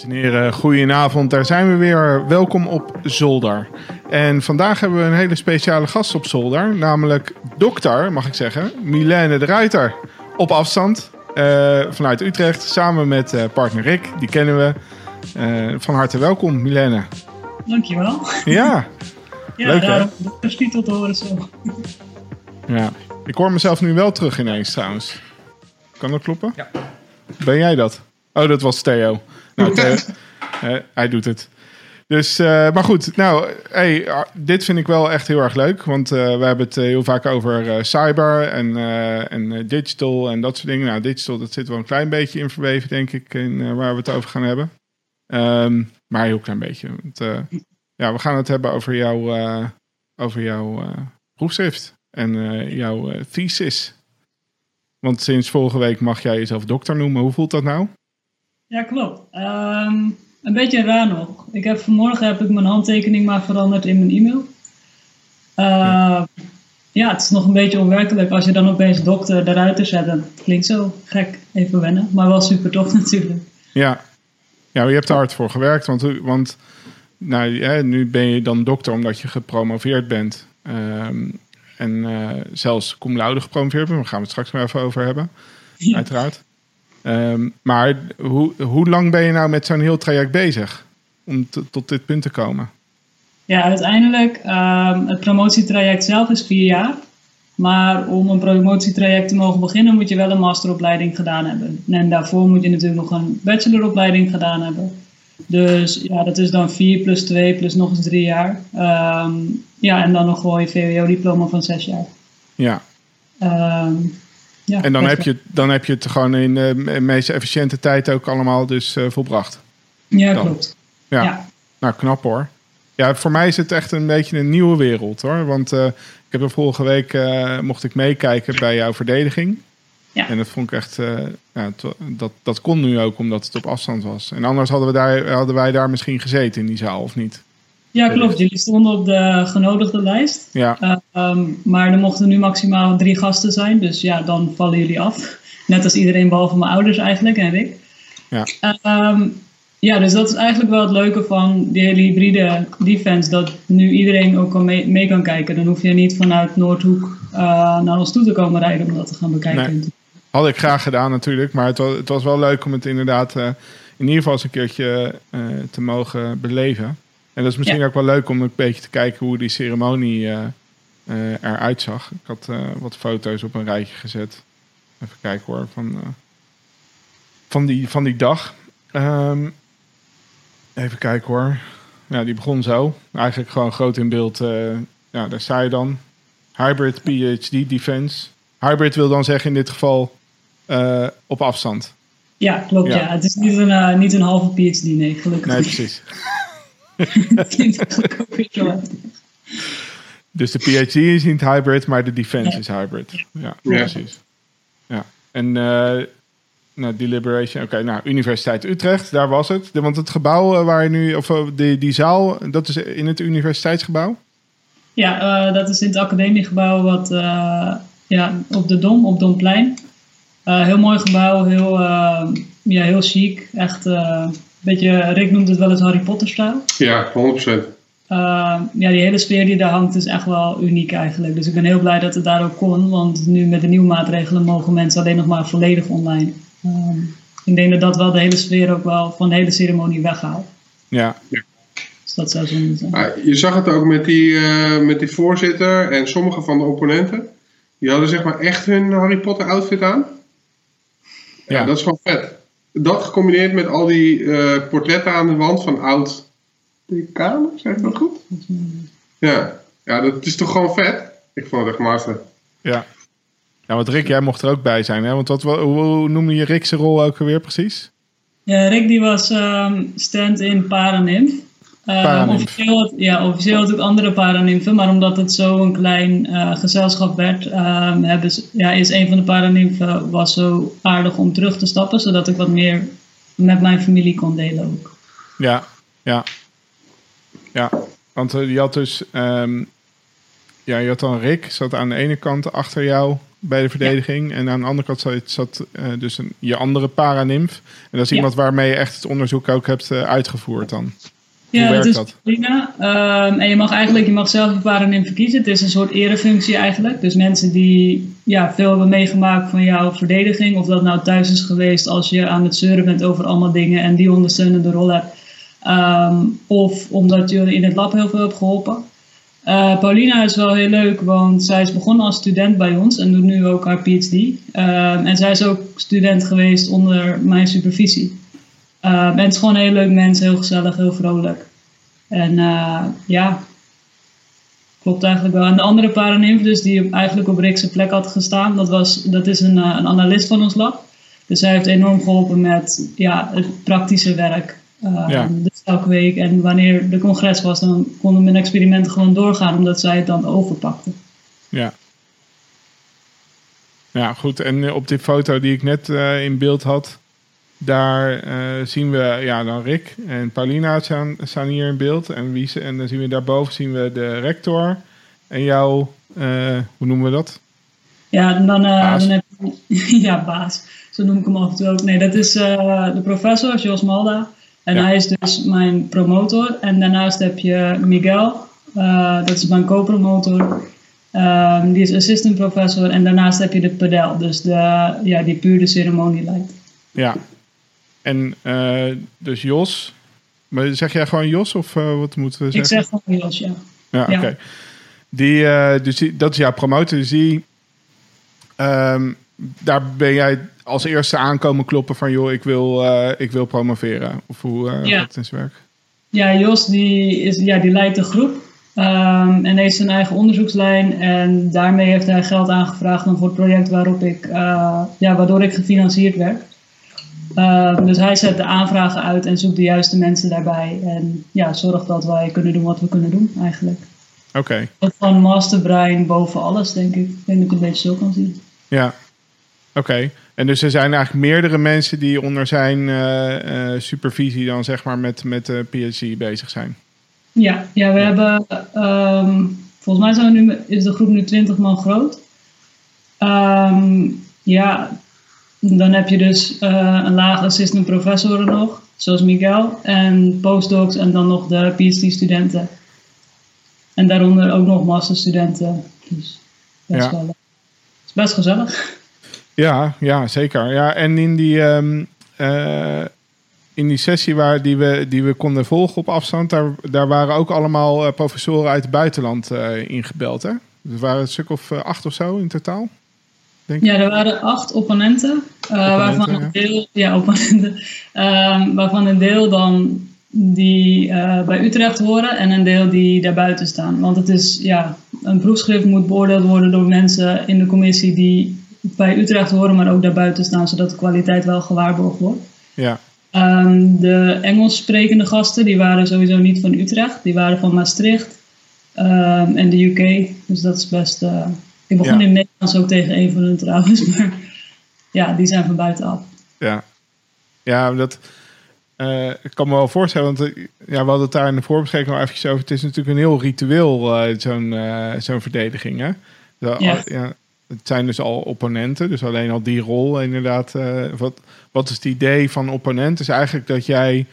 Dames en heren, goedenavond. Daar zijn we weer. Welkom op Zolder. En vandaag hebben we een hele speciale gast op Zolder. Namelijk dokter, mag ik zeggen, Milène de Ruiter. Op afstand, vanuit Utrecht. Samen met partner Rick, die kennen we. Van harte welkom, Milène. Dankjewel. Ja, leuk hè? Dokterstitel te horen zo. Ja, ik hoor mezelf nu wel terug ineens trouwens. Kan dat kloppen? Ja. Ben jij dat? Oh, dat was Theo. Nou, Theo, hij doet het. Dus, maar goed. Nou, dit vind ik wel echt heel erg leuk. Want we hebben het heel vaak over cyber en digital en dat soort dingen. Nou, digital, dat zit wel een klein beetje in verweven, denk ik, in waar we het over gaan hebben. Maar een heel klein beetje. Want, we gaan het hebben over jouw proefschrift en jouw thesis. Want sinds vorige week mag jij jezelf dokter noemen. Hoe voelt dat nou? Ja, klopt. Een beetje raar nog. Vanmorgen heb ik mijn handtekening maar veranderd in mijn e-mail. Het is nog een beetje onwerkelijk als je dan opeens dokter eruit te zetten. Klinkt zo gek, even wennen. Maar wel super tof natuurlijk. Ja, je hebt er hard voor gewerkt. Want nu ben je dan dokter omdat je gepromoveerd bent. En zelfs cum laude gepromoveerd bent. Daar gaan we het straks maar even over hebben. Ja. Uiteraard. Maar hoe lang ben je nou met zo'n heel traject bezig om tot dit punt te komen? Ja, uiteindelijk, het promotietraject zelf is 4 jaar. Maar om een promotietraject te mogen beginnen moet je wel een masteropleiding gedaan hebben. En daarvoor moet je natuurlijk nog een bacheloropleiding gedaan hebben. Dus ja, dat is dan 4 plus 2 plus nog eens 3 jaar. En dan nog gewoon je VWO-diploma van 6 jaar. Ja. En dan heb je het gewoon in de meest efficiënte tijd ook allemaal dus volbracht. Ja, klopt. Ja. Nou, knap hoor. Ja, voor mij is het echt een beetje een nieuwe wereld hoor. Want ik heb er vorige week mocht ik meekijken bij jouw verdediging. Ja. En dat vond ik echt, dat kon nu ook omdat het op afstand was. En anders hadden wij daar misschien gezeten in die zaal, of niet? Ja, klopt. Jullie stonden op de genodigde lijst. Ja. Maar er mochten nu maximaal 3 gasten zijn. Dus ja, dan vallen jullie af. Net als iedereen behalve mijn ouders eigenlijk en Rick. Ja. Dus dat is eigenlijk wel het leuke van die hele hybride defense. Dat nu iedereen ook mee kan kijken. Dan hoef je niet vanuit Noordhoek naar ons toe te komen rijden om dat te gaan bekijken. Nee. Had ik graag gedaan natuurlijk. Maar het was wel leuk om het inderdaad in ieder geval eens een keertje te mogen beleven. En dat is misschien ook wel leuk om een beetje te kijken hoe die ceremonie eruit zag. Ik had wat foto's op een rijtje gezet. Even kijken hoor, van die dag. Even kijken hoor. Ja, die begon zo. Eigenlijk gewoon groot in beeld. Daar sta je dan. Hybrid PhD Defense. Hybrid wil dan zeggen in dit geval op afstand. Ja, klopt. Ja. Het is niet een halve PhD, nee, gelukkig. Nee, precies. Dus de PhD is niet hybrid, maar de defense is hybrid. Ja, precies. Ja. En deliberation. Oké, Universiteit Utrecht, daar was het. Want het gebouw waar je nu, of die zaal, dat is in het universiteitsgebouw? Ja, dat is in het academiegebouw wat op de Dom, op Domplein. Heel mooi gebouw, heel chic. Echt beetje, Rick noemt het wel eens Harry Potter-stijl. Ja, 100%. Die hele sfeer die daar hangt is echt wel uniek eigenlijk. Dus ik ben heel blij dat het daar ook kon. Want nu met de nieuwe maatregelen mogen mensen alleen nog maar volledig online. Ik denk dat wel de hele sfeer ook wel van de hele ceremonie weghaalt. Ja. Dus dat zou zo moeten zijn. Je zag het ook met die voorzitter en sommige van de opponenten. Die hadden zeg maar echt hun Harry Potter outfit aan. Ja, dat is gewoon vet. Dat gecombineerd met al die portretten aan de wand van oud-decanen, zeg ik dat goed? Ja, dat is toch gewoon vet? Ik vond het echt master. Ja. Ja, want Rick, jij mocht er ook bij zijn, hè? Want hoe noemde je Rick's rol ook alweer precies? Ja, Rick die was stand-in Paranymf. Officieel had ook andere Paranymfen, maar omdat het zo'n klein gezelschap werd, is een van de Paranymfen was zo aardig om terug te stappen, zodat ik wat meer met mijn familie kon delen ook. Ja, want je had dus, je had dan Rick, zat aan de ene kant achter jou bij de verdediging. En aan de andere kant zat dus je andere paranimf. En dat is iemand waarmee je echt het onderzoek ook hebt uitgevoerd dan. Ja, dat is prima. En je mag zelf je paranimf kiezen. Het is een soort erefunctie eigenlijk. Dus mensen die veel hebben meegemaakt van jouw verdediging. Of dat nou thuis is geweest als je aan het zeuren bent over allemaal dingen. En die ondersteunende rol hebt. Of omdat je in het lab heel veel hebt geholpen. Paulina is wel heel leuk, want zij is begonnen als student bij ons en doet nu ook haar PhD. En zij is ook student geweest onder mijn supervisie. En het is gewoon een heel leuk mens, heel gezellig, heel vrolijk. En klopt eigenlijk wel. En de andere paranimf dus, die eigenlijk op Rick's plek had gestaan, dat is een analist van ons lab. Dus zij heeft enorm geholpen met het praktische werk. Dus elke week. En wanneer de congres was, dan konden mijn experimenten gewoon doorgaan, omdat zij het dan overpakte. Ja. Ja, goed. En op die foto die ik net in beeld had, daar zien we dan Rick en Paulina staan hier in beeld. En dan zien we daarboven de rector en jou, hoe noemen we dat? Ja, dan heb je... baas. Zo noem ik hem af en toe ook. Nee, dat is de professor, Jos Malda. En hij is dus mijn promotor. En daarnaast heb je Miguel, dat is mijn co-promotor. Die is assistant professor. En daarnaast heb je de Padel, dus die puur de ceremonie leidt. Ja, en dus Jos. Maar zeg jij gewoon Jos of wat moeten we zeggen? Ik zeg gewoon Jos, ja. Ja, oké. Dat is jouw promotor. Dus daar ben jij als eerste aankomen kloppen van joh, ik wil promoveren. Of hoe gaat het in zijn werk? Ja, Jos die leidt de groep. En heeft zijn eigen onderzoekslijn. En daarmee heeft hij geld aangevraagd voor het project waardoor ik gefinancierd werd. Dus hij zet de aanvragen uit en zoekt de juiste mensen daarbij. En zorgt dat wij kunnen doen wat we kunnen doen eigenlijk. Oké. Van masterbrein boven alles, denk ik. Ik denk dat ik het een beetje zo kan zien. Ja, oké. En dus er zijn eigenlijk meerdere mensen die onder zijn supervisie dan zeg maar met de PhD bezig zijn. Ja, we hebben, volgens mij is de groep nu 20 man groot. Dan heb je dus een laag assistant professoren nog, zoals Miguel, en postdocs en dan nog de PhD-studenten. En daaronder ook nog masterstudenten. Dus dat is best gezellig. Ja, zeker. Ja, en in die sessie die we konden volgen op afstand, daar waren ook allemaal professoren uit het buitenland ingebeld, hè? Er waren een stuk of 8 of zo in totaal, denk ik. Ja, er waren 8 opponenten, waarvan een deel dan die bij Utrecht horen en een deel die daarbuiten staan. Want het is, een proefschrift moet beoordeeld worden door mensen in de commissie die bij Utrecht horen, maar ook daarbuiten staan, zodat de kwaliteit wel gewaarborgd wordt. Ja. De Engels sprekende gasten, die waren sowieso niet van Utrecht, die waren van Maastricht en de UK. Dus dat is best... ik begon in het Nederlands ook tegen een van hun trouwens, maar die zijn van buitenaf. Ja, dat... ik kan me wel voorstellen, want we hadden het daar in de voorbespreking al eventjes over. Het is natuurlijk een heel ritueel, zo'n verdediging, hè? Het zijn dus al opponenten, dus alleen al die rol inderdaad. Wat is het idee van opponent? Is eigenlijk dat jij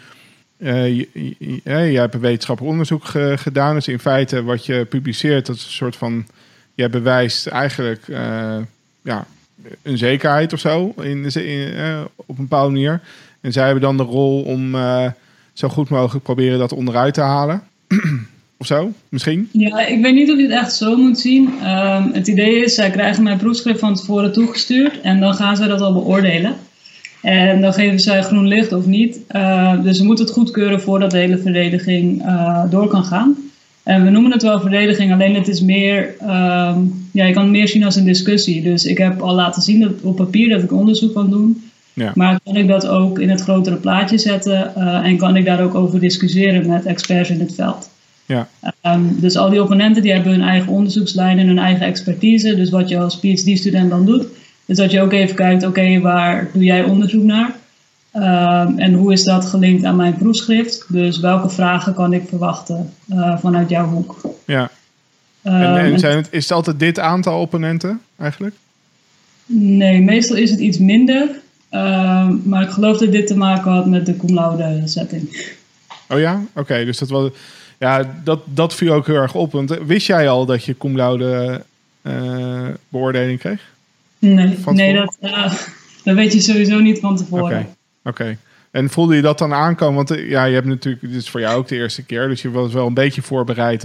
hebt een wetenschappelijk onderzoek gedaan. Dus in feite wat je publiceert, dat is een soort van... Jij bewijst eigenlijk een zekerheid of zo op een bepaalde manier. En zij hebben dan de rol om zo goed mogelijk proberen dat onderuit te halen. Of zo, misschien? Ja, ik weet niet of je het echt zo moet zien. Het idee is, zij krijgen mijn proefschrift van tevoren toegestuurd. En dan gaan zij dat al beoordelen. En dan geven zij groen licht of niet. Dus ze moeten het goedkeuren voordat de hele verdediging door kan gaan. En we noemen het wel verdediging, alleen het is meer... je kan het meer zien als een discussie. Dus ik heb al laten zien dat op papier dat ik onderzoek kan doen. Ja. Maar kan ik dat ook in het grotere plaatje zetten en kan ik daar ook over discussiëren met experts in het veld. Ja. Dus al die opponenten die hebben hun eigen onderzoekslijn en hun eigen expertise. Dus wat je als PhD-student dan doet, is dat je ook even kijkt, oké, waar doe jij onderzoek naar? En hoe is dat gelinkt aan mijn proefschrift? Dus welke vragen kan ik verwachten vanuit jouw hoek? Ja. Is het altijd dit aantal opponenten eigenlijk? Nee, meestal is het iets minder. Maar ik geloof dat dit te maken had met de cum laude setting. Oh ja? Oké, dus dat was... Ja, dat viel ook heel erg op. Want wist jij al dat je cum laude beoordeling kreeg? Nee, dat weet je sowieso niet van tevoren. Oké. En voelde je dat dan aankomen? Want je hebt natuurlijk, dit is voor jou ook de eerste keer, dus je was wel een beetje voorbereid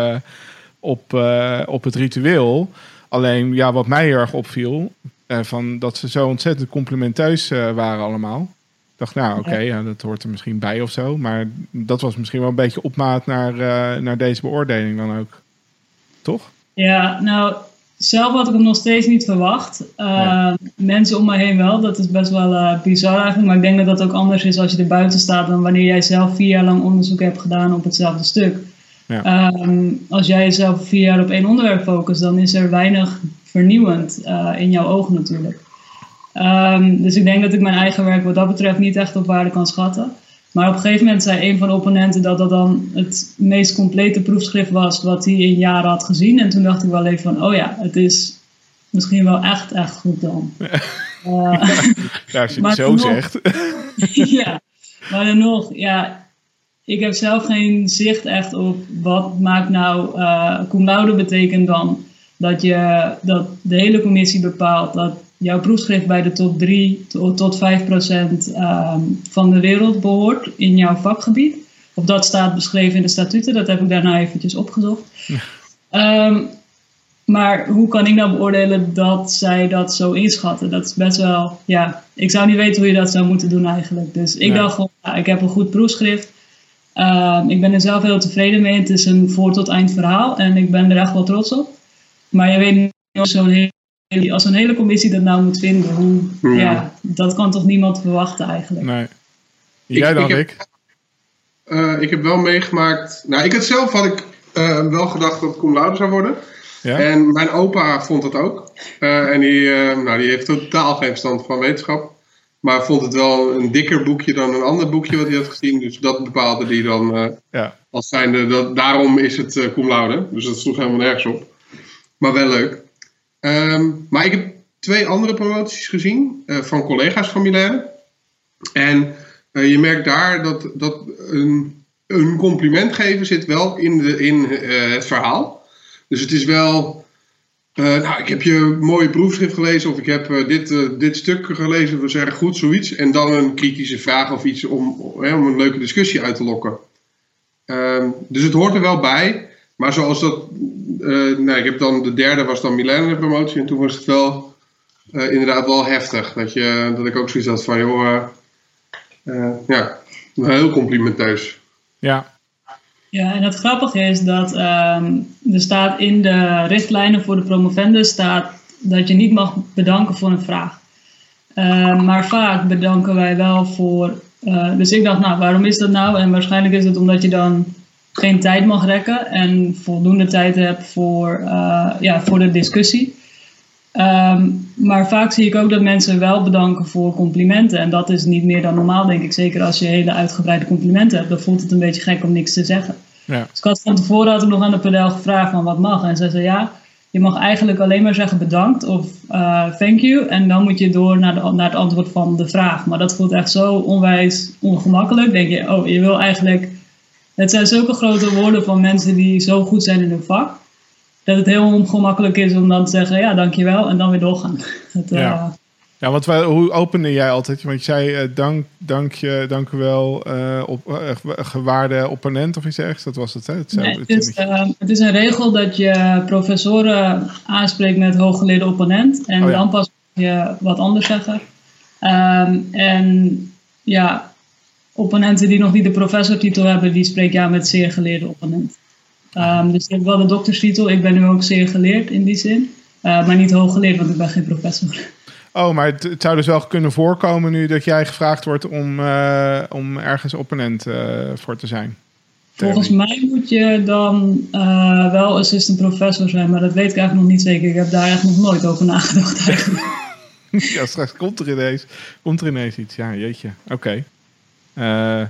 op het ritueel. Alleen, wat mij heel erg opviel, van dat ze zo ontzettend complimenteus waren allemaal. Ik dacht, dat hoort er misschien bij of zo. Maar dat was misschien wel een beetje opmaat naar deze beoordeling dan ook. Toch? Ja, nou, zelf had ik hem nog steeds niet verwacht. Mensen om me heen wel. Dat is best wel bizar eigenlijk. Maar ik denk dat dat ook anders is als je er buiten staat dan wanneer jij zelf 4 jaar lang onderzoek hebt gedaan op hetzelfde stuk. Ja. Als jij jezelf 4 jaar op 1 onderwerp focust, dan is er weinig vernieuwend in jouw ogen natuurlijk. Dus ik denk dat ik mijn eigen werk wat dat betreft niet echt op waarde kan schatten. Maar op een gegeven moment zei een van de opponenten dat dat dan het meest complete proefschrift was wat hij in jaren had gezien. En toen dacht ik wel even van, het is misschien wel echt goed dan. Als je het zo zegt. Ja, maar dan nog, ik heb zelf geen zicht echt op wat maakt nou cum laude betekent dan dat de hele commissie bepaalt dat jouw proefschrift bij de top 3 tot 5% van de wereld behoort in jouw vakgebied. Of dat staat beschreven in de statuten, dat heb ik daarna eventjes opgezocht. Maar hoe kan ik nou beoordelen dat zij dat zo inschatten? Dat is best wel, ik zou niet weten hoe je dat zou moeten doen eigenlijk. Dus ik dacht gewoon, ik heb een goed proefschrift. Ik ben er zelf heel tevreden mee. Het is een voor tot eind verhaal en ik ben er echt wel trots op. Maar je weet niet als een hele commissie dat nou moet vinden, dat kan toch niemand verwachten eigenlijk. Nee. Jij dan, Rick? Ik heb wel meegemaakt... Nou, had ik wel gedacht dat het cum laude zou worden. Ja? En mijn opa vond het ook. En die heeft totaal geen verstand van wetenschap. Maar vond het wel een dikker boekje dan een ander boekje wat hij had gezien. Dus dat bepaalde hij dan als zijnde. Daarom is het cum laude. Dus dat sloeg helemaal nergens op. Maar wel leuk. Maar ik heb 2 andere promoties gezien van collega's van Milaire. En je merkt daar dat een compliment geven zit wel in het verhaal. Dus het is wel, ik heb je mooie proefschrift gelezen of ik heb dit stuk gelezen, we zeggen goed, zoiets. En dan een kritische vraag of iets om een leuke discussie uit te lokken. Dus het hoort er wel bij. Maar zoals dat, ik heb dan de derde was dan millennium promotie en toen was het wel inderdaad wel heftig. Dat ik ook zoiets had van, heel complimenteus. Ja. Ja, en het grappige is dat er staat in de richtlijnen voor de promovendus staat dat je niet mag bedanken voor een vraag. Maar vaak bedanken wij wel voor... dus ik dacht, waarom is dat nou? En waarschijnlijk is het omdat je dan geen tijd mag rekken en voldoende tijd hebt voor de discussie. Maar vaak zie ik ook dat mensen wel bedanken voor complimenten. En dat is niet meer dan normaal, denk ik. Zeker als je hele uitgebreide complimenten hebt, dan voelt het een beetje gek om niks te zeggen. Ja. Dus ik had van tevoren nog aan de pedel gevraagd van wat mag. En zij zei je mag eigenlijk alleen maar zeggen bedankt of thank you. En dan moet je door naar het antwoord van de vraag. Maar dat voelt echt zo onwijs ongemakkelijk. Denk je, je wil eigenlijk... Het zijn zulke grote woorden van mensen die zo goed zijn in hun vak. Dat het heel ongemakkelijk is om dan te zeggen, dankjewel, en dan weer doorgaan. Ja, want hoe opende jij altijd? Want je zei, dank u wel, gewaarde opponent of iets ergens. Dat was het, hè? Het is een regel dat je professoren aanspreekt met hooggeleerde opponent. En dan pas je wat anders zeggen. Opponenten die nog niet de professortitel hebben, die spreek je aan met zeer geleerde opponent. Dus je hebt wel de dokterstitel. Ik ben nu ook zeer geleerd in die zin. Maar niet hooggeleerd, want ik ben geen professor. Oh, maar het zou dus wel kunnen voorkomen nu dat jij gevraagd wordt om ergens opponent voor te zijn. Volgens mij moet je dan wel assistant professor zijn, maar dat weet ik eigenlijk nog niet zeker. Ik heb daar echt nog nooit over nagedacht eigenlijk. Ja, straks komt er ineens iets. Ja, jeetje. Oké. En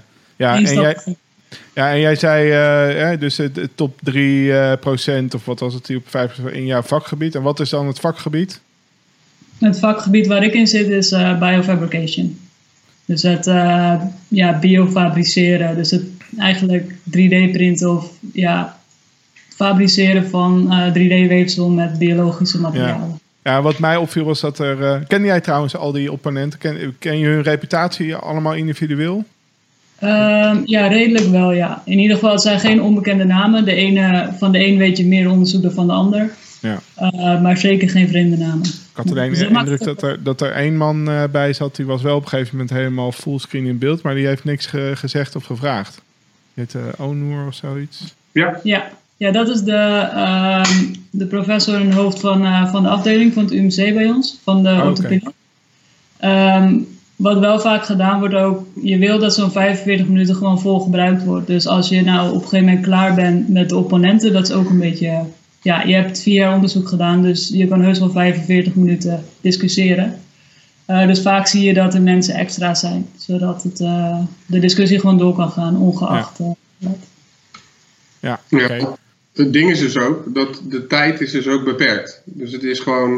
jij zei dus de top 3% of wat was het, op 5% in jouw vakgebied. En wat is dan het vakgebied? Het vakgebied waar ik in zit is biofabrication. Dus het biofabriceren. Dus het eigenlijk 3D-printen of fabriceren van 3D-weefsel met biologische materialen. Ja, wat mij opviel was dat er... ken jij trouwens al die opponenten? Ken je hun reputatie allemaal individueel? Redelijk wel, ja. In ieder geval, het zijn geen onbekende namen. Van de een weet je meer onderzoek dan van de ander. Ja. Maar zeker geen vreemde namen. Ik had alleen de indruk dat er één man bij zat. Die was wel op een gegeven moment helemaal fullscreen in beeld. Maar die heeft niks gezegd of gevraagd. Die heet Onur of zoiets. Ja, dat is de professor en hoofd van de afdeling van het UMC bij ons. Van de orthopedie. Wat wel vaak gedaan wordt ook, je wil dat zo'n 45 minuten gewoon vol gebruikt wordt. Dus als je nou op een gegeven moment klaar bent met de opponenten, dat is ook een beetje... Ja, je hebt 4 jaar onderzoek gedaan, dus je kan heus wel 45 minuten discussiëren. Dus vaak zie je dat er mensen extra zijn, zodat de discussie gewoon door kan gaan, ongeacht. Ja, oké. Ja, het ding is dus ook, dat de tijd is dus ook beperkt. Dus het is gewoon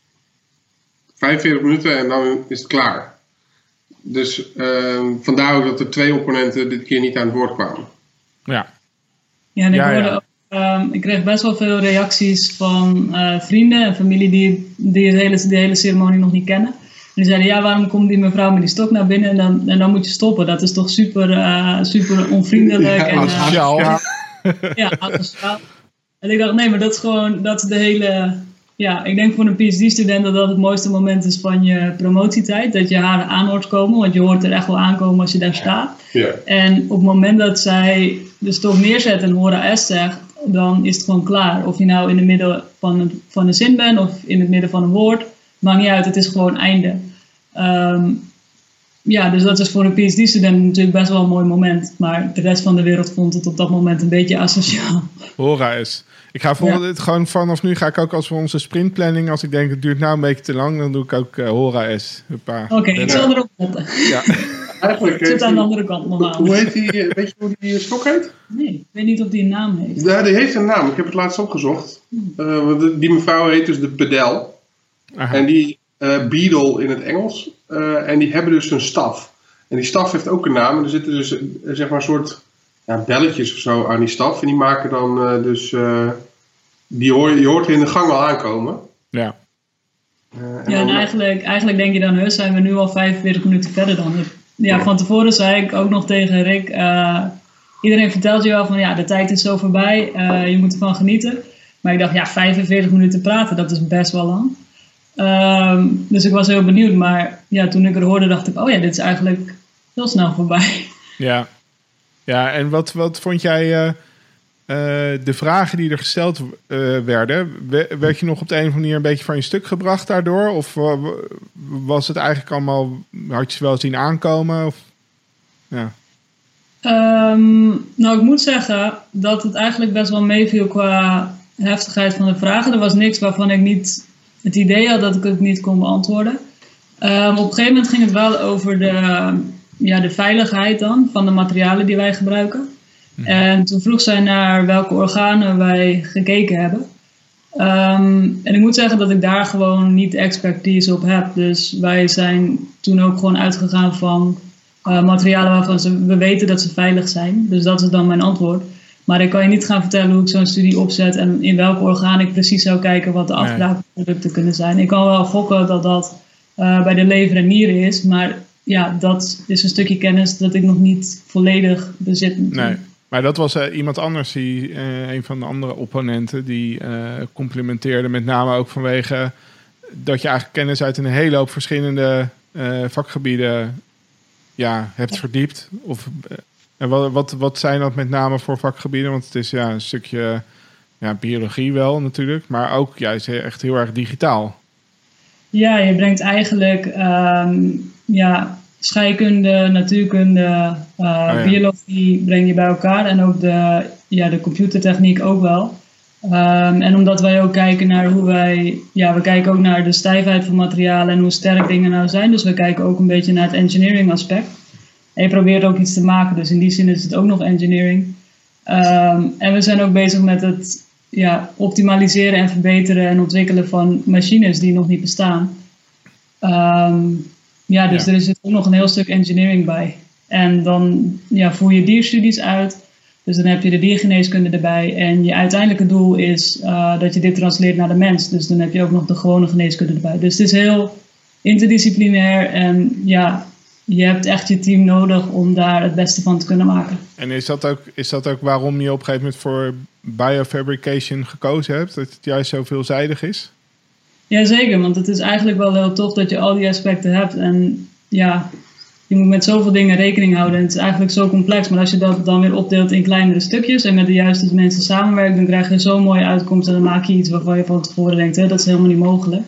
45 minuten en dan is het klaar. Dus vandaar ook dat er 2 opponenten dit keer niet aan het woord kwamen. Ja. Ja, en ik kreeg best wel veel reacties van vrienden en familie die de hele ceremonie nog niet kennen. En die zeiden, waarom komt die mevrouw met die stok naar binnen en dan moet je stoppen. Dat is toch super onvriendelijk. Ja, asociaal. Ja, asociaal. En ik dacht, nee, maar dat is gewoon, dat is de hele... Ja, ik denk voor een PhD-student dat het mooiste moment is van je promotietijd. Dat je haar aan hoort komen, want je hoort er echt wel aankomen als je daar staat. Ja. En op het moment dat zij de stok neerzet en Hora S zegt, dan is het gewoon klaar. Of je nou in het midden van een zin bent of in het midden van een woord, maakt niet uit, het is gewoon einde. Dus dat is voor een PhD-student natuurlijk best wel een mooi moment. Maar de rest van de wereld vond het op dat moment een beetje asociaal. Hora S. Ik ga gewoon vanaf nu ga ik ook als we onze sprintplanning, als ik denk het duurt nou een beetje te lang, dan doe ik ook Hora S. Oké, ik zal erop letten. Ja. Eigenlijk ik zit aan de andere kant nog aan. Hoe heet die, weet je hoe die stok heet? Nee, ik weet niet of die een naam heeft. Ja, die heeft een naam. Ik heb het laatst opgezocht. Die mevrouw heet dus de pedel. Aha. En die beadle in het Engels. En die hebben dus een staf. En die staf heeft ook een naam. En er zitten dus zeg maar een soort belletjes of zo aan die staf. En die maken dan je hoort in de gang al aankomen. Ja. En eigenlijk denk je dan, zijn we nu al 45 minuten verder dan. Van tevoren zei ik ook nog tegen Rick, iedereen vertelt je wel van de tijd is zo voorbij, je moet ervan genieten. Maar ik dacht, 45 minuten praten, dat is best wel lang. Dus ik was heel benieuwd, maar toen ik er hoorde dacht ik, dit is eigenlijk heel snel voorbij. Ja, en wat vond jij de vragen die er gesteld werden? Werd je nog op de een of andere manier een beetje van je stuk gebracht daardoor? Of was het eigenlijk allemaal, had je ze wel zien aankomen? Of, ja. Ik moet zeggen dat het eigenlijk best wel meeviel qua heftigheid van de vragen. Er was niks waarvan ik niet het idee had dat ik het niet kon beantwoorden. Op een gegeven moment ging het wel over de veiligheid dan van de materialen die wij gebruiken. En toen vroeg zij naar welke organen wij gekeken hebben. En ik moet zeggen dat ik daar gewoon niet expertise op heb. Dus wij zijn toen ook gewoon uitgegaan van materialen waarvan we weten dat ze veilig zijn. Dus dat is dan mijn antwoord. Maar ik kan je niet gaan vertellen hoe ik zo'n studie opzet en in welke orgaan ik precies zou kijken wat de afbraakproducten kunnen zijn. Ik kan wel gokken dat dat bij de lever en nieren is, maar dat is een stukje kennis dat ik nog niet volledig bezit. Nee. Maar dat was iemand anders, een van de andere opponenten, die complimenteerde met name ook vanwege dat je eigenlijk kennis uit een hele hoop verschillende vakgebieden hebt verdiept. En wat zijn dat met name voor vakgebieden? Want het is een stukje biologie wel natuurlijk, maar ook juist echt heel erg digitaal. Ja, je brengt eigenlijk scheikunde, natuurkunde, biologie breng je bij elkaar en ook de computertechniek ook wel. En omdat wij ook kijken naar hoe we kijken ook naar de stijfheid van materialen en hoe sterk dingen nou zijn. Dus we kijken ook een beetje naar het engineering aspect. En je probeert ook iets te maken, dus in die zin is het ook nog engineering. En we zijn ook bezig met het optimaliseren en verbeteren en ontwikkelen van machines die nog niet bestaan. Dus er zit ook nog een heel stuk engineering bij. En dan voer je dierstudies uit. Dus dan heb je de diergeneeskunde erbij. En je uiteindelijke doel is dat je dit transleert naar de mens. Dus dan heb je ook nog de gewone geneeskunde erbij. Dus het is heel interdisciplinair. En je hebt echt je team nodig om daar het beste van te kunnen maken. En is dat ook waarom je op een gegeven moment voor biofabrication gekozen hebt? Dat het juist zo veelzijdig is? Jazeker, want het is eigenlijk wel heel tof dat je al die aspecten hebt. En je moet met zoveel dingen rekening houden. En het is eigenlijk zo complex. Maar als je dat dan weer opdeelt in kleinere stukjes en met de juiste mensen samenwerkt, dan krijg je zo'n mooie uitkomst. En dan maak je iets waarvan je van tevoren denkt, dat is helemaal niet mogelijk.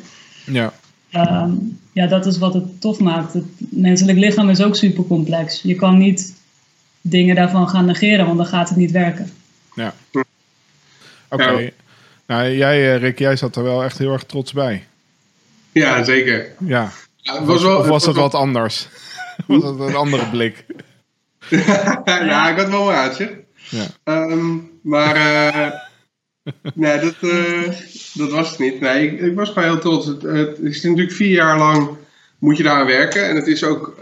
Ja. Dat is wat het tof maakt. Het menselijk lichaam is ook super complex. Je kan niet dingen daarvan gaan negeren, want dan gaat het niet werken. Ja. Oké. Nou, jij, Rick, jij zat er wel echt heel erg trots bij. Ja, zeker. Ja. Of was het wat anders? Was het een andere blik? Nou, ik had wel een raadje. Ja. Nee, dat was het niet. Nee, ik was gewoon heel trots. Het is natuurlijk 4 jaar lang moet je daar aan werken. En het is ook...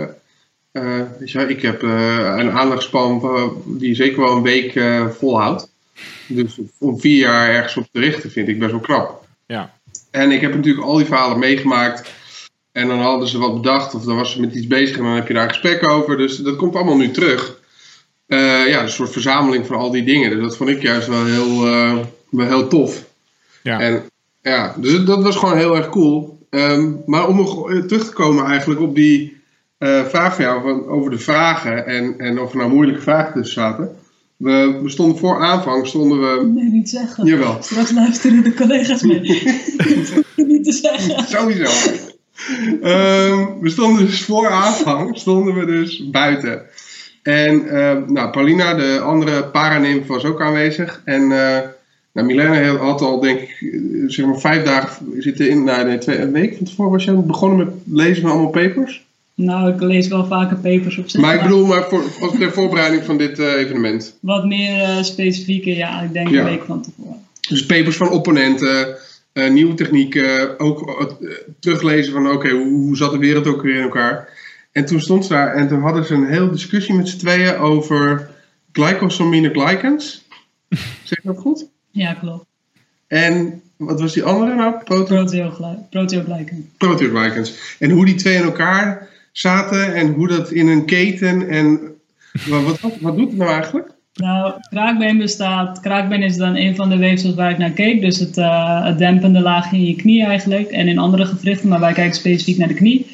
ik heb een aandachtspan die zeker wel een week volhoudt. Dus om 4 jaar ergens op te richten vind ik best wel knap. Ja. En ik heb natuurlijk al die verhalen meegemaakt. En dan hadden ze wat bedacht of dan was ze met iets bezig en dan heb je daar een gesprek over. Dus dat komt allemaal nu terug. Een soort verzameling van al die dingen. Dus dat vond ik juist wel heel tof. Ja. En dus dat was gewoon heel erg cool. Maar om nog terug te komen eigenlijk op die vraag van jou over de vragen en of er nou moeilijke vragen tussen zaten. We stonden voor aanvang, Nee, niet zeggen. Jawel. Straks luisteren de collega's mee. Niet te zeggen. Sowieso. We stonden dus voor aanvang, buiten. En Paulina, de andere paranimf, was ook aanwezig. En Milena had al, denk ik, 5 dagen zitten in. Een week van tevoren was je begonnen met lezen van allemaal papers? Nou, ik lees wel vaker papers op zich. Maar ik bedoel, voor de voorbereiding van dit evenement. Wat meer specifieke, ik denk een week van tevoren. Dus papers van opponenten, nieuwe technieken, ook teruglezen van hoe zat de wereld ook weer in elkaar. En toen stond ze daar en toen hadden ze een hele discussie met z'n tweeën over glycosaminoglycans. Zeg ik dat goed? Ja, klopt. En wat was die andere nou? Proteoglycans. En hoe die twee in elkaar zaten en hoe dat in een keten en wat doet het nou eigenlijk? Nou, kraakbeen is dan een van de weefsels waar ik naar keek. Dus het dempende laagje in je knie eigenlijk. En in andere gewrichten, maar wij kijken specifiek naar de knie.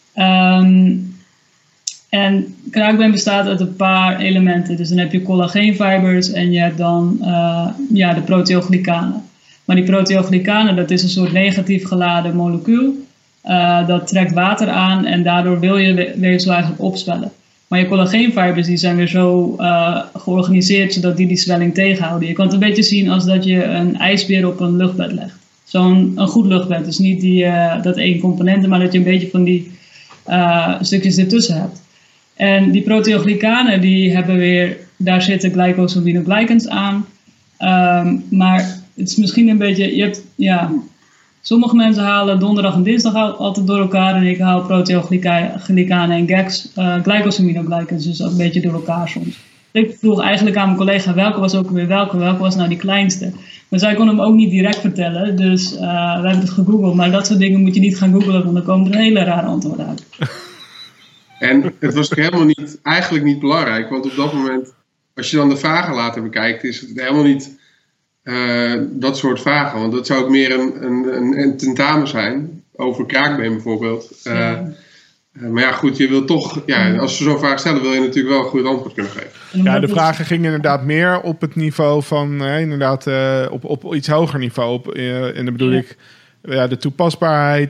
En kraakbeen bestaat uit een paar elementen. Dus dan heb je collageenfibers en je hebt dan de proteoglycanen. Maar die proteoglycanen, dat is een soort negatief geladen molecuul. Dat trekt water aan en daardoor wil je weefsel eigenlijk opzwellen. Maar je collageenfibers die zijn weer zo georganiseerd zodat die zwelling tegenhouden. Je kan het een beetje zien als dat je een ijsbeer op een luchtbed legt. Zo'n goed luchtbed, dus niet dat één componenten, maar dat je een beetje van die stukjes ertussen hebt. En die proteoglycanen, die hebben weer, daar zitten glycosaminoglycans aan. Maar het is misschien een beetje, sommige mensen halen donderdag en dinsdag altijd door elkaar. En ik haal proteoglycanen en glycosaminoglycans, dus ook een beetje door elkaar soms. Ik vroeg eigenlijk aan mijn collega welke was ook weer welke was nou die kleinste. Maar zij kon hem ook niet direct vertellen, dus we hebben het gegoogeld. Maar dat soort dingen moet je niet gaan googlen, want dan komen er hele rare antwoorden uit. En het was eigenlijk niet belangrijk, want op dat moment, als je dan de vragen later bekijkt, is het helemaal niet dat soort vragen. Want dat zou ook meer een tentamen zijn, over kraakbeen bijvoorbeeld. Maar goed, je wil toch, als ze zo'n vraag stellen, wil je natuurlijk wel een goed antwoord kunnen geven. Ja, de vragen gingen inderdaad meer op het niveau van, op iets hoger niveau. En dan bedoel ik, de toepasbaarheid,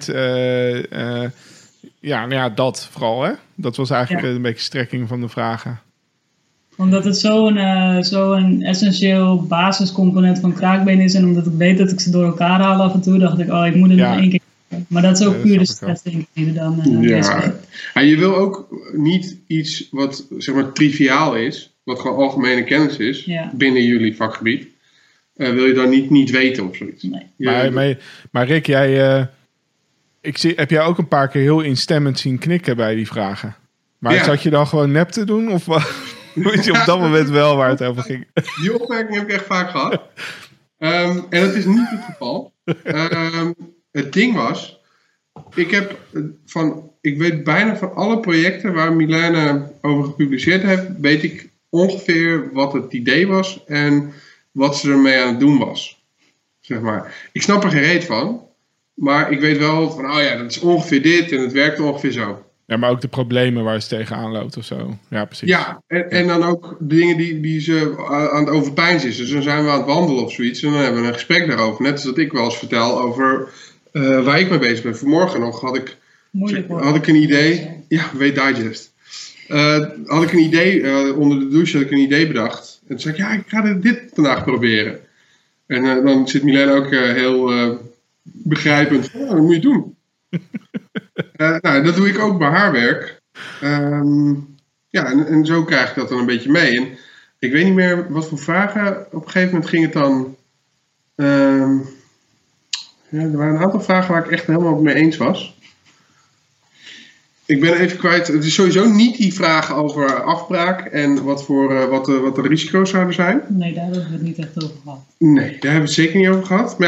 dat vooral, hè? Dat was eigenlijk een beetje strekking van de vragen. Omdat het zo'n essentieel basiscomponent van kraakbeen is en omdat ik weet dat ik ze door elkaar haal af en toe, dacht ik, ik moet het nog 1 keer. Maar dat is ook puur de stress, denk ik, die er dan En je wil ook niet iets wat, zeg maar, triviaal is, wat gewoon algemene kennis is, binnen jullie vakgebied. Wil je dan niet weten of zoiets? Nee. Maar Rick, jij... heb jij ook een paar keer heel instemmend zien knikken bij die vragen. Maar zat je dan gewoon nep te doen? Of weet je op dat moment wel waar het over ging? Die opmerking heb ik echt vaak gehad. En dat is niet het geval. Het ding was... Ik weet bijna van alle projecten waar Milena over gepubliceerd heeft... weet ik ongeveer wat het idee was en wat ze ermee aan het doen was. Zeg maar. Ik snap er geen reet van. Maar ik weet wel van, dat is ongeveer dit en het werkt ongeveer zo. Ja, maar ook de problemen waar ze tegenaan loopt of zo. Ja, precies. Ja, en dan ook de dingen die ze aan het overpeinzen is. Dus dan zijn we aan het wandelen of zoiets en dan hebben we een gesprek daarover. Net als dat ik wel eens vertel over waar ik mee bezig ben. Vanmorgen nog had ik een idee. Ja, weet Digest. Had ik een idee, onder de douche had ik een idee bedacht. En toen zei ik, ik ga dit vandaag proberen. En dan zit Milena ook heel begrijpend van, dat moet je doen. Dat doe ik ook bij haar werk. En zo krijg ik dat dan een beetje mee. En ik weet niet meer wat voor vragen. Op een gegeven moment ging het dan... er waren een aantal vragen waar ik echt helemaal mee eens was. Ik ben even kwijt. Het is sowieso niet die vragen over afbraak en wat de risico's zouden zijn. Nee, daar hebben we het niet echt over gehad. Nee, daar hebben we het zeker niet over gehad.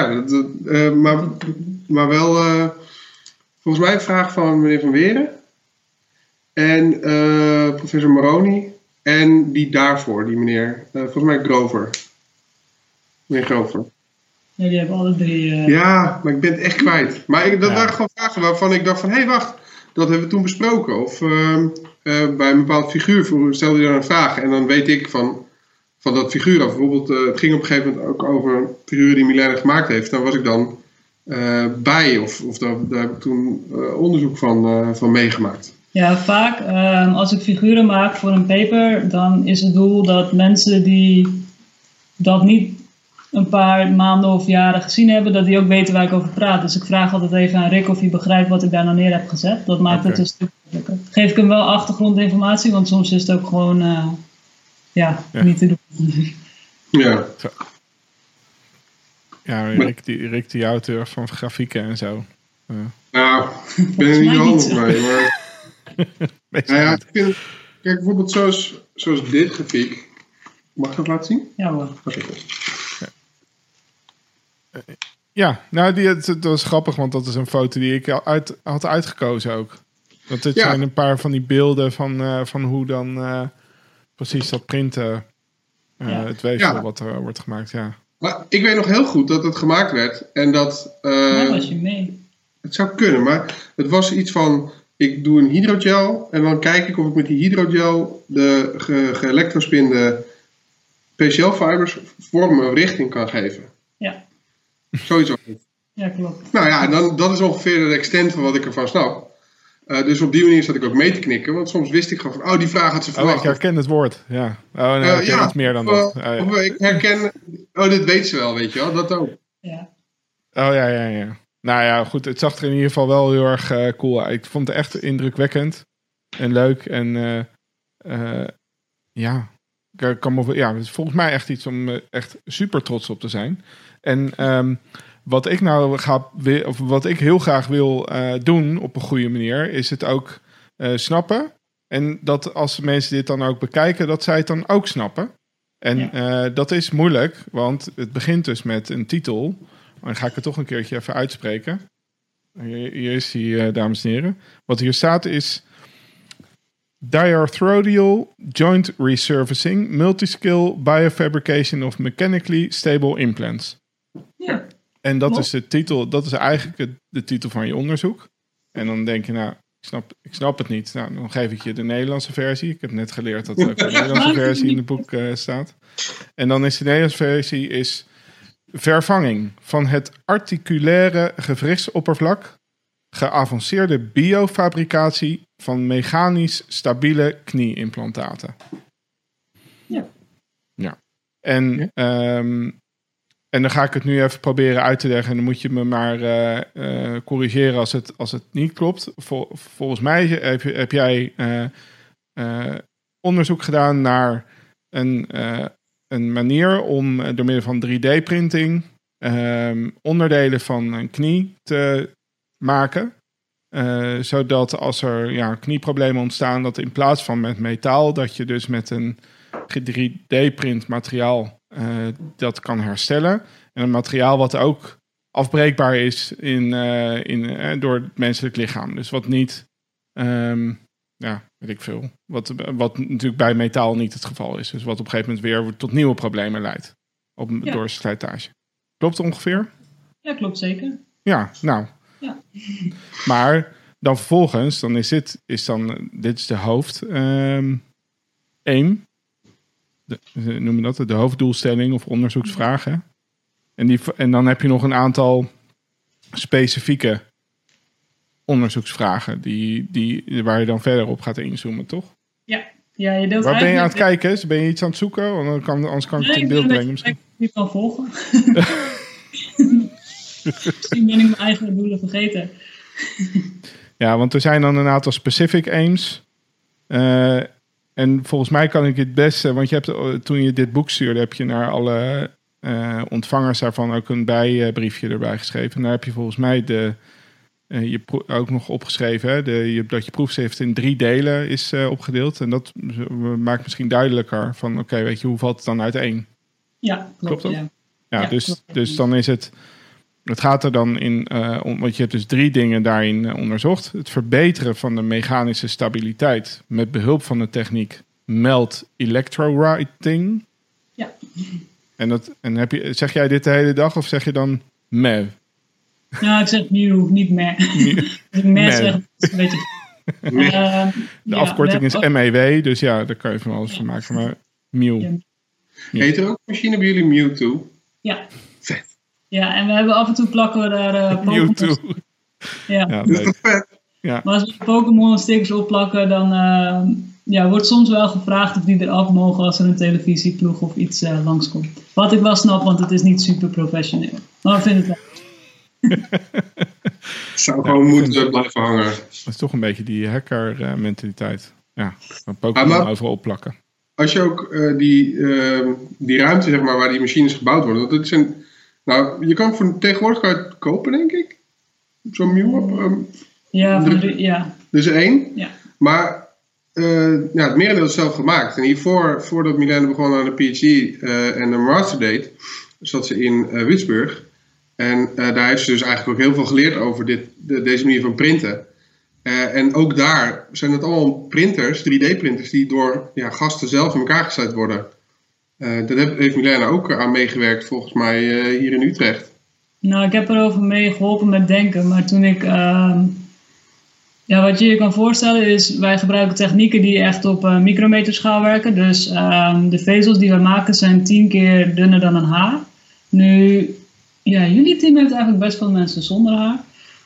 Maar wel volgens mij een vraag van meneer Van Weren en professor Moroni en die daarvoor, die meneer, volgens mij Grover. Meneer Grover. Ja, die hebben alle drie... Ja, maar ik ben het echt kwijt. Maar dat waren gewoon vragen waarvan ik dacht van, hé, wacht, dat hebben we toen besproken. Of bij een bepaald figuur stelde je dan een vraag en dan weet ik van dat figuur af. Bijvoorbeeld, het ging op een gegeven moment ook over figuren die Milena gemaakt heeft. Daar was ik dan bij of daar heb ik toen onderzoek van meegemaakt. Ja, vaak als ik figuren maak voor een paper, dan is het doel dat mensen die dat niet een paar maanden of jaren gezien hebben, dat die ook weten waar ik over praat. Dus ik vraag altijd even aan Rick of hij begrijpt wat ik daar nou neer heb gezet. Dat maakt het een stuk makkelijker. Geef ik hem wel achtergrondinformatie, want soms is het ook gewoon niet te doen. Ja. Ja, Rick die auteur van grafieken en zo. Nou, ik ben er niet handig mee, maar... ik vind, kijk, bijvoorbeeld zoals dit grafiek. Mag ik dat laten zien? Ja hoor. Okay. Ja, nou, dat was grappig, want dat is een foto die ik had uitgekozen ook. Want dit zijn een paar van die beelden van hoe dan precies dat printen, het weefsel wat er wordt gemaakt, ja. Maar ik weet nog heel goed dat het gemaakt werd en dat... Daar was je mee. Het zou kunnen, maar het was iets van... Ik doe een hydrogel en dan kijk ik of ik met die hydrogel de geelektrospinde PCL-fibers vorm of richting kan geven. Ja. Zoiets ook. Ja, klopt. Nou ja, dat is ongeveer de extent van wat ik ervan snap. Dus op die manier zat ik ook mee te knikken. Want soms wist ik gewoon van, die vraag had ze verwacht. Ik herken het woord, ja. Ik ken iets meer dan dat. Of ik herken, dit weet ze wel, weet je wel. Dat ook. Ja. Ja. Nou ja, goed. Het zag er in ieder geval wel heel erg cool uit. Ik vond het echt indrukwekkend. En leuk. En het is volgens mij echt iets om echt super trots op te zijn. En wat ik heel graag wil doen op een goede manier, is het ook snappen. En dat als mensen dit dan ook bekijken, dat zij het dan ook snappen. En dat is moeilijk, want het begint dus met een titel. Dan ga ik het toch een keertje even uitspreken. Hier is die, dames en heren. Wat hier staat is... Diarthrodial Joint Resurfacing Multiskill Biofabrication of Mechanically Stable Implants. Ja. En dat is de titel. Dat is eigenlijk de titel van je onderzoek. En dan denk je, nou, ik snap het niet. Nou, dan geef ik je de Nederlandse versie. Ik heb net geleerd dat er ook een Nederlandse versie in het boek staat. En dan is de Nederlandse versie is vervanging van het articulaire gewrichtsoppervlak, geavanceerde biofabricatie van mechanisch stabiele knie-implantaten. Ja. En dan ga ik het nu even proberen uit te leggen. En dan moet je me maar corrigeren als het niet klopt. Volgens mij heb jij onderzoek gedaan naar een manier om door middel van 3D-printing onderdelen van een knie te maken. Zodat als er knieproblemen ontstaan, dat in plaats van met metaal, dat je dus met een 3D-print materiaal dat kan herstellen. En een materiaal wat ook afbreekbaar is door het menselijk lichaam. Dus wat niet, weet ik veel. Wat natuurlijk bij metaal niet het geval is. Dus wat op een gegeven moment weer tot nieuwe problemen leidt. Door slijtage. Klopt het ongeveer? Ja, klopt zeker. Ja, nou. Ja. Maar dan vervolgens, dan dit is de hoofd aim. Noem je dat? De hoofddoelstelling of onderzoeksvragen. En dan heb je nog een aantal specifieke onderzoeksvragen waar je dan verder op gaat inzoomen, toch? Ja, je deelt waar ben je aan het kijken? Ben je iets aan het zoeken? Want anders kan ik het in beeld brengen. Ik niet kan volgen. Misschien ben ik mijn eigen doelen vergeten. Ja, want er zijn dan een aantal specific aims. En volgens mij kan ik het beste, want je hebt toen je dit boek stuurde, heb je naar alle ontvangers daarvan ook een bijbriefje erbij geschreven. En daar heb je volgens mij ook nog opgeschreven, hè, dat je proefschrift in 3 delen is opgedeeld. En dat maakt misschien duidelijker van, oké, weet je, hoe valt het dan uiteen? Ja, klopt dat? Ja, dus dan is het gaat er dan in, want je hebt dus 3 dingen daarin onderzocht. Het verbeteren van de mechanische stabiliteit met behulp van de techniek melt electrowriting. Ja. En zeg jij dit de hele dag of zeg je dan MEV? Nou, ik zeg nieuw, niet MEV. MEV zegt een beetje... de afkorting is MEW, dus ja, daar kan je van alles van maken. Maar Mew. Heet er ook een machine bij jullie Mewtwo? Ja. Vet. Ja, en we hebben af en toe plakken we daar Mewtwo. Ja. Dat is toch vet? Ja. Maar als we Pokémon stickers opplakken, dan wordt soms wel gevraagd of die eraf mogen als er een televisieploeg of iets langskomt. Wat ik wel snap, want het is niet super professioneel. Maar ik vind het wel. Zou gewoon moeten blijven hangen. Dat is toch een beetje die hacker mentaliteit. Ja, van Pokémon overal opplakken. Als je ook die ruimte, zeg maar, waar die machines gebouwd worden. Dat zijn, je kan tegenwoordig kopen, denk ik. Zo'n Mew. Ja. Dus 1. Ja. Maar het merendeel is zelf gemaakt. En hiervoor, voordat Milena begon aan de PhD en de master deed, zat ze in Witsburg. En daar heeft ze dus eigenlijk ook heel veel geleerd over deze manier van printen. En ook daar zijn het allemaal printers, 3D-printers, die door gasten zelf in elkaar gezet worden. Daar heeft Milena ook aan meegewerkt, volgens mij, hier in Utrecht. Nou, ik heb erover mee geholpen met denken. Maar toen ik... wat je je kan voorstellen is, wij gebruiken technieken die echt op micrometerschaal werken. Dus de vezels die we maken zijn 10 keer dunner dan een haar. Nu, jullie team heeft eigenlijk best veel mensen zonder haar.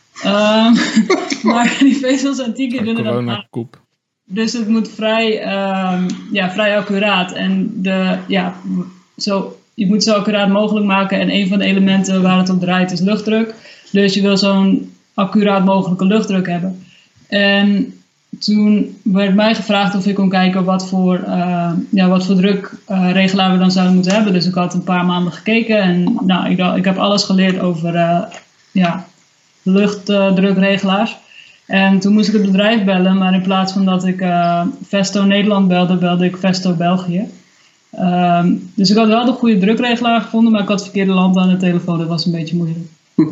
Maar die vezels zijn 10 keer dunner dan een haar. Dus het moet vrij accuraat. En je moet het zo accuraat mogelijk maken. En een van de elementen waar het op draait is luchtdruk. Dus je wil zo'n accuraat mogelijke luchtdruk hebben. En toen werd mij gevraagd of ik kon kijken wat voor drukregelaar we dan zouden moeten hebben. Dus ik had een paar maanden gekeken en ik heb alles geleerd over luchtdrukregelaars. En toen moest ik het bedrijf bellen, maar in plaats van dat ik Vesto Nederland belde ik Vesto België. Dus ik had wel de goede drukregelaar gevonden, maar ik had het verkeerde land aan de telefoon. Dat was een beetje moeilijk.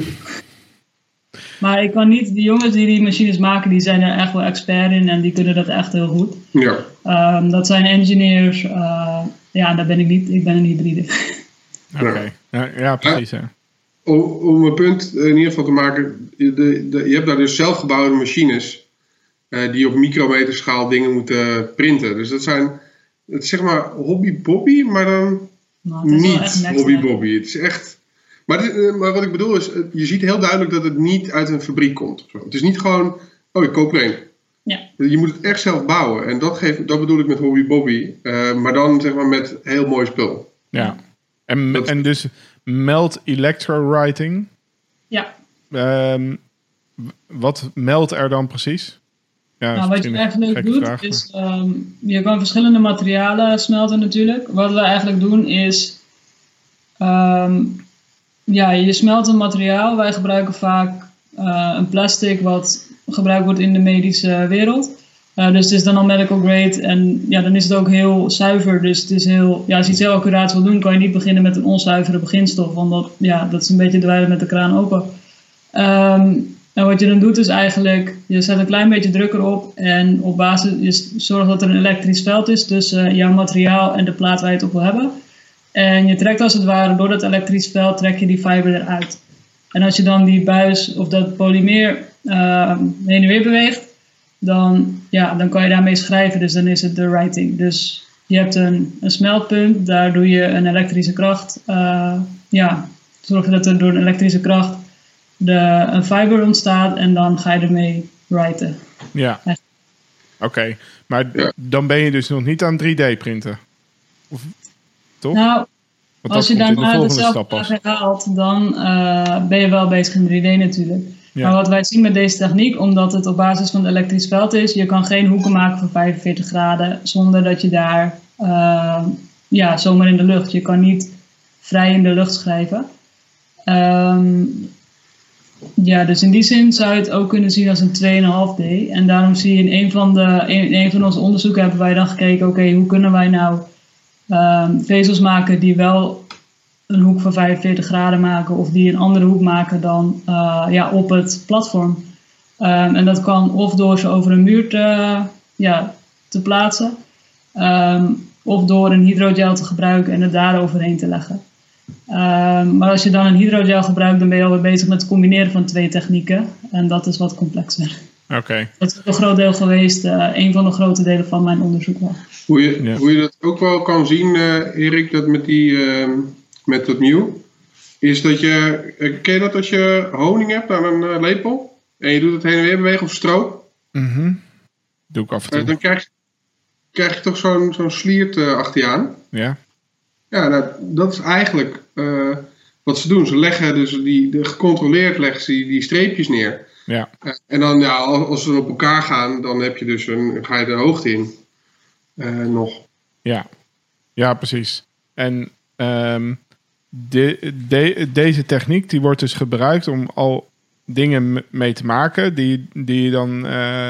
Maar ik kan niet, die jongens die die machines maken, die zijn er echt wel expert in en die kunnen dat echt heel goed. Ja. Dat zijn engineers. Dat ben ik niet. Ik ben een hybride. Oké. Ja, precies. Ja. Om een punt in ieder geval te maken, je hebt daar dus zelfgebouwde machines die op micrometerschaal dingen moeten printen. Dus dat is zeg maar hobby-bobby, maar dan niet hobby-bobby. Het is echt... Maar wat ik bedoel is, je ziet heel duidelijk dat het niet uit een fabriek komt. Het is niet gewoon, ik koop er een. Ja. Je moet het echt zelf bouwen. En dat bedoel ik met hobby bobby. Maar dan zeg maar met heel mooi spul. Ja. En dus melt electrowriting. Ja. Wat meldt er dan precies? Ja, wat je eigenlijk doet is, je kan verschillende materialen smelten natuurlijk. Wat we eigenlijk doen is... je smelt een materiaal. Wij gebruiken vaak een plastic wat gebruikt wordt in de medische wereld. Dus het is dan al medical grade en ja, dan is het ook heel zuiver. Dus het is heel, ja, als je iets heel accuraat wil doen, kan je niet beginnen met een onzuivere beginstof. Want dat is een beetje dweilen met de kraan open. En wat je dan doet is eigenlijk, je zet een klein beetje druk erop en op basis, je zorgt dat er een elektrisch veld is tussen jouw materiaal en de plaat waar je het op wil hebben. En je trekt als het ware door dat elektrisch veld, trek je die fiber eruit. En als je dan die buis of dat polymeer heen en weer beweegt, dan kan je daarmee schrijven. Dus dan is het de writing. Dus je hebt een smeltpunt, daar doe je een elektrische kracht. Zorg dat er door een elektrische kracht een fiber ontstaat en dan ga je ermee writen. Ja, oké. Maar dan ben je dus nog niet aan 3D printen? Of, toch? Nou, als je daarna hetzelfde herhaalt, dan ben je wel bezig in 3D natuurlijk. Ja. Maar wat wij zien met deze techniek, omdat het op basis van het elektrisch veld is, je kan geen hoeken maken van 45 graden zonder dat je daar zomaar in de lucht. Je kan niet vrij in de lucht schrijven. Dus in die zin zou je het ook kunnen zien als een 2,5D. En daarom zie je in een van onze onderzoeken hebben wij dan gekeken, oké, hoe kunnen wij nou vezels maken die wel een hoek van 45 graden maken of die een andere hoek maken dan op het platform. En dat kan of door ze over een muur te plaatsen of door een hydrogel te gebruiken en het daar overheen te leggen. Maar als je dan een hydrogel gebruikt, dan ben je alweer bezig met het combineren van 2 technieken. En dat is wat complexer. Okay. Dat is een groot deel geweest, een van de grote delen van mijn onderzoek wel. Hoe je dat ook wel kan zien, Erik, dat met dat nieuw, is dat ken je dat als je honing hebt aan een lepel en je doet het heen en weer bewegen of stroop? Doe ik af en toe. Dan krijg je toch zo'n sliert achter je aan. Ja. Ja, dat is eigenlijk wat ze doen. Ze leggen dus gecontroleerd leggen ze die streepjes neer. Ja. En dan, als ze op elkaar gaan, dan heb je dus ga je de hoogte in nog. Ja, precies. En deze techniek die wordt dus gebruikt om al dingen mee te maken die je dan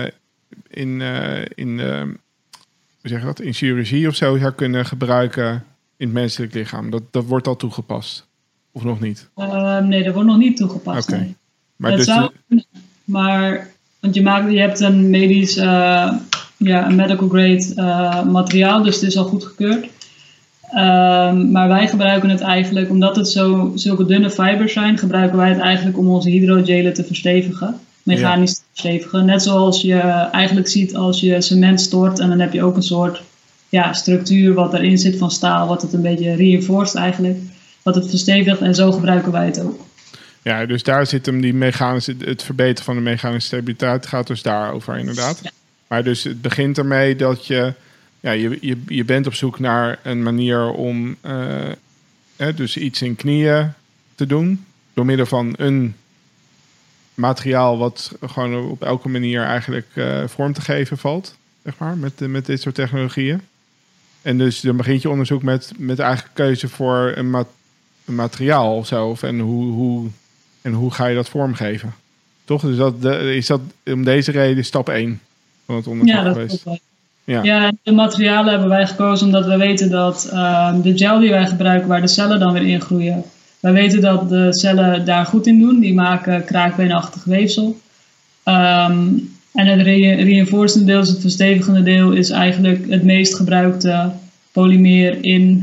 in chirurgie of zo zou kunnen gebruiken in het menselijk lichaam. Dat wordt al toegepast. Of nog niet? Nee, dat wordt nog niet toegepast. Okay. Nee. Maar dat dus zou kunnen. Maar, want je hebt een medisch, een medical grade materiaal, dus het is al goedgekeurd. Maar wij gebruiken het eigenlijk, omdat het zulke dunne fibers zijn, gebruiken wij het eigenlijk om onze hydrogelen te verstevigen. Mechanisch te verstevigen. Net zoals je eigenlijk ziet als je cement stort en dan heb je ook een soort structuur wat erin zit van staal, wat het een beetje reinforced eigenlijk, wat het verstevigt en zo gebruiken wij het ook. Ja, dus daar zit hem het verbeteren van de mechanische stabiliteit gaat dus daarover inderdaad. Ja. Maar dus het begint ermee dat je bent op zoek naar een manier om dus iets in knieën te doen door middel van een materiaal wat gewoon op elke manier eigenlijk vorm te geven valt, zeg maar, met dit soort technologieën. En dus dan begint je onderzoek met eigenlijk keuze voor een materiaal of zo. En hoe ga je dat vormgeven? Toch? Dus is dat om deze reden stap 1 van het onderzoek geweest? Dat ja, de materialen hebben wij gekozen omdat we weten dat de gel die wij gebruiken, waar de cellen dan weer in groeien, wij weten dat de cellen daar goed in doen. Die maken kraakbeenachtig weefsel. En het reinforcende deel, dus het verstevigende deel, is eigenlijk het meest gebruikte polymeer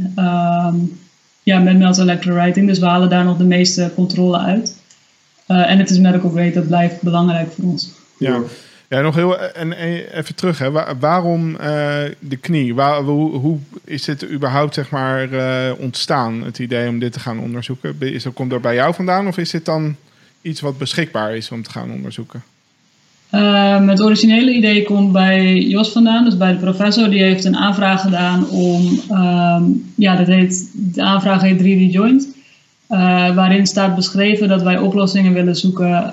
met melt electrowriting. Dus we halen daar nog de meeste controle uit. En het is medical grade, dat blijft belangrijk voor ons. Ja, nog even terug. Hè. Waarom de knie? Hoe is dit überhaupt zeg maar ontstaan, het idee om dit te gaan onderzoeken? Komt dat bij jou vandaan of is dit dan iets wat beschikbaar is om te gaan onderzoeken? Het originele idee komt bij Jos vandaan, dus bij de professor. Die heeft een aanvraag gedaan om, de aanvraag heet 3D Joint. Waarin staat beschreven dat wij oplossingen willen zoeken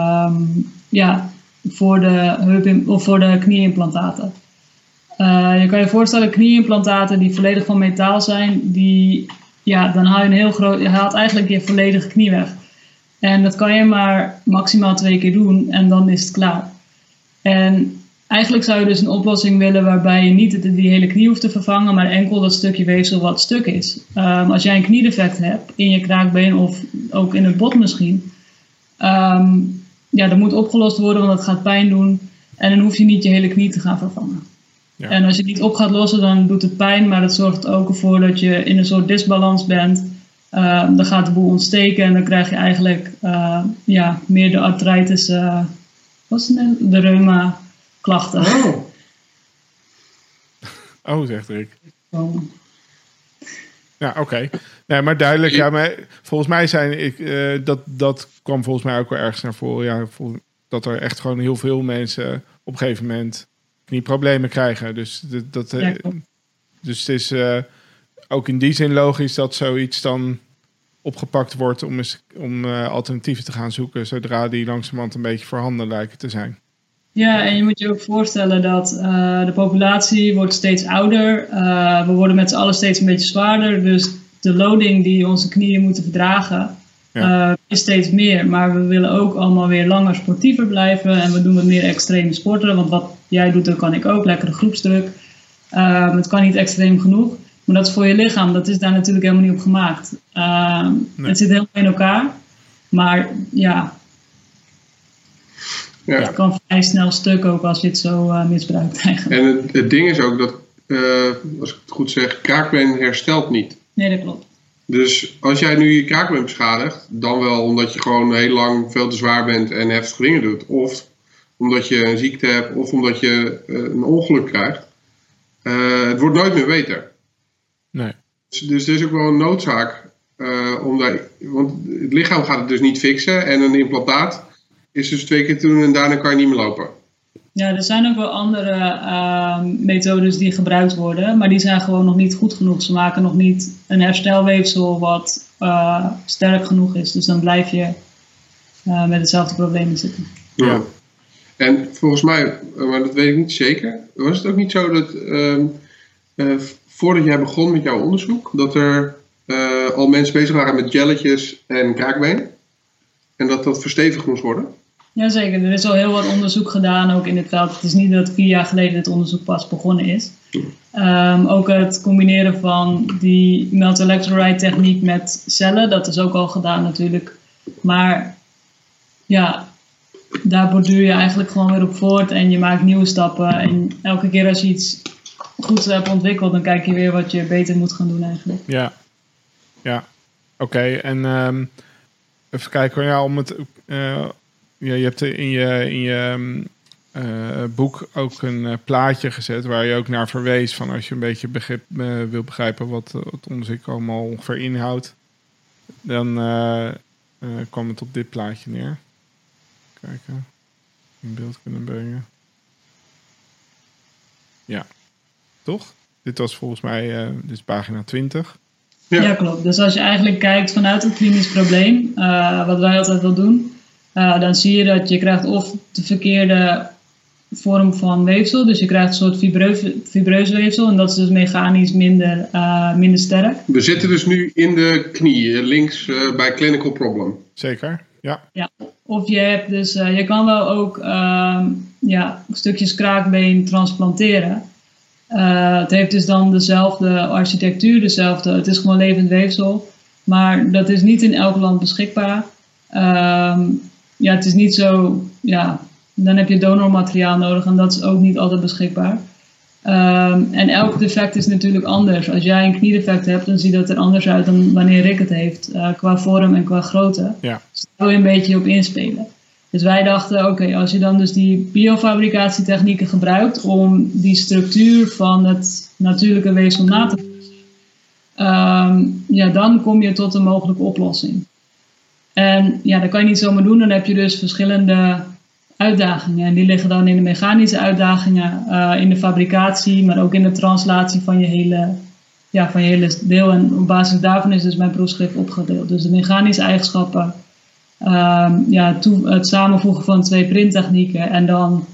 voor de knieimplantaten. Je kan je voorstellen, knieimplantaten die volledig van metaal zijn, dan haal je haalt eigenlijk je volledige knie weg. En dat kan je maar maximaal 2 keer doen en dan is het klaar. En eigenlijk zou je dus een oplossing willen waarbij je niet die hele knie hoeft te vervangen, maar enkel dat stukje weefsel wat stuk is. Als jij een kniedefect hebt in je kraakbeen of ook in het bot misschien, dat moet opgelost worden, want dat gaat pijn doen. En dan hoef je niet je hele knie te gaan vervangen. Ja. En als je het niet op gaat lossen, dan doet het pijn, maar het zorgt ook ervoor dat je in een soort disbalans bent. Dan gaat de boel ontsteken en dan krijg je eigenlijk meer de artritis, de reuma klachten. Zegt Rick. Ja, oké. Nee, maar duidelijk. Ja, maar volgens mij dat kwam volgens mij ook wel ergens naar voren. Ja, dat er echt gewoon heel veel mensen op een gegeven moment knieproblemen krijgen. Dus dus het is ook in die zin logisch dat zoiets dan opgepakt wordt om alternatieven te gaan zoeken, zodra die langzamerhand een beetje voorhanden lijken te zijn. Ja, en je moet je ook voorstellen dat de populatie wordt steeds ouder. We worden met z'n allen steeds een beetje zwaarder. Dus de loading die onze knieën moeten verdragen is steeds meer. Maar we willen ook allemaal weer langer sportiever blijven. En we doen wat meer extreme sporten. Want wat jij doet, dat kan ik ook. Lekkere groepsdruk. Het kan niet extreem genoeg. Maar dat is voor je lichaam. Dat is daar natuurlijk helemaal niet op gemaakt. Het zit helemaal in elkaar. Maar ja... Ja. Het kan vrij snel stuk ook als je het zo misbruikt eigenlijk. En het ding is ook dat, als ik het goed zeg, kraakbeen herstelt niet. Nee, dat klopt. Dus als jij nu je kraakbeen beschadigt, dan wel omdat je gewoon heel lang veel te zwaar bent en heftige dingen doet. Of omdat je een ziekte hebt, of omdat je een ongeluk krijgt. Het wordt nooit meer beter. Nee. Dus er is ook wel een noodzaak want het lichaam gaat het dus niet fixen en een implantaat is dus 2 keer doen en daarna kan je niet meer lopen. Ja, er zijn ook wel andere methodes die gebruikt worden, maar die zijn gewoon nog niet goed genoeg. Ze maken nog niet een herstelweefsel wat sterk genoeg is. Dus dan blijf je met hetzelfde probleem zitten. Ja. En volgens mij, maar dat weet ik niet zeker, was het ook niet zo dat voordat jij begon met jouw onderzoek, dat er al mensen bezig waren met jelletjes en kraakbeen? En dat verstevigd moest worden? Jazeker, er is al heel wat onderzoek gedaan, ook in dit veld. Het is niet dat 4 jaar geleden dit onderzoek pas begonnen is. Ook het combineren van die melt-electrolyte techniek met cellen, dat is ook al gedaan natuurlijk. Maar ja, daar borduur je eigenlijk gewoon weer op voort en je maakt nieuwe stappen. En elke keer als je iets goeds hebt ontwikkeld, dan kijk je weer wat je beter moet gaan doen eigenlijk. Ja. Oké. En even kijken, ja, om het... je hebt in je boek ook een plaatje gezet waar je ook naar verwees van als je een beetje wil begrijpen wat het onderzoek allemaal ongeveer inhoudt, dan kwam het op dit plaatje neer. Kijken, in beeld kunnen brengen. Ja, toch? Dit was volgens mij dit is pagina 20. Ja, klopt. Dus als je eigenlijk kijkt vanuit het klinisch probleem, wat wij altijd wel doen, dan zie je dat je krijgt of de verkeerde vorm van weefsel. Dus je krijgt een soort fibreus weefsel. En dat is dus mechanisch minder sterk. We zitten dus nu in de knie, links bij Clinical Problem. Zeker, ja. Of je hebt dus, je kan wel ook stukjes kraakbeen transplanteren. Het heeft dus dan dezelfde architectuur, het is gewoon levend weefsel. Maar dat is niet in elk land beschikbaar. Het is niet zo, dan heb je donormateriaal nodig en dat is ook niet altijd beschikbaar. En elk defect is natuurlijk anders. Als jij een kniedefect hebt, dan ziet dat er anders uit dan wanneer Rick het heeft, qua vorm en qua grootte. Ja. Dus daar wil je een beetje op inspelen. Dus wij dachten, oké, als je dan dus die biofabricatietechnieken gebruikt om die structuur van het natuurlijke weefsel na te passen, dan kom je tot een mogelijke oplossing. En dat kan je niet zomaar doen, dan heb je dus verschillende uitdagingen. En die liggen dan in de mechanische uitdagingen, in de fabricatie, maar ook in de translatie van je hele deel. En op basis daarvan is dus mijn proefschrift opgedeeld. Dus de mechanische eigenschappen, het samenvoegen van 2 printtechnieken en dan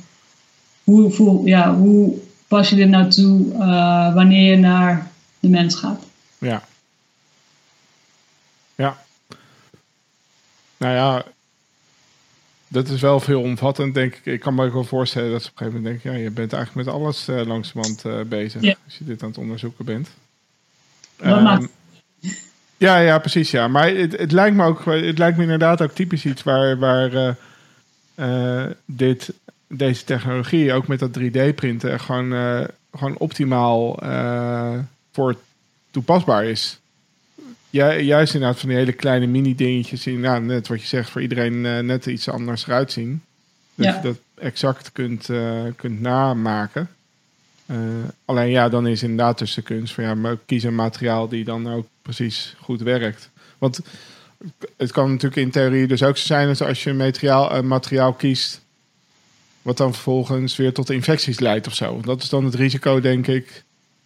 hoe pas je dit nou toe wanneer je naar de mens gaat. Ja. Nou ja, dat is wel veel omvattend, denk ik. Ik kan me ook wel voorstellen dat ze op een gegeven moment denken... ja, je bent eigenlijk met alles langzamerhand bezig... als je dit aan het onderzoeken bent. Dat maakt... Ja, precies, ja. Maar het lijkt me inderdaad ook typisch iets... waar deze technologie, ook met dat 3D-printen... gewoon optimaal voor toepasbaar is. Ja, juist inderdaad van die hele kleine mini-dingetjes... die net wat je zegt, voor iedereen net iets anders eruit zien. Dus je dat exact kunt namaken. Alleen ja, dan is inderdaad dus de kunst van... maar kies een materiaal die dan ook precies goed werkt. Want het kan natuurlijk in theorie dus ook zo zijn... dat als je een materiaal kiest... wat dan vervolgens weer tot infecties leidt of zo. Dat is dan het risico, denk ik...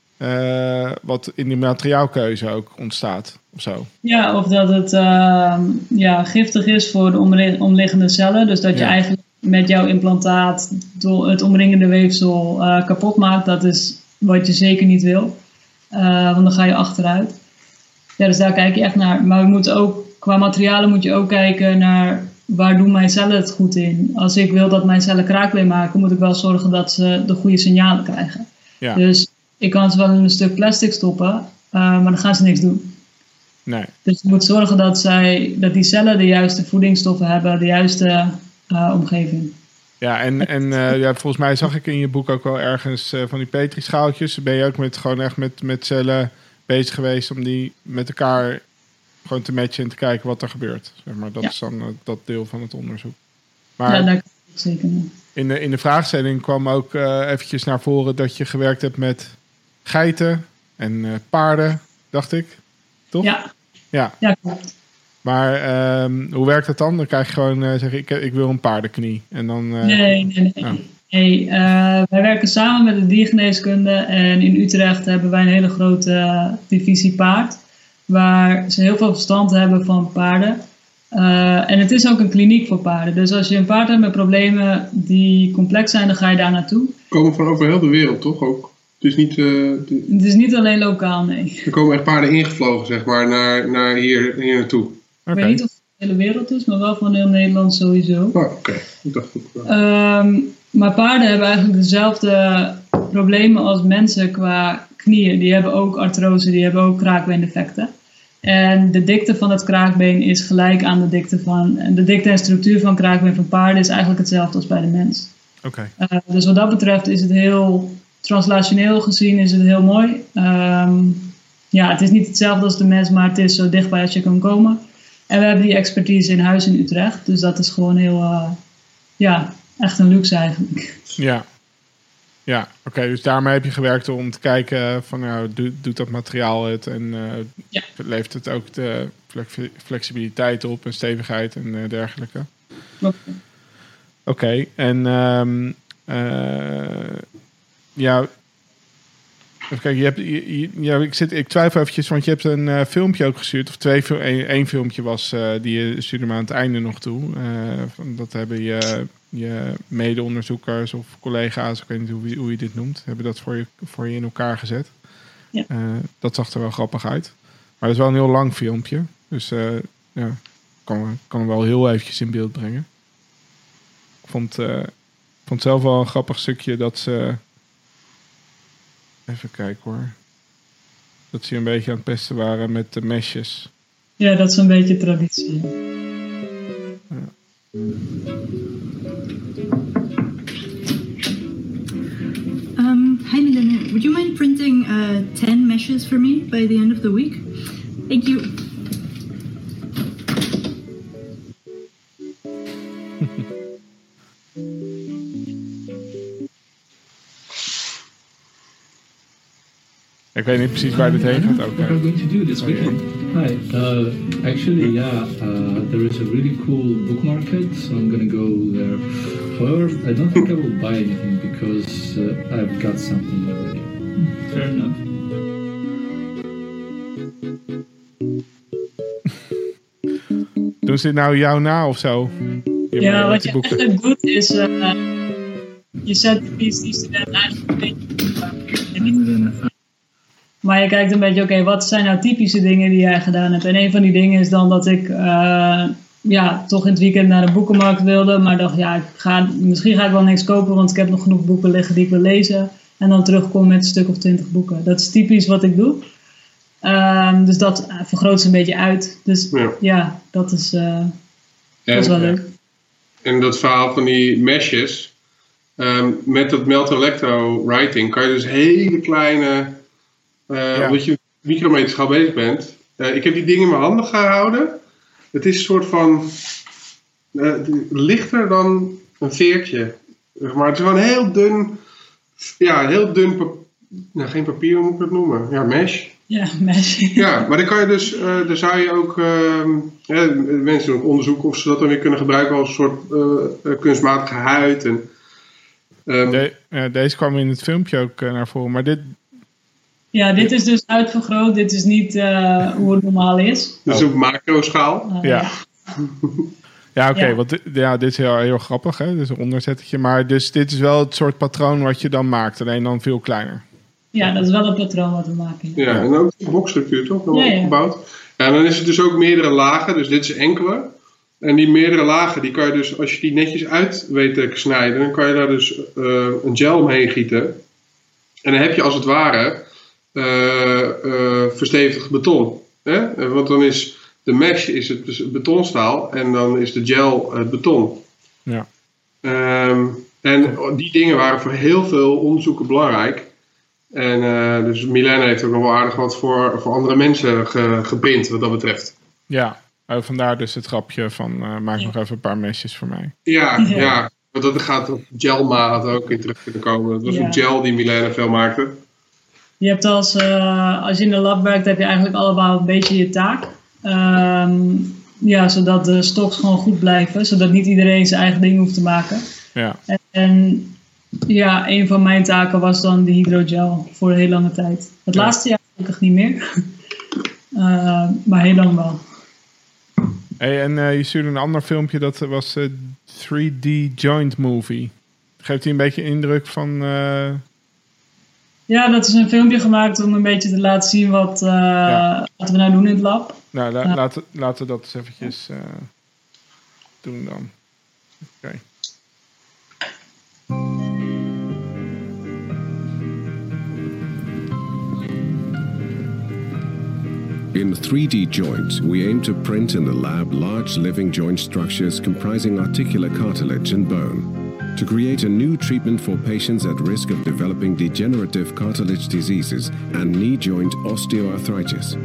wat in die materiaalkeuze ook ontstaat of zo. Ja, of dat het giftig is voor de omliggende cellen. Dus dat je eigenlijk met jouw implantaat het omringende weefsel kapot maakt. Dat is wat je zeker niet wil. Want dan ga je achteruit. Ja, dus daar kijk je echt naar. Maar we moeten ook, qua materialen moet je ook kijken naar... waar doen mijn cellen het goed in? Als ik wil dat mijn cellen kraakbeen maken... moet ik wel zorgen dat ze de goede signalen krijgen. Ja. Dus ik kan ze wel in een stuk plastic stoppen... maar dan gaan ze niks doen. Nee. Dus je moet zorgen dat die cellen de juiste voedingsstoffen hebben... de juiste omgeving. Ja, en volgens mij zag ik in je boek ook wel ergens... van die petrischaaltjes. Ben je ook gewoon echt met cellen bezig geweest... om die met elkaar... gewoon te matchen en te kijken wat er gebeurt. Zeg maar. Dat is dan dat deel van het onderzoek. Maar daar kan ik zeker mee. In de vraagstelling kwam ook eventjes naar voren... dat je gewerkt hebt met geiten en paarden, dacht ik. Toch? Ja, klopt. Maar hoe werkt het dan? Dan krijg je gewoon zeggen, ik wil een paardenknie. En dan, Nee. Wij werken samen met de diergeneeskunde. En in Utrecht hebben wij een hele grote divisie paard... waar ze heel veel verstand hebben van paarden. En het is ook een kliniek voor paarden. Dus als je een paard hebt met problemen die complex zijn, dan ga je daar naartoe. Komen van over heel de wereld, toch ook? Het is niet alleen lokaal, nee. Er komen echt paarden ingevlogen, zeg maar, naar hier naartoe. Ik weet niet of het de hele wereld is, maar wel van heel Nederland sowieso. Oké. Ik dacht het wel. Maar paarden hebben eigenlijk dezelfde problemen als mensen qua knieën. Die hebben ook artrose, die hebben ook kraakbeendefecten. En de dikte van het kraakbeen is gelijk aan de dikte de dikte en structuur van kraakbeen van paarden is eigenlijk hetzelfde als bij de mens. Okay. Dus wat dat betreft is het heel translationeel gezien is het heel mooi. Het is niet hetzelfde als de mens, maar het is zo dichtbij als je kan komen. En we hebben die expertise in huis in Utrecht. Dus dat is gewoon heel, echt een luxe eigenlijk. Ja, oké. Dus daarmee heb je gewerkt om te kijken van, doet dat materiaal het? En levert het ook de flexibiliteit op en stevigheid en dergelijke? Oké. En even kijken, ik twijfel eventjes, want je hebt een filmpje ook gestuurd, of één filmpje was, die je stuurde me aan het einde nog toe. Dat hebben je mede-onderzoekers of collega's, ik weet niet hoe je dit noemt, hebben dat voor je in elkaar gezet. Ja. Dat zag er wel grappig uit. Maar dat is wel een heel lang filmpje, dus kan hem wel heel eventjes in beeld brengen. Ik vond zelf wel een grappig stukje dat ze... Even kijken hoor. Dat ze een beetje aan het pesten waren met de mesjes. Ja, dat is een beetje traditie. Ja. Hi Milena, would you mind printing 10 meshes for me by the end of the week? Thank you. Ik weet niet precies waar dit heen gaat. What are we going to do this weekend? Hi. Actually, there is a really cool book market, so I'm gonna go there. However, I don't think I will buy anything because I've got something already. Fair enough. Doen ze dit nou jou na of zo? Ja, wat je eigenlijk doet is... je zet de PhD-student eigenlijk een beetje... Maar je kijkt een beetje, oké, wat zijn nou typische dingen die jij gedaan hebt? En een van die dingen is dan dat ik toch in het weekend naar de boekenmarkt wilde. Maar dacht, misschien ga ik wel niks kopen, want ik heb nog genoeg boeken liggen die ik wil lezen. En dan terugkom met een stuk of 20 boeken. Dat is typisch wat ik doe. Dus dat vergroot ze een beetje uit. Dus dat is wel leuk. En dat verhaal van die meshes, met dat melt-electro-writing kan je dus hele kleine, omdat je micrometerschaal bezig bent. Ik heb die dingen in mijn handen gehouden. Het is een soort van, lichter dan een veertje. Maar het is gewoon heel dun, geen papier, hoe moet ik het noemen? Ja, mesh. Ja, mesh. Ja, maar dan kan je dus, daar zou je ook, mensen doen ook onderzoeken of ze dat dan weer kunnen gebruiken als een soort kunstmatige huid. En, deze kwam in het filmpje ook naar voren, maar dit... Ja, dit is dus uitvergroot. Dit is niet hoe het normaal is. Dus op macro-schaal. Ja, oké. Want dit is heel grappig, hè? Dus een onderzettetje. Maar dus dit is wel het soort patroon wat je dan maakt. Alleen dan veel kleiner. Ja, dat is wel het patroon wat we maken. Ja, en ook de boxstructuur toch? Dan opgebouwd. Ja, en dan is het dus ook meerdere lagen. Dus dit is enkele. En die meerdere lagen, die kan je dus, als je die netjes uit weet te snijden, dan kan je daar dus een gel omheen gieten. En dan heb je als het ware verstevigd beton. Hè? Want dan is de mesh is het betonstaal en dan is de gel het beton. Ja. En die dingen waren voor heel veel onderzoeken belangrijk. En dus Milena heeft ook nog wel aardig wat voor andere mensen geprint wat dat betreft. Ja, vandaar dus het grapje van maak nog even een paar mesjes voor mij. Ja. Want dat gaat op gelmaat ook in terug kunnen komen. Dat was ook gel die Milena veel maakte. Je hebt als je in de lab werkt, heb je eigenlijk allemaal een beetje je taak. Zodat de stocks gewoon goed blijven. Zodat niet iedereen zijn eigen ding hoeft te maken. Ja. En een van mijn taken was dan de hydrogel voor een heel lange tijd. Het laatste jaar gelukkig niet meer. Maar heel lang wel. Hey, en je stuurde een ander filmpje, dat was 3D Joint Movie. Geeft hij een beetje indruk van... Ja, dat is een filmpje gemaakt om een beetje te laten zien wat we nou doen in het lab. Nou, laten we dat eens eventjes doen dan. Oké. In 3D Joint, we aim to print in the lab large living joint structures comprising articular cartilage and bone, to create a new treatment for patients at risk of developing degenerative cartilage diseases and knee joint osteoarthritis.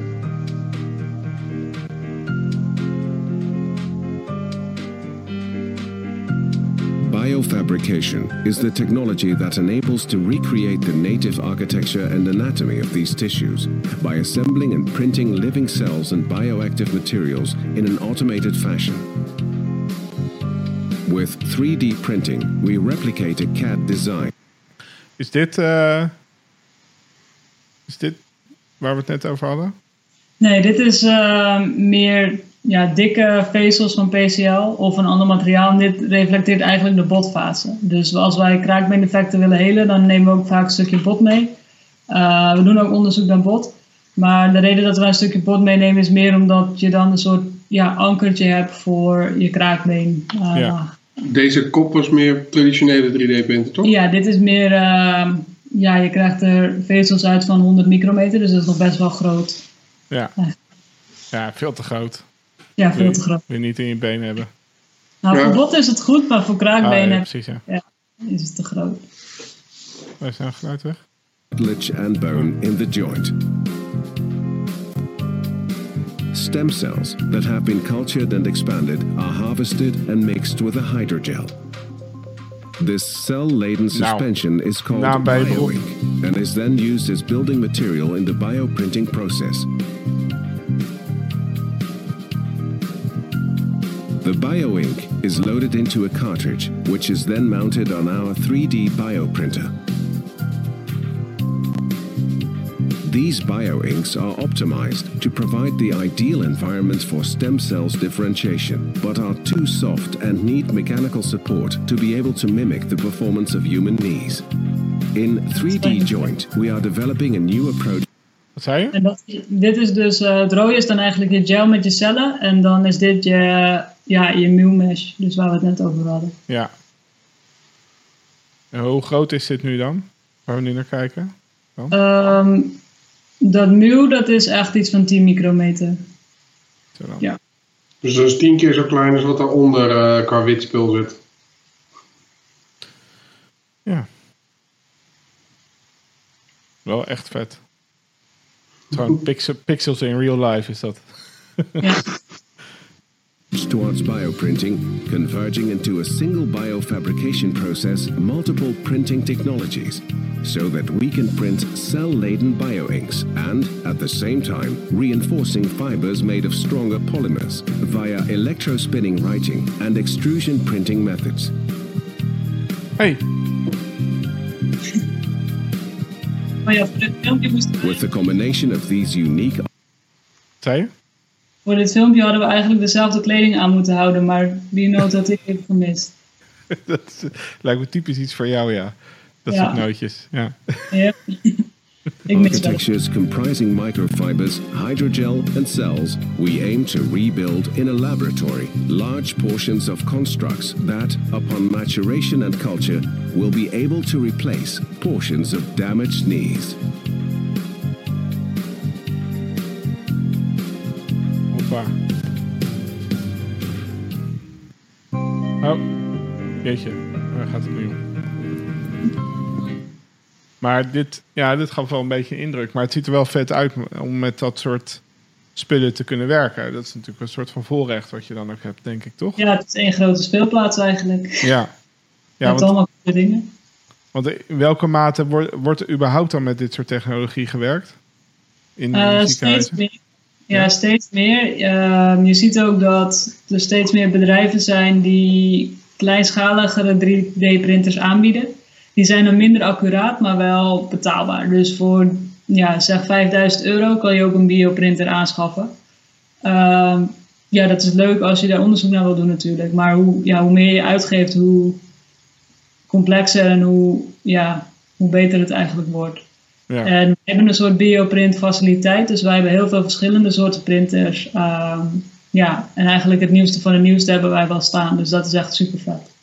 Biofabrication is the technology that enables to recreate the native architecture and anatomy of these tissues by assembling and printing living cells and bioactive materials in an automated fashion. With 3D printing, we replicate a CAD design. Is dit waar we het net over hadden? Nee, dit is meer dikke vezels van PCL of een ander materiaal. En dit reflecteert eigenlijk de botfase. Dus als wij kraakbeeneffecten willen helen, dan nemen we ook vaak een stukje bot mee. We doen ook onderzoek naar bot. Maar de reden dat we een stukje bot meenemen is meer omdat je dan een soort ankertje hebt voor je kraakbeen. Deze kop was meer traditionele 3D-printen, toch? Ja, dit is meer... je krijgt er vezels uit van 100 micrometer, dus dat is nog best wel groot. Ja, veel te groot. Ja, veel te groot. Wil je niet in je been hebben. Nou, voor bot is het goed, maar voor kraakbenen precies, is het te groot. Waar is nou geluid weg? Cartilage and bone in the joint. Stem cells that have been cultured and expanded are harvested and mixed with a hydrogel. This cell-laden suspension is called bioink and is then used as building material in the bioprinting process. The bioink is loaded into a cartridge, which is then mounted on our 3D bioprinter. These bioinks are optimized to provide the ideal environment for stem cells differentiation, but are too soft and need mechanical support to be able to mimic the performance of human knees. In 3D Joint, we are developing a new approach. Wat zei je? En dit is dus, het rode is dan eigenlijk je gel met je cellen. En dan is dit je mesh, dus waar we het net over hadden. Ja. En hoe groot is dit nu dan? Waar we nu naar kijken? Dat mew, dat is echt iets van 10 micrometer. Zo dan. Ja. Dus dat is 10 keer zo klein als wat daaronder qua wit spul zit. Ja. Wel echt vet. Gewoon pixels in real life is dat. Ja. Towards bioprinting, converging into a single biofabrication process multiple printing technologies, so that we can print cell-laden bioinks and, at the same time, reinforcing fibers made of stronger polymers via electrospinning writing and extrusion printing methods. Hey. With the combination of these unique... Zei je? Voor dit filmpje hadden we eigenlijk dezelfde kleding aan moeten houden, maar die noot had ik even gemist. Dat lijkt me typisch iets voor jou, ja. Dat soort nootjes, ja. Ja. Architectures comprising microfibers, hydrogel and cells, we aim to rebuild in a laboratory large portions of constructs that, upon maturation and culture, will be able to replace portions of damaged knees. Hoppa. Oh, jeetje, waar gaat het nu om? Maar dit gaf wel een beetje indruk. Maar het ziet er wel vet uit om met dat soort spullen te kunnen werken. Dat is natuurlijk een soort van voorrecht wat je dan ook hebt, denk ik, toch? Ja, het is één grote speelplaats eigenlijk. Ja. Je hebt allemaal dingen. Want in welke mate wordt er überhaupt dan met dit soort technologie gewerkt? In steeds meer. Ja, steeds meer. Je ziet ook dat er steeds meer bedrijven zijn die kleinschaligere 3D-printers aanbieden. Die zijn dan minder accuraat, maar wel betaalbaar. Dus voor zeg €5.000 kan je ook een bioprinter aanschaffen. Dat is leuk als je daar onderzoek naar wil doen natuurlijk. Maar hoe meer je uitgeeft, hoe complexer en hoe beter het eigenlijk wordt. Ja. En we hebben een soort bioprint faciliteit. Dus wij hebben heel veel verschillende soorten printers. En eigenlijk het nieuwste van het nieuwste hebben wij wel staan. Dus dat is echt super vet.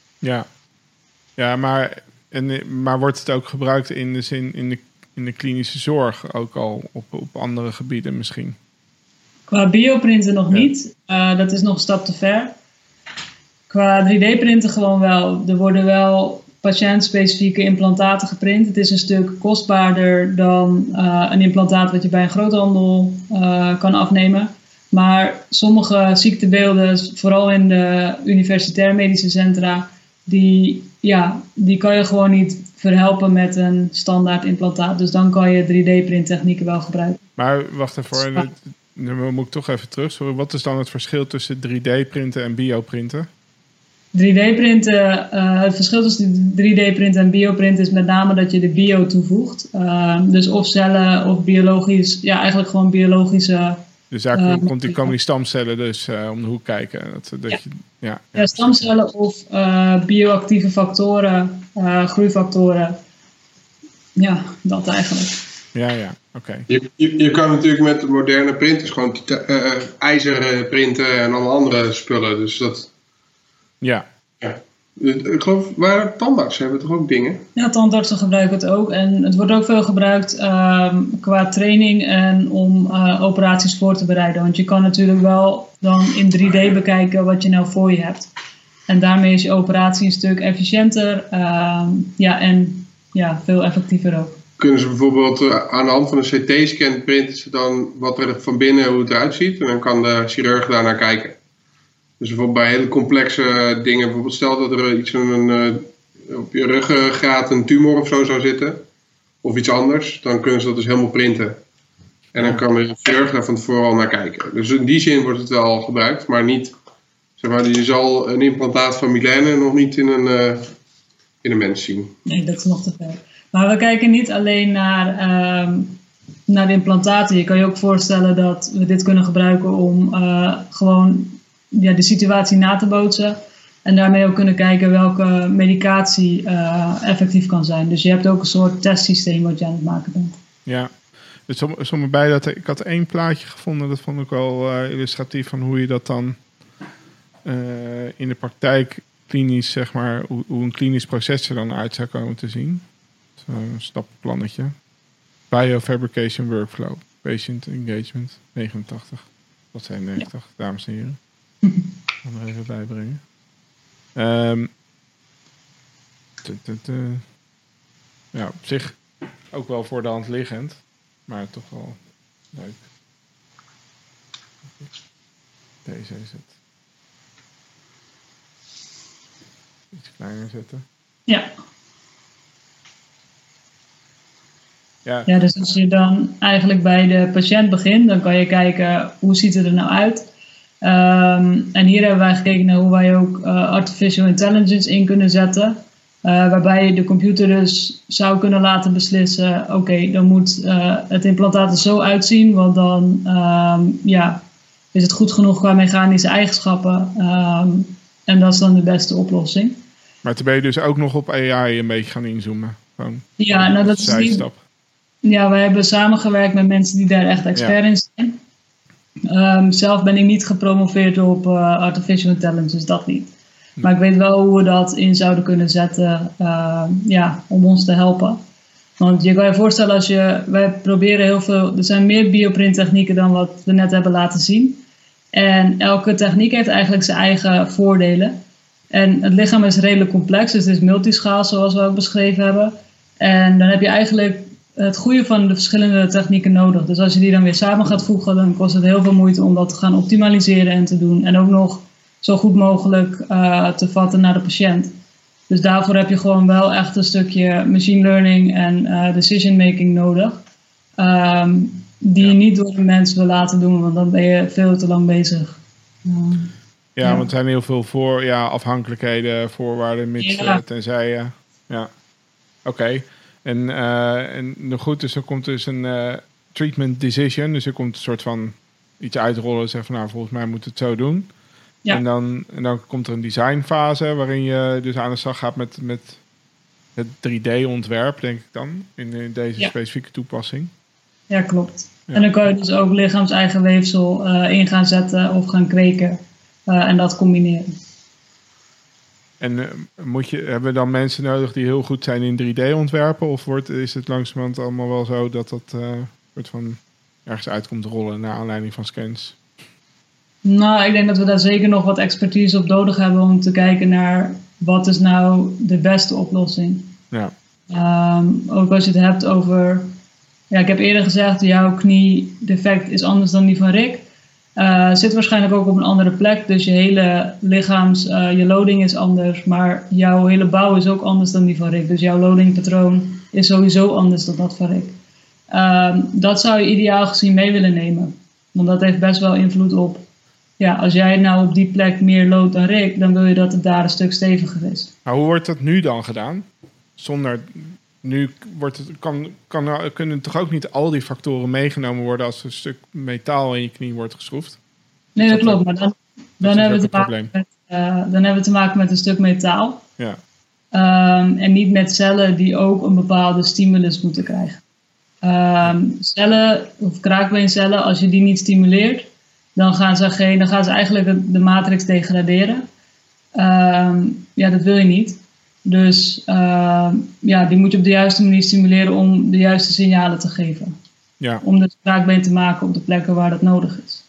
Ja, maar wordt het ook gebruikt in de zin in de klinische zorg ook al op andere gebieden misschien? Qua bioprinten nog niet. Dat is nog een stap te ver. Qua 3D-printen gewoon wel. Er worden wel patiëntspecifieke implantaten geprint. Het is een stuk kostbaarder dan een implantaat wat je bij een groothandel kan afnemen. Maar sommige ziektebeelden, vooral in de universitair medische centra, die kan je gewoon niet verhelpen met een standaard implantaat. Dus dan kan je 3D-printtechnieken wel gebruiken. Maar wacht even, nu moet ik toch even terug. Sorry, wat is dan het verschil tussen 3D-printen en bioprinten? 3D-printen, het verschil tussen 3D-printen en bioprinten is met name dat je de bio toevoegt. Dus of cellen of biologisch, eigenlijk gewoon biologische... Dus daar komen die stamcellen dus om de hoek kijken. Stamcellen of bioactieve factoren, groeifactoren. Ja, dat eigenlijk. Ja, oké. Je kan natuurlijk met moderne printers gewoon ijzer printen en alle andere spullen. Dus dat... Ja. Ik geloof, waar tandartsen hebben toch ook dingen? Ja, tandartsen gebruiken het ook. En het wordt ook veel gebruikt qua training en om operaties voor te bereiden. Want je kan natuurlijk wel dan in 3D bekijken wat je nou voor je hebt. En daarmee is je operatie een stuk efficiënter en veel effectiever ook. Kunnen ze bijvoorbeeld aan de hand van een CT-scan printen ze dan wat er van binnen, hoe het eruit ziet. En dan kan de chirurg daarnaar kijken. Dus bijvoorbeeld bij hele complexe dingen, bijvoorbeeld stel dat er iets op je ruggengraat een tumor of zo zou zitten, of iets anders, dan kunnen ze dat dus helemaal printen. En dan kan de chirurg daar van tevoren al naar kijken. Dus in die zin wordt het wel gebruikt, maar niet, zeg maar, je zal een implantaat van Milène nog niet in een mens zien. Nee, dat is nog te ver. Maar we kijken niet alleen naar de implantaten. Je kan je ook voorstellen dat we dit kunnen gebruiken om gewoon de situatie na te bootsen. En daarmee ook kunnen kijken welke medicatie effectief kan zijn. Dus je hebt ook een soort testsysteem wat je aan het maken bent. Ja, Sommige bij dat ik had 1 plaatje gevonden, dat vond ik wel illustratief van hoe je dat dan in de praktijk klinisch, zeg maar, hoe een klinisch proces er dan uit zou komen te zien. Zo'n stappenplannetje. Biofabrication workflow, patient engagement, 89. Dat zijn 90, dames en heren. Gaan we er even bijbrengen. Ja, op zich ook wel voor de hand liggend, maar toch wel leuk. Deze is het. Iets kleiner zetten. Ja. Ja, Dus als je dan eigenlijk bij de patiënt begint, dan kan je kijken hoe ziet het er nou uit. En hier hebben wij gekeken naar hoe wij ook artificial intelligence in kunnen zetten. Waarbij je de computer dus zou kunnen laten beslissen, oké, dan moet het implantaat er zo uitzien, want dan is het goed genoeg qua mechanische eigenschappen. En dat is dan de beste oplossing. Maar toen ben je dus ook nog op AI een beetje gaan inzoomen. Gewoon ja, nou dat is niet... Ja, wij hebben samengewerkt met mensen die daar echt expert in zijn. Zelf ben ik niet gepromoveerd op artificial intelligence, dat niet. Maar ik weet wel hoe we dat in zouden kunnen zetten om ons te helpen. Want je kan je voorstellen, wij proberen heel veel, er zijn meer bioprinttechnieken dan wat we net hebben laten zien. En elke techniek heeft eigenlijk zijn eigen voordelen. En het lichaam is redelijk complex, dus het is multischaal zoals we ook beschreven hebben. En dan heb je eigenlijk het goede van de verschillende technieken nodig. Dus als je die dan weer samen gaat voegen, dan kost het heel veel moeite om dat te gaan optimaliseren en te doen. En ook nog zo goed mogelijk te vatten naar de patiënt. Dus daarvoor heb je gewoon wel echt een stukje machine learning en decision making nodig. Die je niet door een mens wil laten doen, want dan ben je veel te lang bezig. Want er zijn heel veel afhankelijkheden, voorwaarden, mits, tenzij. Oké. En goed, dus er komt dus een treatment decision. Dus er komt een soort van iets uitrollen en zeggen van, nou, volgens mij moet het zo doen. Ja. En dan komt er een designfase waarin je dus aan de slag gaat met het 3D-ontwerp, denk ik dan, in deze specifieke toepassing. Ja, klopt. Ja. En dan kan je dus ook lichaams-eigen weefsel in gaan zetten of gaan kweken en dat combineren. En hebben we dan mensen nodig die heel goed zijn in 3D-ontwerpen? Of is het langzamerhand allemaal wel zo dat soort van ergens uit komt rollen naar aanleiding van scans? Nou, ik denk dat we daar zeker nog wat expertise op nodig hebben om te kijken naar wat is nou de beste oplossing. Ja. Ook als je het hebt over... Ja, ik heb eerder gezegd, jouw kniedefect is anders dan die van Rick. Zit waarschijnlijk ook op een andere plek, dus je hele je loading is anders, maar jouw hele bouw is ook anders dan die van Rick. Dus jouw loadingpatroon is sowieso anders dan dat van Rick. Dat zou je ideaal gezien mee willen nemen, want dat heeft best wel invloed op, als jij nou op die plek meer loadt dan Rick, dan wil je dat het daar een stuk steviger is. Maar hoe wordt dat nu dan gedaan? Nu kunnen toch ook niet al die factoren meegenomen worden als er een stuk metaal in je knie wordt geschroefd? Nee, dat klopt. Maar dan hebben we te maken met een stuk metaal. Ja. En niet met cellen die ook een bepaalde stimulus moeten krijgen. Cellen of kraakbeencellen, als je die niet stimuleert, dan gaan ze eigenlijk de matrix degraderen. Dat wil je niet. Dus die moet je op de juiste manier stimuleren om de juiste signalen te geven. Ja. Om de kraakbeen te maken op de plekken waar dat nodig is.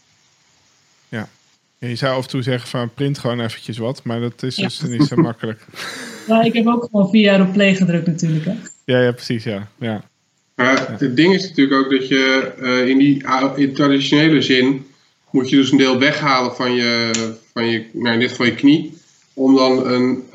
Ja. Je zou af en toe zeggen van print gewoon eventjes wat, maar dat is dus niet zo makkelijk. Ja, ik heb ook gewoon 4 jaar op play gedrukt natuurlijk. Hè. Ja, precies, ja. Het ding is natuurlijk ook dat je in traditionele zin moet je dus een deel weghalen van je in dit geval je knie, om dan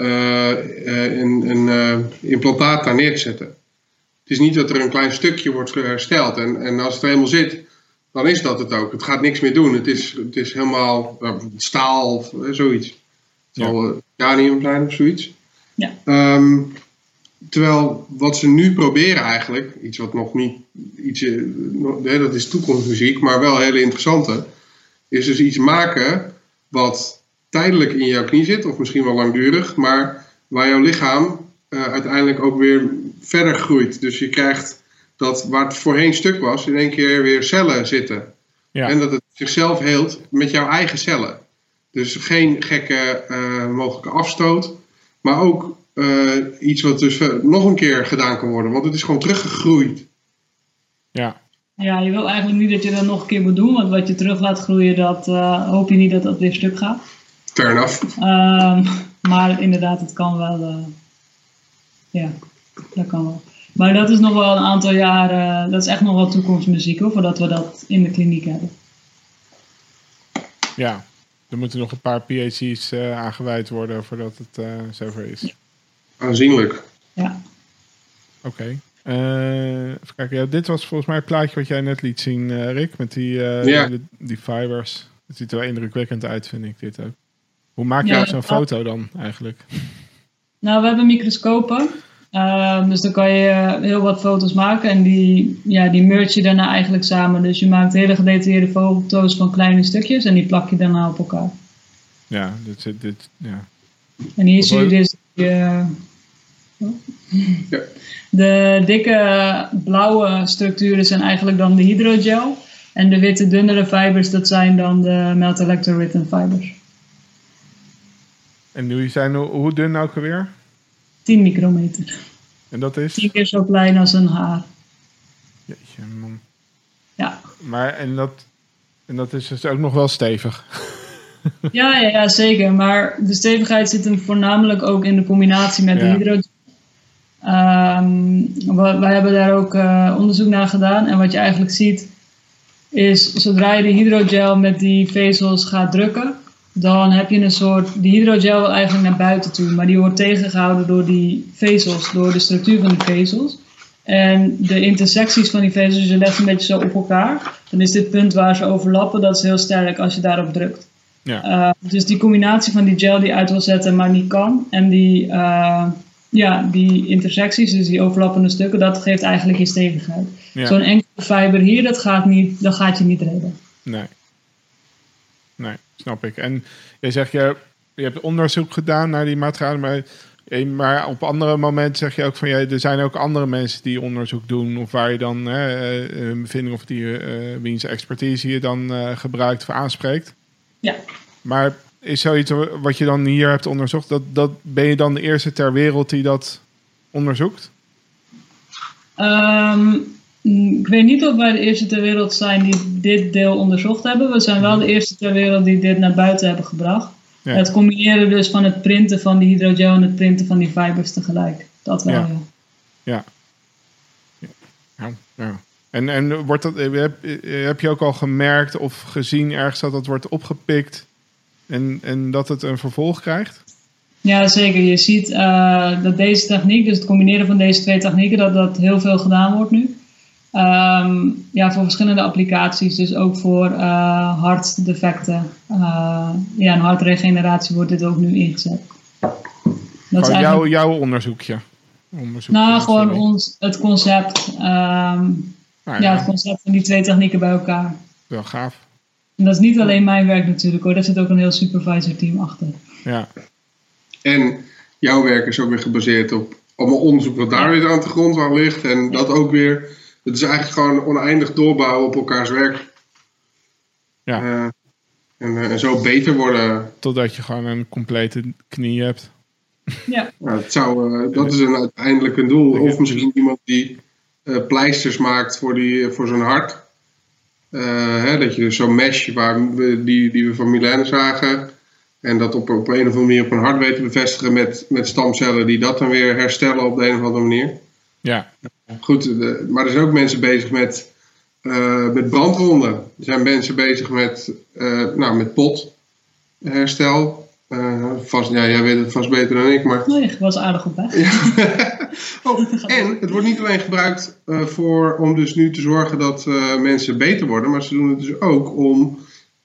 een implantaat daar neer te zetten. Het is niet dat er een klein stukje wordt hersteld. En als het er eenmaal zit, dan is dat het ook. Het gaat niks meer doen. Het is helemaal staal of zoiets. Het zal titanium zijn of zoiets. Ja. Terwijl wat ze nu proberen eigenlijk, iets wat nog niet... dat is toekomstmuziek, maar wel heel interessante, is dus iets maken wat tijdelijk in jouw knie zit, of misschien wel langdurig, maar waar jouw lichaam uiteindelijk ook weer verder groeit. Dus je krijgt dat waar het voorheen stuk was, in één keer weer cellen zitten. Ja. En dat het zichzelf heelt met jouw eigen cellen. Dus geen gekke mogelijke afstoot. Maar ook iets wat dus nog een keer gedaan kan worden. Want het is gewoon teruggegroeid. Ja. Ja, je wil eigenlijk niet dat je dat nog een keer moet doen. Want wat je terug laat groeien, dat hoop je niet dat dat weer stuk gaat. Fair enough. Maar inderdaad, het kan wel. Ja, dat kan wel. Maar dat is nog wel een aantal jaren. Dat is echt nog wel toekomstmuziek hoor. Voordat we dat in de kliniek hebben. Ja, er moeten nog een paar PhD's aangewijd worden voordat het zover is. Aanzienlijk. Ja. Oké. Even kijken. Ja, dit was volgens mij het plaatje wat jij net liet zien, Rick. Met die fibers. Het ziet er wel indrukwekkend uit, vind ik dit ook. Hoe maak je zo'n foto dan eigenlijk? Nou, we hebben microscopen. Dus dan kan je heel wat foto's maken. En die merge je daarna eigenlijk samen. Dus je maakt hele gedetailleerde foto's van kleine stukjes. En die plak je daarna op elkaar. Ja, dit ja. En hier zie je dus de dikke blauwe structuren zijn eigenlijk dan de hydrogel. En de witte dunnere fibers, dat zijn dan de melt electrowritten fibers. En die zijn hoe dun ook alweer? 10 micrometer. En dat is? 10 keer zo klein als een haar. Jeetje, man. Ja. Maar, en dat is dus ook nog wel stevig. Ja, zeker. Maar de stevigheid zit hem voornamelijk ook in de combinatie met de hydrogel. Wij hebben daar ook onderzoek naar gedaan. En wat je eigenlijk ziet is, zodra je de hydrogel met die vezels gaat drukken, dan heb je een soort, die hydrogel wil eigenlijk naar buiten toe, maar die wordt tegengehouden door die vezels, door de structuur van die vezels. En de intersecties van die vezels, je legt een beetje zo op elkaar, dan is dit punt waar ze overlappen, dat is heel sterk als je daarop drukt. Ja. Dus die combinatie van die gel die uit wil zetten, maar niet kan, en die intersecties, dus die overlappende stukken, dat geeft eigenlijk je stevigheid. Ja. Zo'n enkele fiber hier, dat gaat je niet redden. Nee, snap ik. En je zegt, je hebt onderzoek gedaan naar die materialen, maar op andere momenten zeg je ook van, er zijn ook andere mensen die onderzoek doen, of waar je dan bevinding of wiens expertise je dan gebruikt of aanspreekt. Ja. Maar is zoiets wat je dan hier hebt onderzocht, dat ben je dan de eerste ter wereld die dat onderzoekt? Ik weet niet of wij de eerste ter wereld zijn die dit deel onderzocht hebben. We zijn wel de eerste ter wereld die dit naar buiten hebben gebracht. Ja. Het combineren dus van het printen van die hydrogel en het printen van die fibers tegelijk. Dat wel, ja. En wordt dat, heb je ook al gemerkt of gezien ergens dat wordt opgepikt en dat het een vervolg krijgt? Ja, zeker. Je ziet dat deze techniek, dus het combineren van deze twee technieken, dat heel veel gedaan wordt nu. Voor verschillende applicaties, dus ook voor hartdefecten en hartregeneratie wordt dit ook nu ingezet. Dat is eigenlijk jouw onderzoekje? Gewoon het concept. Het concept van die twee technieken bij elkaar. Wel gaaf. En dat is niet alleen mijn werk natuurlijk hoor, daar zit ook een heel supervisor team achter. Ja. En jouw werk is ook weer gebaseerd op allemaal onderzoek wat daar weer aan de grond aan ligt. En dat ook weer, het is eigenlijk gewoon oneindig doorbouwen op elkaars werk. Ja. En zo beter worden. Totdat je gewoon een complete knie hebt. Ja. Dat is uiteindelijk een doel. Of misschien iemand die pleisters maakt voor zo'n hart. Dat je dus zo'n mesh die we van Milène zagen. En dat op een of andere manier op een hart weet te bevestigen met stamcellen die dat dan weer herstellen op de een of andere manier. Ja. Goed, maar er zijn ook mensen bezig met brandwonden. Er zijn mensen bezig met potherstel. Jij weet het vast beter dan ik, maar... Nee, ik was aardig op weg. En het wordt niet alleen gebruikt om dus nu te zorgen dat mensen beter worden, maar ze doen het dus ook om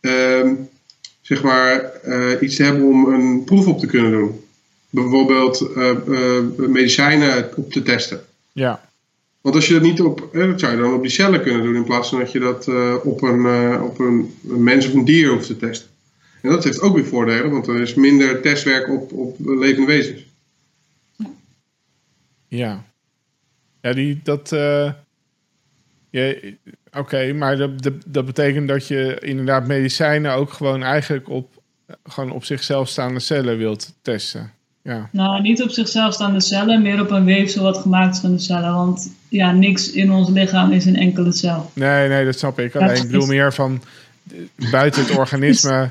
iets te hebben om een proef op te kunnen doen. Bijvoorbeeld medicijnen op te testen. Ja. Want als je dat niet dat zou je dan op die cellen kunnen doen in plaats van dat je dat op een mens of een dier hoeft te testen. En dat heeft ook weer voordelen, want er is minder testwerk op levende wezens. Ja. Ja, Oké, maar dat betekent dat je inderdaad medicijnen ook gewoon eigenlijk op zichzelf staande cellen wilt testen. Ja. Nou, niet op zichzelf staande cellen, meer op een weefsel wat gemaakt is van de cellen. Want niks in ons lichaam is een enkele cel. Nee, dat snap ik. Alleen ik bedoel meer van buiten het organisme.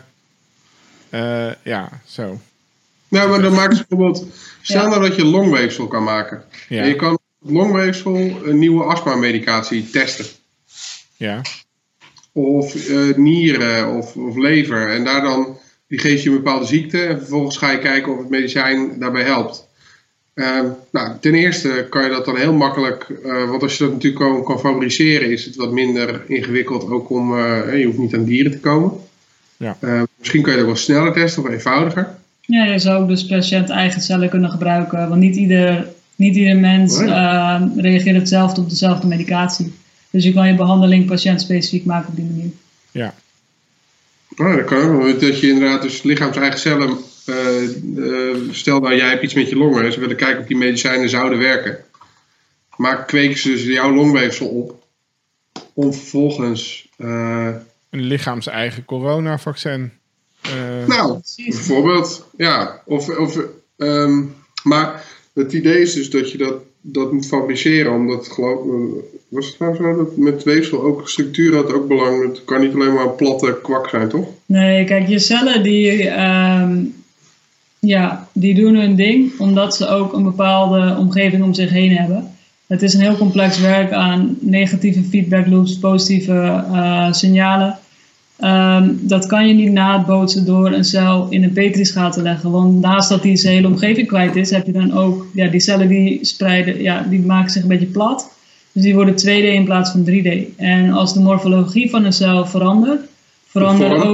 Zo. Nou, maar dan maken ze bijvoorbeeld... Stel nou dat je longweefsel kan maken. Ja. En je kan op longweefsel een nieuwe astma-medicatie testen. Ja. Of nieren of lever. En daar dan... Die geeft je een bepaalde ziekte en vervolgens ga je kijken of het medicijn daarbij helpt. Ten eerste kan je dat dan heel makkelijk, want als je dat natuurlijk kan fabriceren, is het wat minder ingewikkeld ook om, je hoeft niet aan dieren te komen. Ja. Misschien kan je dat wel sneller testen of eenvoudiger. Ja, je zou ook dus patiënt eigen cellen kunnen gebruiken, want niet ieder mens reageert hetzelfde op dezelfde medicatie. Dus je kan je behandeling patiëntspecifiek maken op die manier. Ja. Dat kan. Dat je inderdaad dus lichaams-eigen cellen... stel nou, jij hebt iets met je longen. En ze willen kijken of die medicijnen zouden werken. Maar kweken ze dus jouw longweefsel op. Om vervolgens... een lichaams-eigen coronavaccin. Bijvoorbeeld. Ja. Maar het idee is dus dat je dat moet fabriceren. Omdat was het nou zo dat met weefsel ook structuur had ook belang. Het kan niet alleen maar een platte kwak zijn, toch? Nee, kijk, je cellen die doen hun ding omdat ze ook een bepaalde omgeving om zich heen hebben. Het is een heel complex werk aan negatieve feedback loops, positieve signalen. Dat kan je niet nabootsen door een cel in een petrischaal te leggen. Want naast dat die zijn hele omgeving kwijt is, heb je dan ook die cellen die spreiden, die maken zich een beetje plat. Dus die worden 2D in plaats van 3D. En als de morfologie van een cel veranderen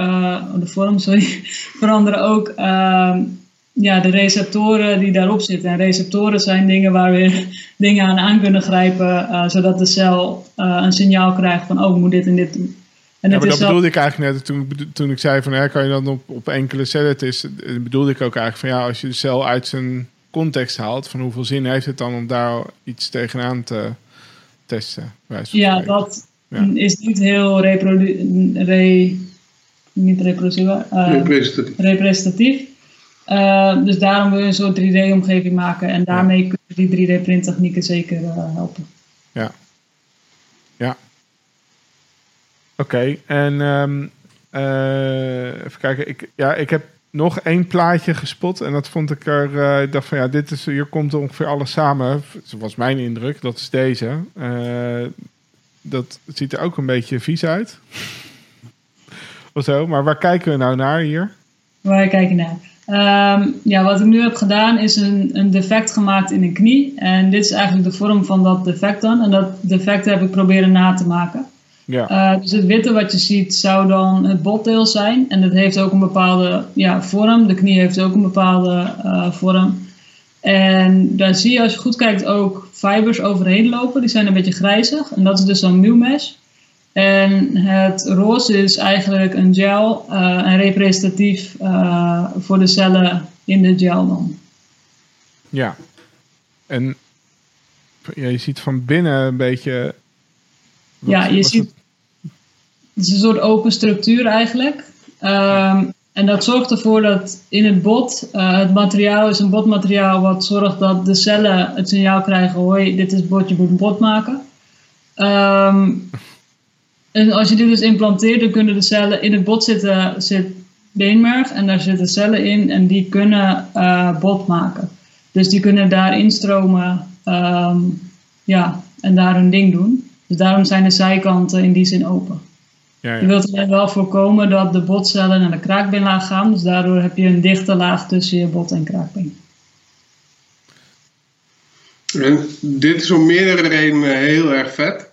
ook de receptoren die daarop zitten. En receptoren zijn dingen waar we dingen aan kunnen grijpen, zodat de cel een signaal krijgt van, we moet dit en dit doen. En maar dat bedoelde ik eigenlijk net toen ik zei van, kan je dan op enkele cellen testen? Bedoelde ik ook eigenlijk van, als je de cel uit zijn context haalt, van hoeveel zin heeft het dan om daar iets tegenaan te testen? Dat is niet heel representatief. Dus daarom wil je een soort 3D-omgeving maken. En daarmee kunnen die 3D-printtechnieken zeker helpen. Ja. Oké, en even kijken. Ik heb nog 1 plaatje gespot. En dat vond ik ik dacht van hier komt ongeveer alles samen. Dat was mijn indruk. Dat is deze. Dat ziet er ook een beetje vies uit. Of zo. Maar waar kijken we nou naar hier? Waar kijken naar? Wat ik nu heb gedaan is een defect gemaakt in een knie. En dit is eigenlijk de vorm van dat defect dan. En dat defect heb ik proberen na te maken. Ja. Dus het witte wat je ziet zou dan het botdeel zijn. En dat heeft ook een bepaalde vorm. De knie heeft ook een bepaalde vorm. En daar zie je als je goed kijkt ook fibers overheen lopen. Die zijn een beetje grijzig. En dat is dus een mesh. En het roze is eigenlijk een gel. En representatief voor de cellen in de gel dan. Ja. En je ziet van binnen een beetje... ziet... Het is een soort open structuur eigenlijk. En dat zorgt ervoor dat in het bot... het materiaal is een botmateriaal wat zorgt dat de cellen het signaal krijgen... hoi, dit is het bot, je moet een bot maken. En als je dit dus implanteert, dan kunnen de cellen... In het bot zit beenmerg en daar zitten cellen in... en die kunnen bot maken. Dus die kunnen daar instromen en daar hun ding doen. Dus daarom zijn de zijkanten in die zin open. Ja. Je wilt er wel voorkomen dat de botcellen naar de kraakbeenlaag gaan. Dus daardoor heb je een dichte laag tussen je bot en kraakbeen. En dit is om meerdere redenen heel erg vet.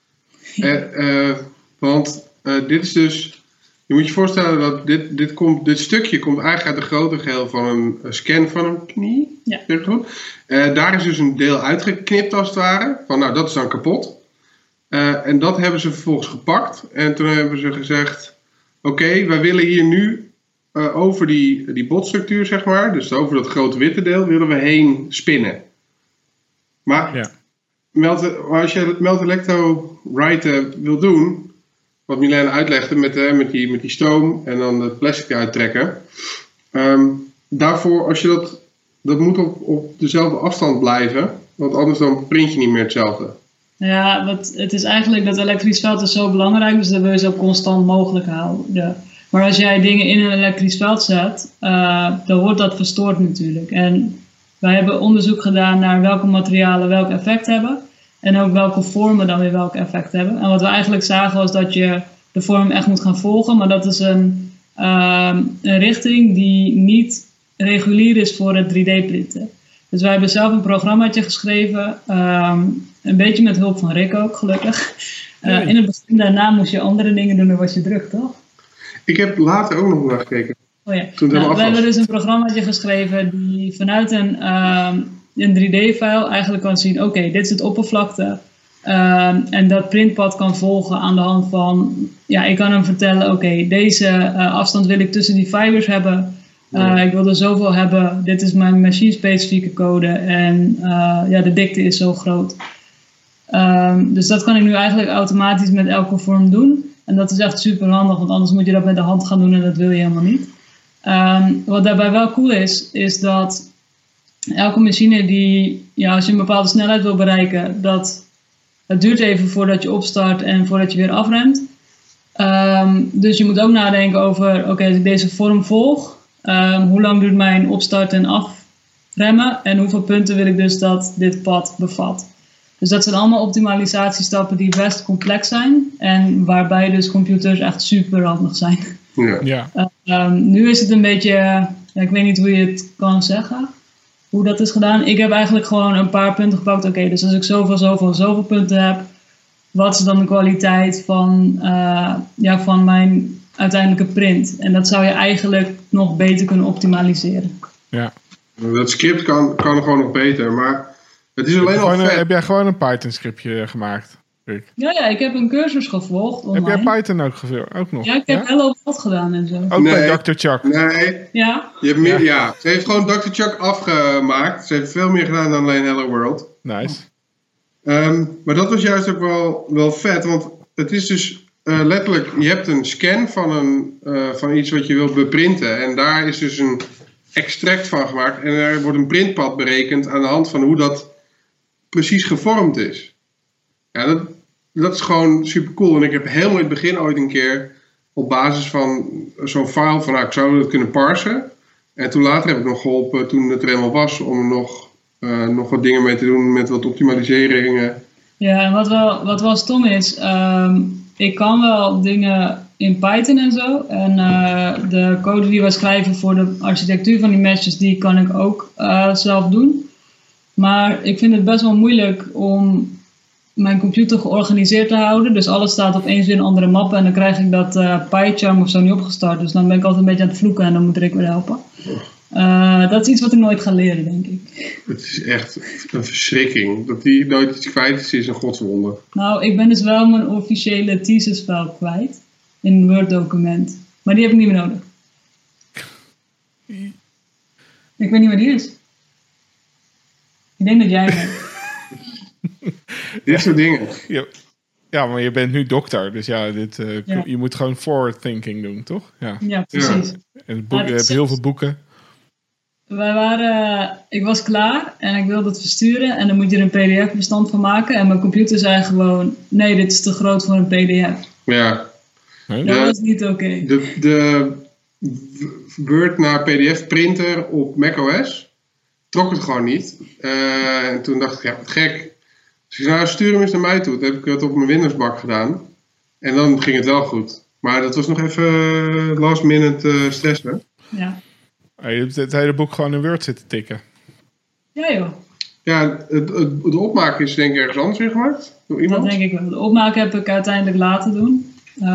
Want dit is dus... Je moet je voorstellen dat dit stukje komt eigenlijk uit de grote geheel van een scan van een knie. Ja. Daar is dus een deel uitgeknipt als het ware. Van dat is dan kapot. En dat hebben ze vervolgens gepakt. En toen hebben ze gezegd... Oké, wij willen hier nu over die botstructuur, zeg maar... dus over dat grote witte deel, willen we heen spinnen. Maar als je melt-electro-writen wil doen, wat Milène uitlegde met die stoom en dan het plastic uittrekken. Daarvoor, als je dat moet op dezelfde afstand blijven, want anders dan print je niet meer hetzelfde. Ja, het is eigenlijk dat elektrisch veld is zo belangrijk, dus dat wil je zo constant mogelijk houden. Maar als jij dingen in een elektrisch veld zet, dan wordt dat verstoord natuurlijk. En wij hebben onderzoek gedaan naar welke materialen welk effect hebben. En ook welke vormen dan weer welk effect hebben. En wat we eigenlijk zagen was dat je de vorm echt moet gaan volgen. Maar dat is een richting die niet regulier is voor het 3D-printen. Dus wij hebben zelf een programmaatje geschreven. Een beetje met hulp van Rick ook, gelukkig. In het begin daarna moest je andere dingen doen, dan was je druk, toch? Ik heb later ook nog naar gekeken. Oh ja. We hebben dus een programmaatje geschreven die vanuit een 3D-file eigenlijk kan zien, oké, dit is het oppervlakte. En dat printpad kan volgen aan de hand van, ik kan hem vertellen, oké, deze afstand wil ik tussen die fibers hebben. Ik wil er zoveel hebben, dit is mijn machine-specifieke code en de dikte is zo groot. Dus dat kan ik nu eigenlijk automatisch met elke vorm doen. En dat is echt super handig, want anders moet je dat met de hand gaan doen en dat wil je helemaal niet. Wat daarbij wel cool is dat elke machine die, als je een bepaalde snelheid wil bereiken, het duurt even voordat je opstart en voordat je weer afremt. Dus je moet ook nadenken over, oké, als ik deze vorm volg, hoe lang duurt mijn opstart en afremmen en hoeveel punten wil ik dus dat dit pad bevat. Dus dat zijn allemaal optimalisatiestappen die best complex zijn en waarbij dus computers echt super handig zijn. Ja. Nu is het een beetje, ik weet niet hoe je het kan zeggen, hoe dat is gedaan. Ik heb eigenlijk gewoon een paar punten gepakt. Oké, dus als ik zoveel punten heb, wat is dan de kwaliteit van mijn uiteindelijke print? En dat zou je eigenlijk nog beter kunnen optimaliseren. Ja. Dat script kan gewoon nog beter, maar het is alleen al vet. Heb jij gewoon een Python scriptje gemaakt, Rick? Ja, ik heb een cursus gevolgd online. Heb jij Python ook nog? Ja, ik heb Hello World gedaan en zo. Ook bij Dr. Chuck? Nee. Ja? Je hebt meer, ze heeft gewoon Dr. Chuck afgemaakt. Ze heeft veel meer gedaan dan alleen Hello World. Nice. Maar dat was juist ook wel vet, want het is dus letterlijk, je hebt een scan van iets wat je wilt beprinten en daar is dus een extract van gemaakt en er wordt een printpad berekend aan de hand van hoe dat precies gevormd is. Ja, dat is gewoon super cool. En ik heb helemaal in het begin ooit een keer op basis van zo'n file van, ik zou dat kunnen parsen. En toen later heb ik nog geholpen, toen het er helemaal was, om nog wat dingen mee te doen met wat optimaliseringen. Ja, en wat wel stom is, ik kan wel dingen in Python en zo. En de code die we schrijven voor de architectuur van die meshes, die kan ik ook zelf doen. Maar ik vind het best wel moeilijk om mijn computer georganiseerd te houden. Dus alles staat opeens weer in andere mappen. En dan krijg ik dat PyCharm of zo niet opgestart. Dus dan ben ik altijd een beetje aan het vloeken en dan moet Rick weer helpen. Dat is iets wat ik nooit ga leren, denk ik. Het is echt een verschrikking. Dat die nooit iets kwijt is een godswonder. Nou, ik ben dus wel mijn officiële thesis-file kwijt. In een Word-document. Maar die heb ik niet meer nodig. Ik weet niet waar die is. Ik denk dat jij bent. Dit soort dingen. Ja, maar je bent nu dokter. Dus je moet gewoon forward thinking doen, toch? Ja, precies. Ja. En je hebt heel veel boeken. Ik was klaar en ik wilde het versturen. En dan moet je er een pdf-bestand van maken. En mijn computer zei gewoon, nee, dit is te groot voor een pdf. Ja. Dat was niet oké. De Word naar pdf printer op macOS trok het gewoon niet. En toen dacht ik, wat gek. Dus stuur hem eens naar mij toe. Toen heb ik het op mijn Windows-bak gedaan. En dan ging het wel goed. Maar dat was nog even last minute stress, hè? Ja. Je hebt het hele boek gewoon in Word zitten tikken. Ja, joh. Ja, de opmaak is denk ik ergens anders weer gemaakt door iemand. Dat denk ik wel. De opmaak heb ik uiteindelijk laten doen.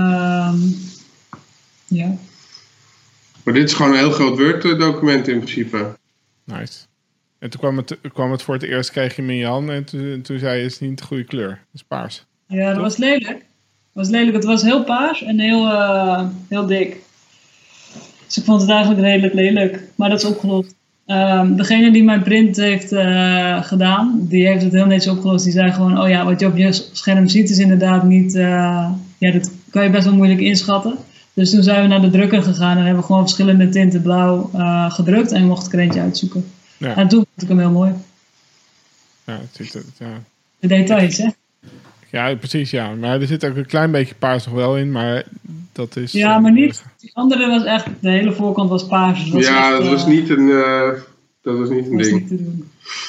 Ja. Maar dit is gewoon een heel groot Word-document in principe. Nice. En toen kwam het voor het eerst, kreeg je hem in je hand en toen zei je, het is niet de goede kleur. Het is paars. Ja, dat was lelijk. Het was heel paars en heel dik. Dus ik vond het eigenlijk redelijk lelijk. Maar dat is opgelost. Degene die mijn print heeft gedaan, die heeft het heel netjes opgelost. Die zei gewoon, wat je op je scherm ziet is inderdaad niet... dat kan je best wel moeilijk inschatten. Dus toen zijn we naar de drukker gegaan en hebben gewoon verschillende tinten blauw gedrukt. En je mocht het krentje uitzoeken. Ja. En toen vond ik hem heel mooi. Ja, het ziet het, ja. De details, hè? Ja, precies, ja. Maar er zit ook een klein beetje paars nog wel in, maar dat is... Ja, maar niet... Die andere was echt... De hele voorkant was paars. Dus dat was niet een... dat was niet een ding. Niet te doen.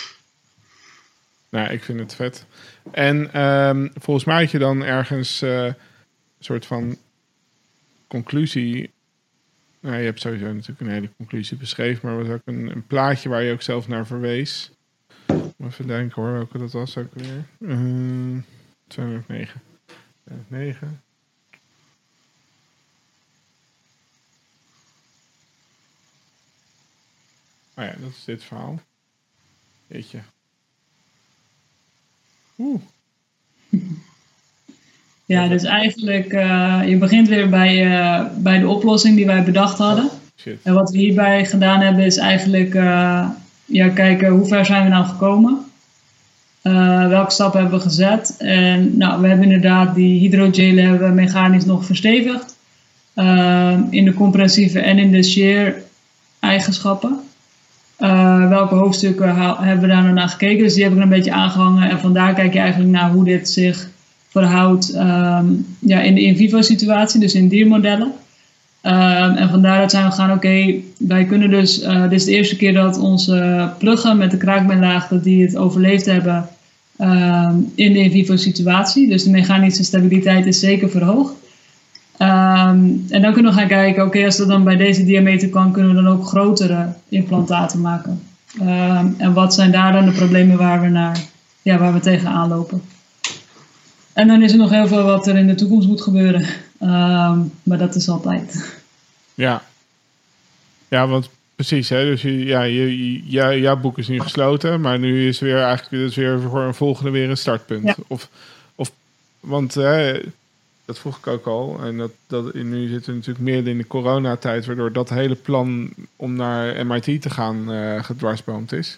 Nou, ik vind het vet. En volgens mij had je dan ergens een soort van conclusie... Nou, je hebt sowieso natuurlijk een hele conclusie beschreven, maar er was ook een plaatje waar je ook zelf naar verwees. Even denken hoor, welke dat was ook weer. 209. 9. Oh ja, dat is dit verhaal. Jeetje. Ja, dus eigenlijk, je begint weer bij de oplossing die wij bedacht hadden. Shit. En wat we hierbij gedaan hebben is eigenlijk kijken hoe ver zijn we nou gekomen. Welke stappen hebben we gezet. En nou, we hebben inderdaad die hydrogelen hebben we mechanisch nog verstevigd. In de compressieve en in de shear eigenschappen. Welke hoofdstukken hebben we daar nou naar gekeken. Dus die heb ik een beetje aangehangen. En vandaar kijk je eigenlijk naar hoe dit zich verhoudt in de in vivo situatie. Dus in diermodellen. En van daaruit zijn we gegaan, wij kunnen dus... dit is de eerste keer dat onze pluggen met de kraakbeenlaagten die het overleefd hebben in de in vivo situatie. Dus de mechanische stabiliteit is zeker verhoogd. En dan kunnen we gaan kijken, als dat dan bij deze diameter kan, kunnen we dan ook grotere implantaten maken. En wat zijn daar dan de problemen waar we tegenaan lopen. En dan is er nog heel veel wat er in de toekomst moet gebeuren. Maar dat is altijd. Ja, want precies. Hè? Dus jouw boek is nu gesloten, maar nu is weer eigenlijk weer voor een volgende weer een startpunt. Ja. Want dat vroeg ik ook al. En nu zitten we natuurlijk meer in de coronatijd, waardoor dat hele plan om naar MIT te gaan gedwarsboomd is.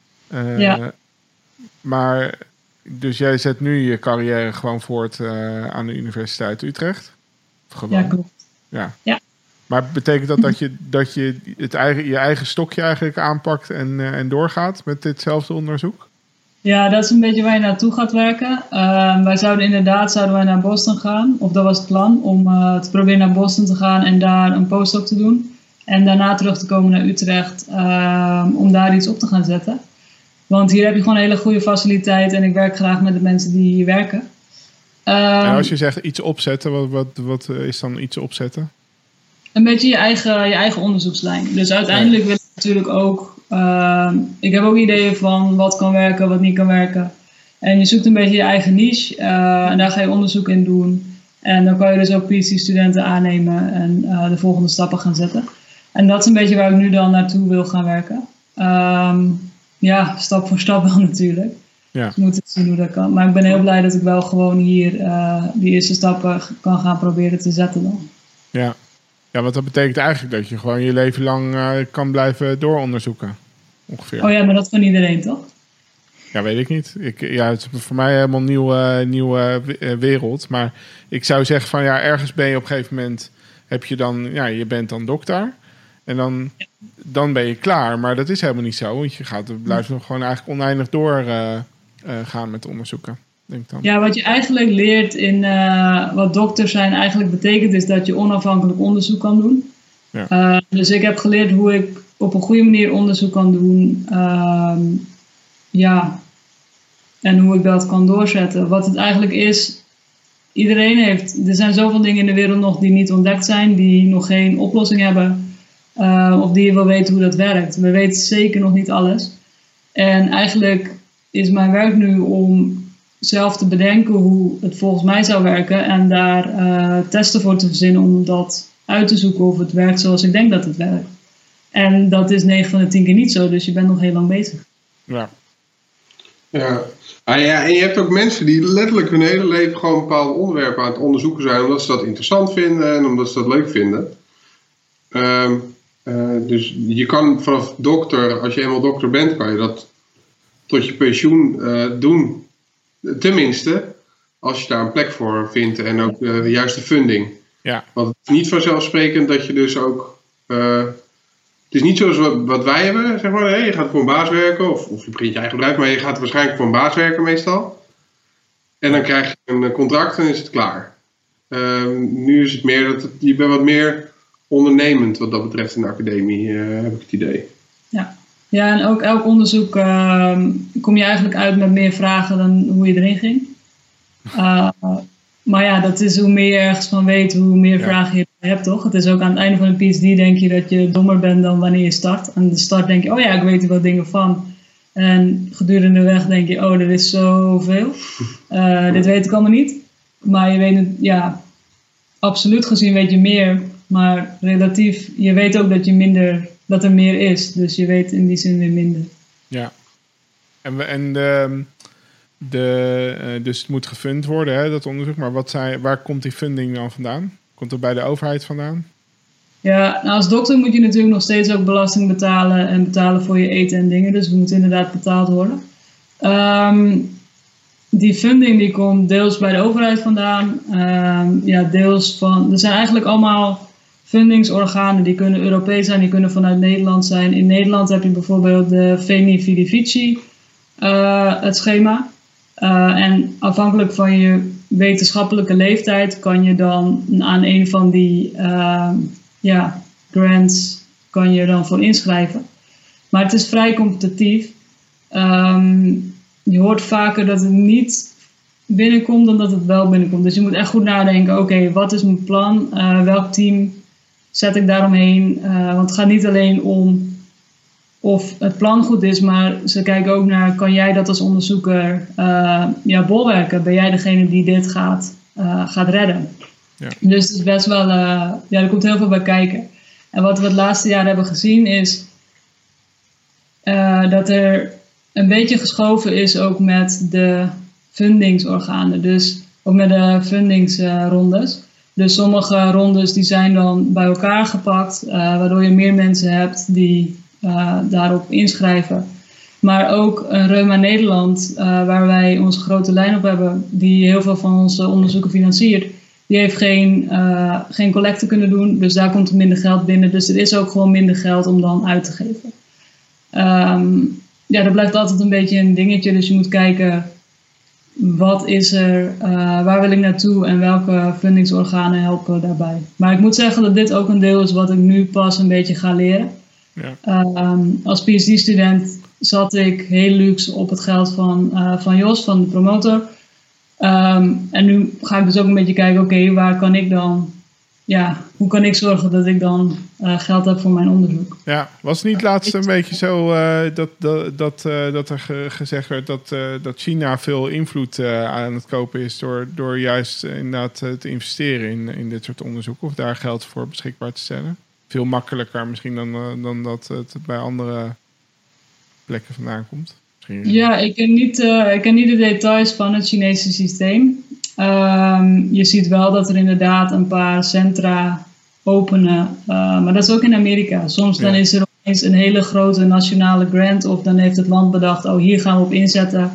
Maar dus jij zet nu je carrière gewoon voort aan de Universiteit Utrecht? Gewoon. Ja, klopt. Ja. Maar betekent dat je je eigen stokje eigenlijk aanpakt en doorgaat met ditzelfde onderzoek? Ja, dat is een beetje waar je naartoe gaat werken. Wij zouden naar Boston gaan. Of dat was het plan, om te proberen naar Boston te gaan en daar een postdoc te doen. En daarna terug te komen naar Utrecht om daar iets op te gaan zetten. Want hier heb je gewoon een hele goede faciliteit en ik werk graag met de mensen die hier werken. En als je zegt iets opzetten, wat is dan iets opzetten? Een beetje je eigen onderzoekslijn. Dus uiteindelijk wil ik natuurlijk ook... ik heb ook ideeën van wat kan werken, wat niet kan werken. En je zoekt een beetje je eigen niche. En daar ga je onderzoek in doen. En dan kan je dus ook PhD-studenten aannemen en de volgende stappen gaan zetten. En dat is een beetje waar ik nu dan naartoe wil gaan werken. Stap voor stap wel natuurlijk. Ja. Dus we moeten zien hoe dat kan. Maar ik ben heel blij dat ik wel gewoon hier die eerste stappen kan gaan proberen te zetten dan. Ja. Ja, want dat betekent eigenlijk dat je gewoon je leven lang kan blijven dooronderzoeken. Ongeveer. Oh ja, maar dat van iedereen, toch? Ja, weet ik niet. Het is voor mij helemaal een nieuwe wereld. Maar ik zou zeggen van ergens ben je op een gegeven moment... heb je dan, je bent dan dokter. En dan ben je klaar. Maar dat is helemaal niet zo. Want je blijft nog gewoon eigenlijk oneindig door gaan met onderzoeken. Denk dan. Ja, wat je eigenlijk leert in wat dokters zijn eigenlijk betekent... is dat je onafhankelijk onderzoek kan doen. Ja. Dus ik heb geleerd hoe ik op een goede manier onderzoek kan doen. En hoe ik dat kan doorzetten. Wat het eigenlijk is... Er zijn zoveel dingen in de wereld nog die niet ontdekt zijn... die nog geen oplossing hebben... of die je wil weten hoe dat werkt. We weten zeker nog niet alles. En eigenlijk is mijn werk nu om zelf te bedenken hoe het volgens mij zou werken en daar testen voor te verzinnen om dat uit te zoeken of het werkt zoals ik denk dat het werkt. En dat is 9 van de 10 keer niet zo, dus je bent nog heel lang bezig. Ja. En je hebt ook mensen die letterlijk hun hele leven gewoon bepaalde onderwerpen aan het onderzoeken zijn omdat ze dat interessant vinden en omdat ze dat leuk vinden. Dus je kan vanaf dokter, als je eenmaal dokter bent, kan je dat tot je pensioen doen. Tenminste, als je daar een plek voor vindt en ook de juiste funding. Ja. Want het is niet vanzelfsprekend dat je dus ook... het is niet zoals wat wij hebben, zeg maar. Je gaat voor een baas werken of je begint je eigen bedrijf, maar je gaat waarschijnlijk voor een baas werken meestal. En dan krijg je een contract en is het klaar. Nu is het meer dat je bent wat meer ondernemend wat dat betreft in de academie, heb ik het idee. Ja, en ook elk onderzoek kom je eigenlijk uit met meer vragen dan hoe je erin ging. Maar ja, dat is hoe meer je ergens van weet, hoe meer vragen je hebt, toch? Het is ook aan het einde van een PhD denk je dat je dommer bent dan wanneer je start. Aan de start denk je, oh ja, ik weet er wat dingen van. En gedurende de weg denk je, oh, er is zoveel. Dit weet ik allemaal niet. Maar je weet het, ja, absoluut gezien weet je meer. Maar relatief, je weet ook dat er meer is. Dus je weet in die zin weer minder. Ja. Dus het moet gefund worden, hè, dat onderzoek. Maar waar komt die funding dan vandaan? Komt het bij de overheid vandaan? Ja, nou als dokter moet je natuurlijk nog steeds ook belasting betalen en betalen voor je eten en dingen. Dus het moet inderdaad betaald worden. Die funding die komt deels bij de overheid vandaan. Deels van... Er zijn eigenlijk allemaal fundingsorganen. Die kunnen Europees zijn, die kunnen vanuit Nederland zijn. In Nederland heb je bijvoorbeeld de Veni Vidi Vici, het schema. En afhankelijk van je wetenschappelijke leeftijd kan je dan aan een van die grants kan je dan voor inschrijven. Maar het is vrij competitief. Je hoort vaker dat het niet binnenkomt dan dat het wel binnenkomt. Dus je moet echt goed nadenken, oké, wat is mijn plan? Welk team zet ik daaromheen? Want het gaat niet alleen om of het plan goed is, maar ze kijken ook naar, kan jij dat als onderzoeker bolwerken? Ben jij degene die dit gaat redden? Ja. Dus het is best wel, er komt heel veel bij kijken. En wat we het laatste jaar hebben gezien is dat er een beetje geschoven is ook met de fundingsorganen. Dus ook met de fundingsrondes. Dus sommige rondes die zijn dan bij elkaar gepakt, waardoor je meer mensen hebt die daarop inschrijven. Maar ook Reuma Nederland, waar wij onze grote lijn op hebben, die heel veel van onze onderzoeken financiert, die heeft geen collecte kunnen doen, dus daar komt er minder geld binnen. Dus er is ook gewoon minder geld om dan uit te geven. Dat blijft altijd een beetje een dingetje, dus je moet kijken, wat is er, waar wil ik naartoe en welke fundingsorganen helpen daarbij. Maar ik moet zeggen dat dit ook een deel is wat ik nu pas een beetje ga leren. Ja. Als PhD-student zat ik heel luxe op het geld van Jos, van de promotor. En nu ga ik dus ook een beetje kijken, oké, waar kan ik dan... hoe kan ik zorgen dat ik dan geld heb voor mijn onderzoek? Ja, was het niet laatst een beetje zo dat er gezegd werd dat China veel invloed aan het kopen is door juist inderdaad te investeren in dit soort onderzoeken of daar geld voor beschikbaar te stellen? Veel makkelijker misschien dan dat het bij andere plekken vandaan komt. Misschien... Ja, ik ken niet de details van het Chinese systeem. Je ziet wel dat er inderdaad een paar centra openen. Maar dat is ook in Amerika. Soms dan is er opeens een hele grote nationale grant of dan heeft het land bedacht, oh hier gaan we op inzetten.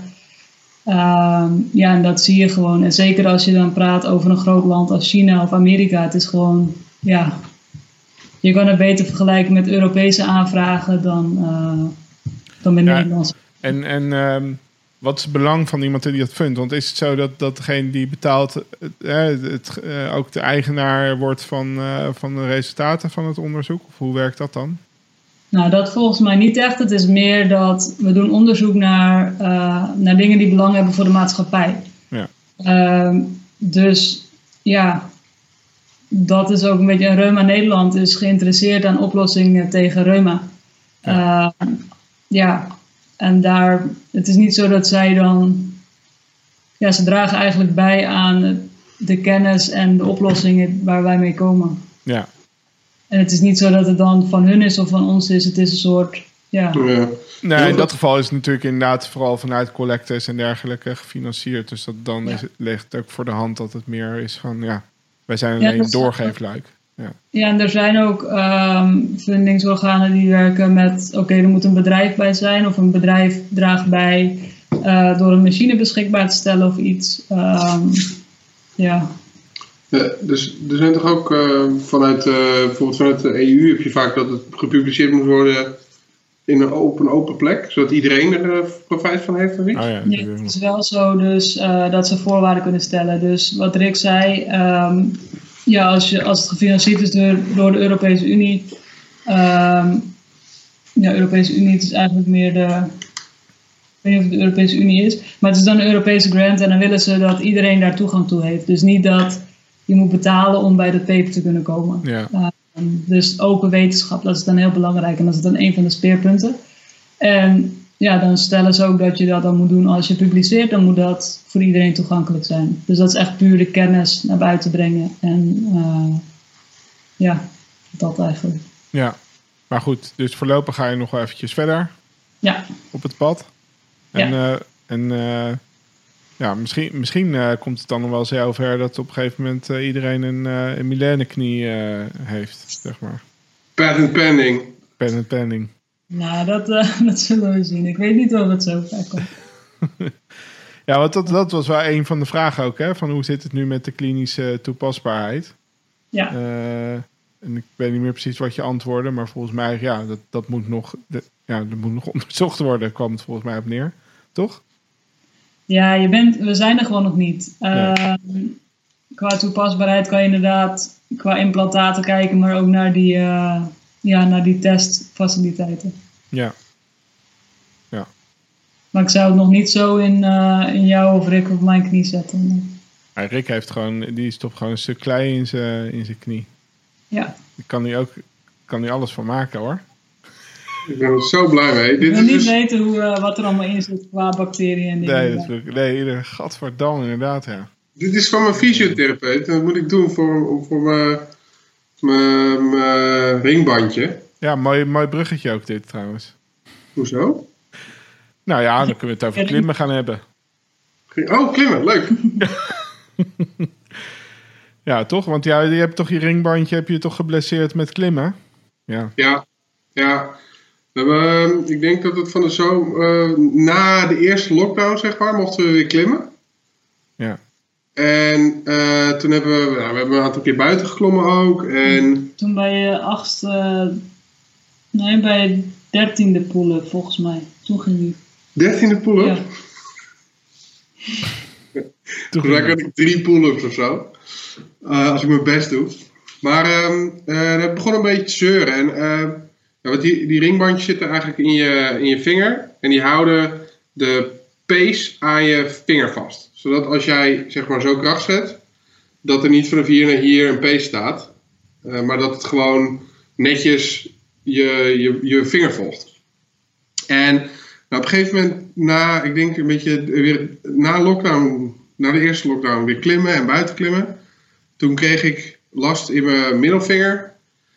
En dat zie je gewoon. En zeker als je dan praat over een groot land als China of Amerika. Het is gewoon, je kan het beter vergelijken met Europese aanvragen dan met Nederlandse. En wat is het belang van iemand die dat fundt? Want is het zo dat degene die betaalt ook de eigenaar wordt van de resultaten van het onderzoek? Of hoe werkt dat dan? Nou, dat volgens mij niet echt. Het is meer dat we doen onderzoek naar dingen die belang hebben voor de maatschappij. Ja. Dus dat is ook een beetje... Reuma Nederland is geïnteresseerd aan oplossingen tegen reuma. En het is niet zo dat zij dan... ze dragen eigenlijk bij aan de kennis en de oplossingen waar wij mee komen. Ja. En het is niet zo dat het dan van hun is of van ons is. Het is een soort... Nee, in dat geval is het natuurlijk inderdaad vooral vanuit collectes en dergelijke gefinancierd. Dus ligt het ook voor de hand dat het meer is van... wij zijn alleen doorgeefluik. Ja, en er zijn ook fundingsorganen die werken met... Oké, er moet een bedrijf bij zijn of een bedrijf draagt bij door een machine beschikbaar te stellen of iets. Dus er zijn toch ook bijvoorbeeld vanuit de EU heb je vaak dat het gepubliceerd moet worden op een open plek, zodat iedereen er profijt van heeft of iets? Ja, het is wel zo dus dat ze voorwaarden kunnen stellen. Dus wat Rick zei, als het gefinancierd is door de Europese Unie, Europese Unie, het is eigenlijk meer ik weet niet of het de Europese Unie is, maar het is dan een Europese grant en dan willen ze dat iedereen daar toegang toe heeft. Dus niet dat je moet betalen om bij dat paper te kunnen komen. Ja. Dus open wetenschap, dat is dan heel belangrijk en dat is dan een van de speerpunten. En dan stellen ze ook dat je dat dan moet doen als je publiceert, dan moet dat voor iedereen toegankelijk zijn. Dus dat is echt puur de kennis naar buiten brengen en dat eigenlijk. Ja, maar goed, dus voorlopig ga je nog wel eventjes verder op het pad. Misschien komt het dan nog wel zo ver dat op een gegeven moment iedereen een millennieknie heeft, zeg maar. Patent pending. Nou, dat zullen we zien. Ik weet niet of het zo ver komt. Ja, want dat was wel een van de vragen ook, hè? Van hoe zit het nu met de klinische toepasbaarheid? Ja. En ik weet niet meer precies wat je antwoordde, maar volgens mij, dat moet nog, dat moet nog onderzocht worden, kwam het volgens mij op neer, toch? Ja, we zijn er gewoon nog niet. Qua toepasbaarheid kan je inderdaad qua implantaten kijken, maar ook naar die testfaciliteiten. Ja. Maar ik zou het nog niet zo in jou of Rick op mijn knie zetten. Ja, Rick heeft die stopt gewoon een stuk klei in zijn knie. Ja. Daar kan hij alles van maken, hoor. Ik ben er zo blij mee. Ik wil niet weten wat er allemaal in zit qua bacteriën en dingen. Nee, gadverdamme, inderdaad, ja. Dit is van mijn fysiotherapeut. Dat moet ik doen voor mijn ringbandje. Ja, mooi bruggetje ook dit, trouwens. Hoezo? Nou ja, dan kunnen we het over klimmen gaan hebben. Oh, klimmen, leuk. Ja, toch? Want je hebt toch je ringbandje heb je toch geblesseerd met klimmen? Ja. We hebben, ik denk dat het van de zomer, na de eerste lockdown, zeg maar, mochten we weer klimmen. Ja. En toen hebben we hebben een aantal keer buiten geklommen ook. En toen bij je bij je 13e pull-up, volgens mij. Toen ging je. 13e pull-up? Ja. Toen kan ik 3 pull-ups of zo. Als ik mijn best doe. Maar het begon een beetje te zeuren. En want die ringbandjes zitten eigenlijk in je vinger. En die houden de pees aan je vinger vast. Zodat als jij zeg maar zo kracht zet, dat er niet van hier naar hier een pees staat. Maar dat het gewoon netjes je vinger volgt. En op een gegeven moment, ik denk een beetje weer na de eerste lockdown weer klimmen en buiten klimmen. Toen kreeg ik last in mijn middelvinger.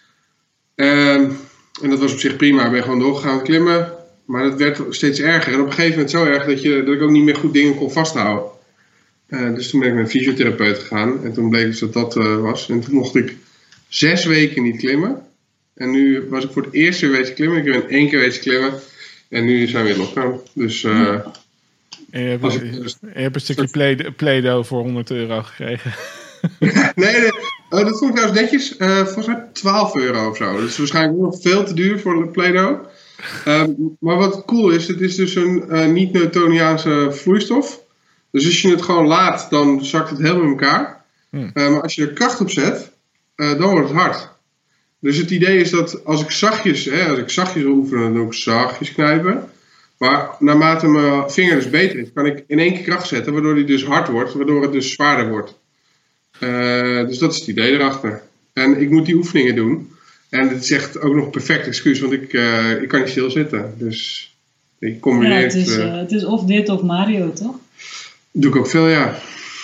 En dat was op zich prima. Ik ben gewoon doorgegaan klimmen. Maar dat werd steeds erger. En op een gegeven moment zo erg dat ik ook niet meer goed dingen kon vasthouden. Dus toen ben ik naar een fysiotherapeut gegaan. En toen bleek dus dat was. En toen mocht ik 6 weken niet klimmen. En nu was ik voor het eerst weer wezen klimmen. Ik ben 1 keer wezen klimmen. En nu zijn we in lockdown. Dus... En je hebt een stukje Play-Doh voor €100 gekregen. Nee. Oh, dat vond ik trouwens netjes. Volgens mij €12 of zo. Dat is waarschijnlijk nog veel te duur voor Play-Doh. Maar wat cool is, het is dus een niet-Newtoniaanse vloeistof. Dus als je het gewoon laat, dan zakt het helemaal in elkaar. Maar als je er kracht op zet, dan wordt het hard. Dus het idee is dat als ik zachtjes wil oefenen, dan doe ik zachtjes knijpen. Maar naarmate mijn vinger dus beter is, kan ik in 1 keer kracht zetten, waardoor die dus hard wordt, waardoor het dus zwaarder wordt. Dus dat is het idee erachter. En ik moet die oefeningen doen. En het is echt ook nog een perfect excuus, want ik kan niet stilzitten. Dus ik combineer het is of dit of Mario, toch? Doe ik ook veel, ja.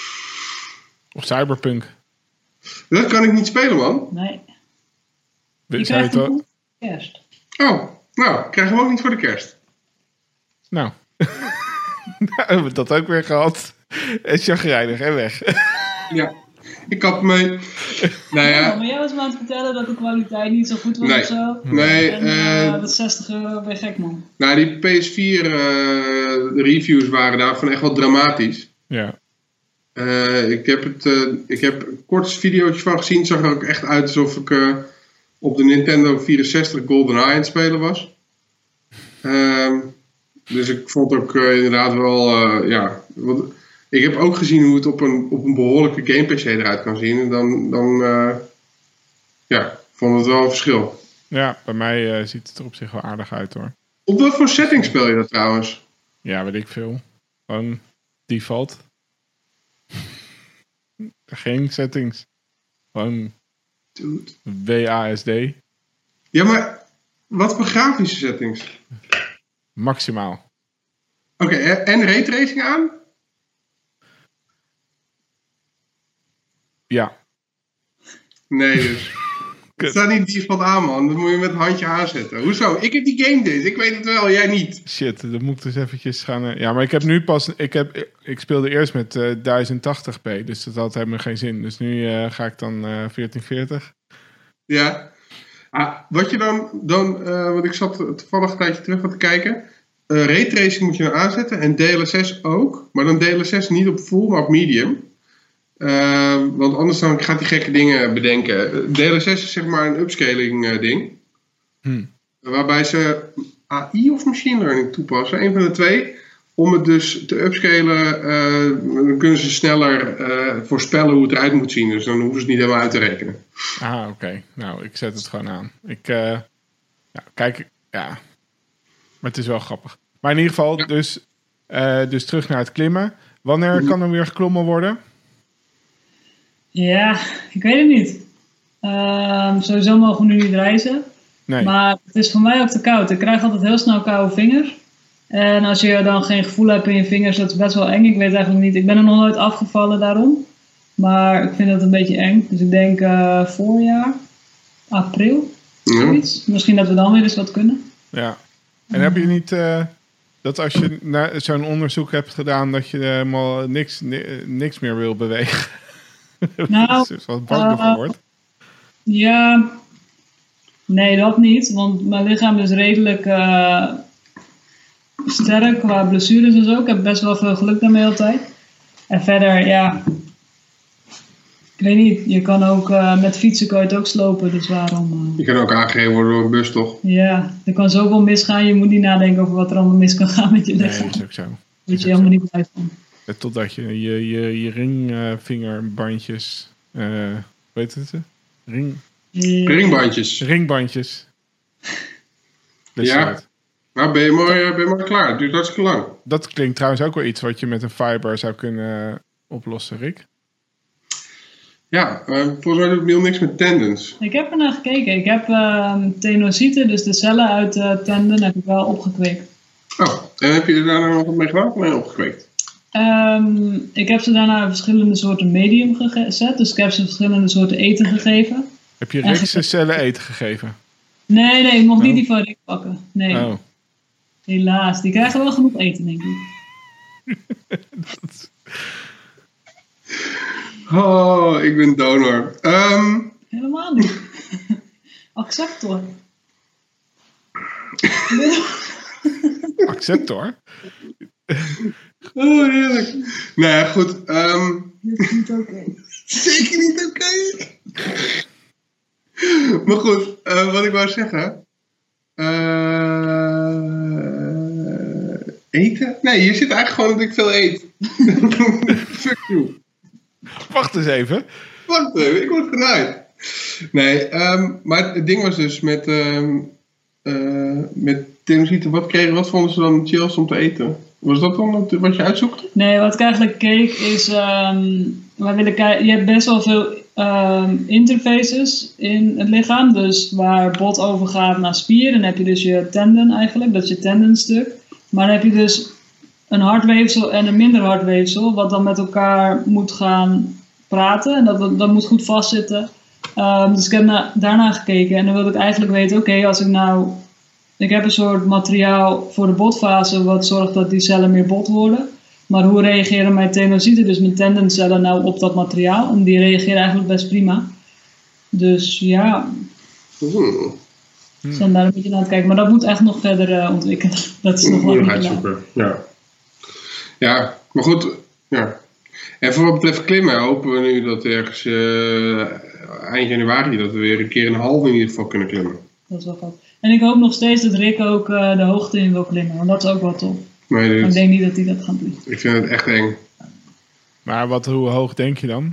Of Cyberpunk. Dat kan ik niet spelen, man. Nee. Je krijgt hem voor de kerst. Oh, nou, ik krijg hem ook niet voor de kerst. Nou. Hebben we dat ook weer gehad. En chagrijnig en weg. Ja. Ik kap mee. Nou ja. Maar jij was me aan het vertellen dat de kwaliteit niet zo goed was Nee. of zo. Nee. En dat €60 ben je gek, man. Nou, die PS4 de reviews waren daarvan echt wel dramatisch. Ja. Ik heb een kort videootje van gezien. Het zag er ook echt uit alsof ik op de Nintendo 64 GoldenEye aan het spelen was. Dus ik vond ook inderdaad wel, want ik heb ook gezien hoe het op een behoorlijke game PC eruit kan zien. En dan vond het wel een verschil. Ja, bij mij ziet het er op zich wel aardig uit hoor. Op wat voor setting speel je dat trouwens? Ja, weet ik veel. Gewoon default. Geen settings. Gewoon Dude. WASD. Ja, maar wat voor grafische settings? Maximaal. Oké, en raytracing aan? Ja. Nee, dus. Het staat niet default aan, man. Dat moet je met een handje aanzetten. Hoezo? Ik heb die game dus. Ik weet het wel, jij niet. Shit, dan moet ik dus eventjes gaan... ja, maar ik heb nu pas... Ik speelde eerst met 1080p, dus dat had helemaal geen zin. Dus nu ga ik dan 1440. Ja. Wat je dan want ik zat toevallig een tijdje terug wat te kijken. Raytracing moet je dan aanzetten en DLSS ook. Maar dan DLSS niet op full, maar op medium. Want anders dan gaat hij gekke dingen bedenken. DLSS is zeg maar een upscaling ding. Waarbij ze AI of machine learning toepassen. Een van de twee. Om het dus te upscalen. Dan kunnen ze sneller voorspellen hoe het eruit moet zien. Dus dan hoeven ze het niet helemaal uit te rekenen. Oké. Nou, ik zet het gewoon aan. Kijk, ja. Maar het is wel grappig. Maar in ieder geval, dus terug naar het klimmen. Wanneer kan er weer geklommen worden? Ja, ik weet het niet. Sowieso mogen we nu niet reizen. Nee. Maar het is voor mij ook te koud. Ik krijg altijd heel snel koude vingers. En als je dan geen gevoel hebt in je vingers, dat is best wel eng. Ik weet eigenlijk niet. Ik ben er nog nooit afgevallen daarom. Maar ik vind het een beetje eng. Dus ik denk voorjaar, april, zoiets. Misschien dat we dan weer eens wat kunnen. Ja. En heb je niet dat als je zo'n onderzoek hebt gedaan, dat je helemaal niks meer wil bewegen? Nou, dat is wat bang gehoord. Ja, nee, dat niet. Want mijn lichaam is redelijk sterk qua blessures en zo. Ik heb best wel veel geluk daarmee altijd. En verder, ja, ik weet niet. Je kan ook met fietsen kan je het ook slopen, dus waarom... Je kan ook aangegeven worden door een bus, toch? Ja, er kan zoveel misgaan. Je moet niet nadenken over wat er allemaal mis kan gaan met je lichaam. Nee, dat is ook zo. Weet je helemaal niet blij van. Totdat je ringvingerbandjes... weet het? Ringbandjes. Ringbandjes. Ja. Nou, ben je maar klaar. Het duurt hartstikke lang. Dat klinkt trouwens ook wel iets wat je met een fiber zou kunnen oplossen, Rick. Ja, volgens mij doet Miel niks met tendons. Ik heb er naar gekeken. Ik heb tenocyten, dus de cellen uit de tendon, heb ik wel opgekweekt. Oh, en heb je er daarna nog wat mee gedaan of mee opgekweekt? Ik heb ze daarna verschillende soorten medium gezet. Dus ik heb ze verschillende soorten eten gegeven. Heb je Rick zijn cellen eten gegeven? Nee, ik mocht niet die van Rick pakken. Nee. Oh. Helaas, die krijgen wel genoeg eten, denk ik. Oh, ik ben donor. Helemaal niet. Acceptor. Acceptor? Oh, heerlijk. Nou ja, goed. Dat is niet oké. Zeker niet oké. Maar goed, wat ik wou zeggen. Eten? Nee, je zit eigenlijk gewoon dat ik veel eet. Fuck you. Wacht eens even. Wacht even, ik word genaaid. Nee, maar het ding was dus met tenocyten, wat vonden ze dan chills om te eten? Was dat dan wat je uitzoekt? Nee, wat ik eigenlijk keek is, wij willen kijken, je hebt best wel veel interfaces in het lichaam, dus waar bot overgaat naar spier, dan heb je dus je tendon eigenlijk, dat is je tendonstuk. Maar dan heb je dus een hardweefsel en een minder hardweefsel, wat dan met elkaar moet gaan praten en dat moet goed vastzitten. Dus ik heb daarna gekeken en dan wilde ik eigenlijk weten, oké, als ik heb een soort materiaal voor de botfase wat zorgt dat die cellen meer bot worden. Maar hoe reageren mijn tenocyten, dus mijn tendencellen, nou op dat materiaal? En die reageren eigenlijk best prima. Dus ja, we zijn daar een beetje naar het kijken. Maar dat moet echt nog verder ontwikkelen. Dat is nog wel niet super. Ja, maar goed. Ja. En voor wat betreft klimmen hopen we nu dat ergens eind januari dat we weer een keer een halve in ieder geval kunnen klimmen. Dat is wel goed. En ik hoop nog steeds dat Rick ook de hoogte in wil klimmen, want dat is ook wel tof. Maar ik denk niet dat hij dat gaat doen. Ik vind het echt eng. Maar hoe hoog denk je dan?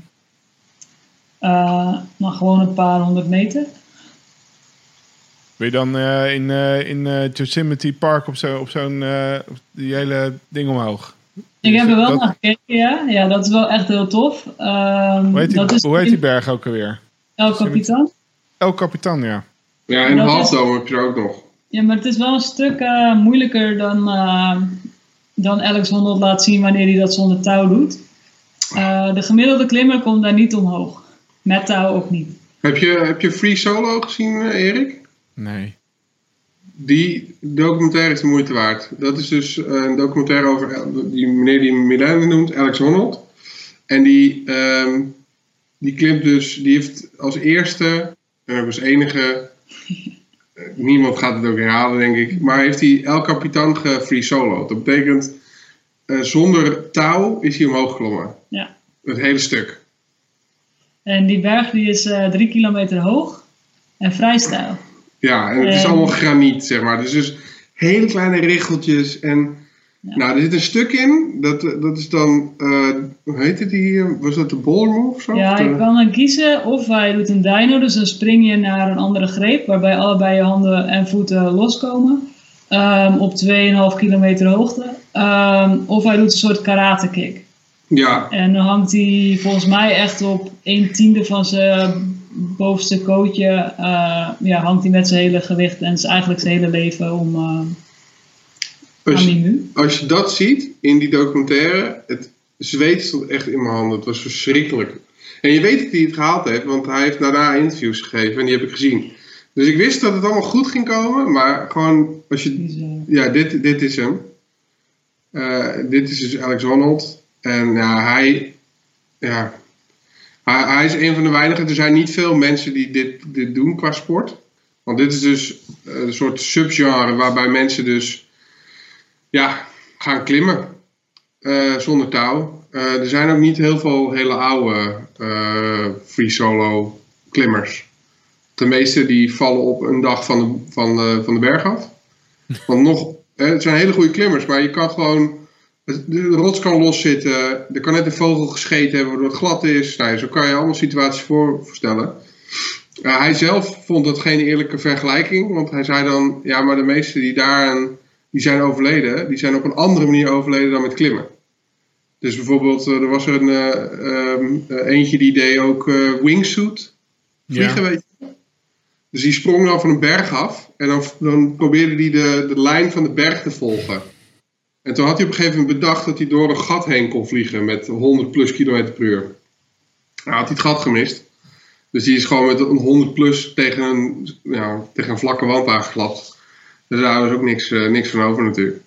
Maar gewoon een paar 100 meter. Wil je dan in Yosemite Park op zo'n die hele ding omhoog? Ik heb er wel naar gekeken, ja. Ja, dat is wel echt heel tof. Hoe heet die berg ook alweer? El Capitan. El Capitan, ja. Ja, en Halfdome heb je er ook nog. Ja, maar het is wel een stuk moeilijker dan Alex Honnold laat zien wanneer hij dat zonder touw doet. De gemiddelde klimmer komt daar niet omhoog. Met touw ook niet. Heb je Free Solo gezien, Erik? Nee. Die documentaire is de moeite waard. Dat is dus een documentaire over die meneer die Milène noemt, Alex Honnold. En die klimt dus, die heeft als eerste, en ook als enige, niemand gaat het ook herhalen denk ik, maar heeft hij El Capitan gefree solo. Dat betekent, zonder touw is hij omhoog geklommen. Ja. Het hele stuk. En die berg die is 3 kilometer hoog en vrij steil. Ja, en het is allemaal graniet, zeg maar. Dus hele kleine richeltjes. En nou, er zit een stuk in. Dat is dan, hoe heette die? Was dat de boulder move of zo? Ja, je kan dan kiezen of hij doet een dyno. Dus dan spring je naar een andere greep. Waarbij allebei je handen en voeten loskomen. Op 2,5 kilometer hoogte. Of hij doet een soort karate kick. Ja. En dan hangt hij volgens mij echt op 1/10 van zijn bovenste kootje. Hangt hij met zijn hele gewicht en is eigenlijk zijn hele leven om aan die muur. Als je dat ziet in die documentaire, het zweet stond echt in mijn handen. Het was verschrikkelijk. En je weet dat hij het gehaald heeft, want hij heeft daarna interviews gegeven en die heb ik gezien. Dus ik wist dat het allemaal goed ging komen, maar gewoon als je... Ja, dit is hem. Dit is dus Alex Honnold. En ja, hij is een van de weinigen. Er zijn niet veel mensen die dit doen qua sport. Want dit is dus een soort subgenre waarbij mensen dus gaan klimmen zonder touw. Er zijn ook niet heel veel hele oude free solo klimmers. De meeste die vallen op een dag van de berg af. Want het zijn hele goede klimmers, maar je kan gewoon... De rots kan loszitten, er kan net een vogel gescheten hebben waardoor het glad is. Nou, zo kan je allemaal situaties voorstellen. Hij zelf vond dat geen eerlijke vergelijking, want hij zei dan... Ja, maar de meesten die zijn overleden, die zijn op een andere manier overleden dan met klimmen. Dus bijvoorbeeld, er was er eentje die deed ook wingsuit vliegen, weet je. Dus die sprong dan van een berg af en dan probeerde hij de lijn van de berg te volgen. En toen had hij op een gegeven moment bedacht dat hij door een gat heen kon vliegen met 100 plus kilometer per uur. Nou, had hij het gat gemist. Dus die is gewoon met een 100 plus tegen een vlakke wand aangeklapt. Dus daar is ook niks van over natuurlijk.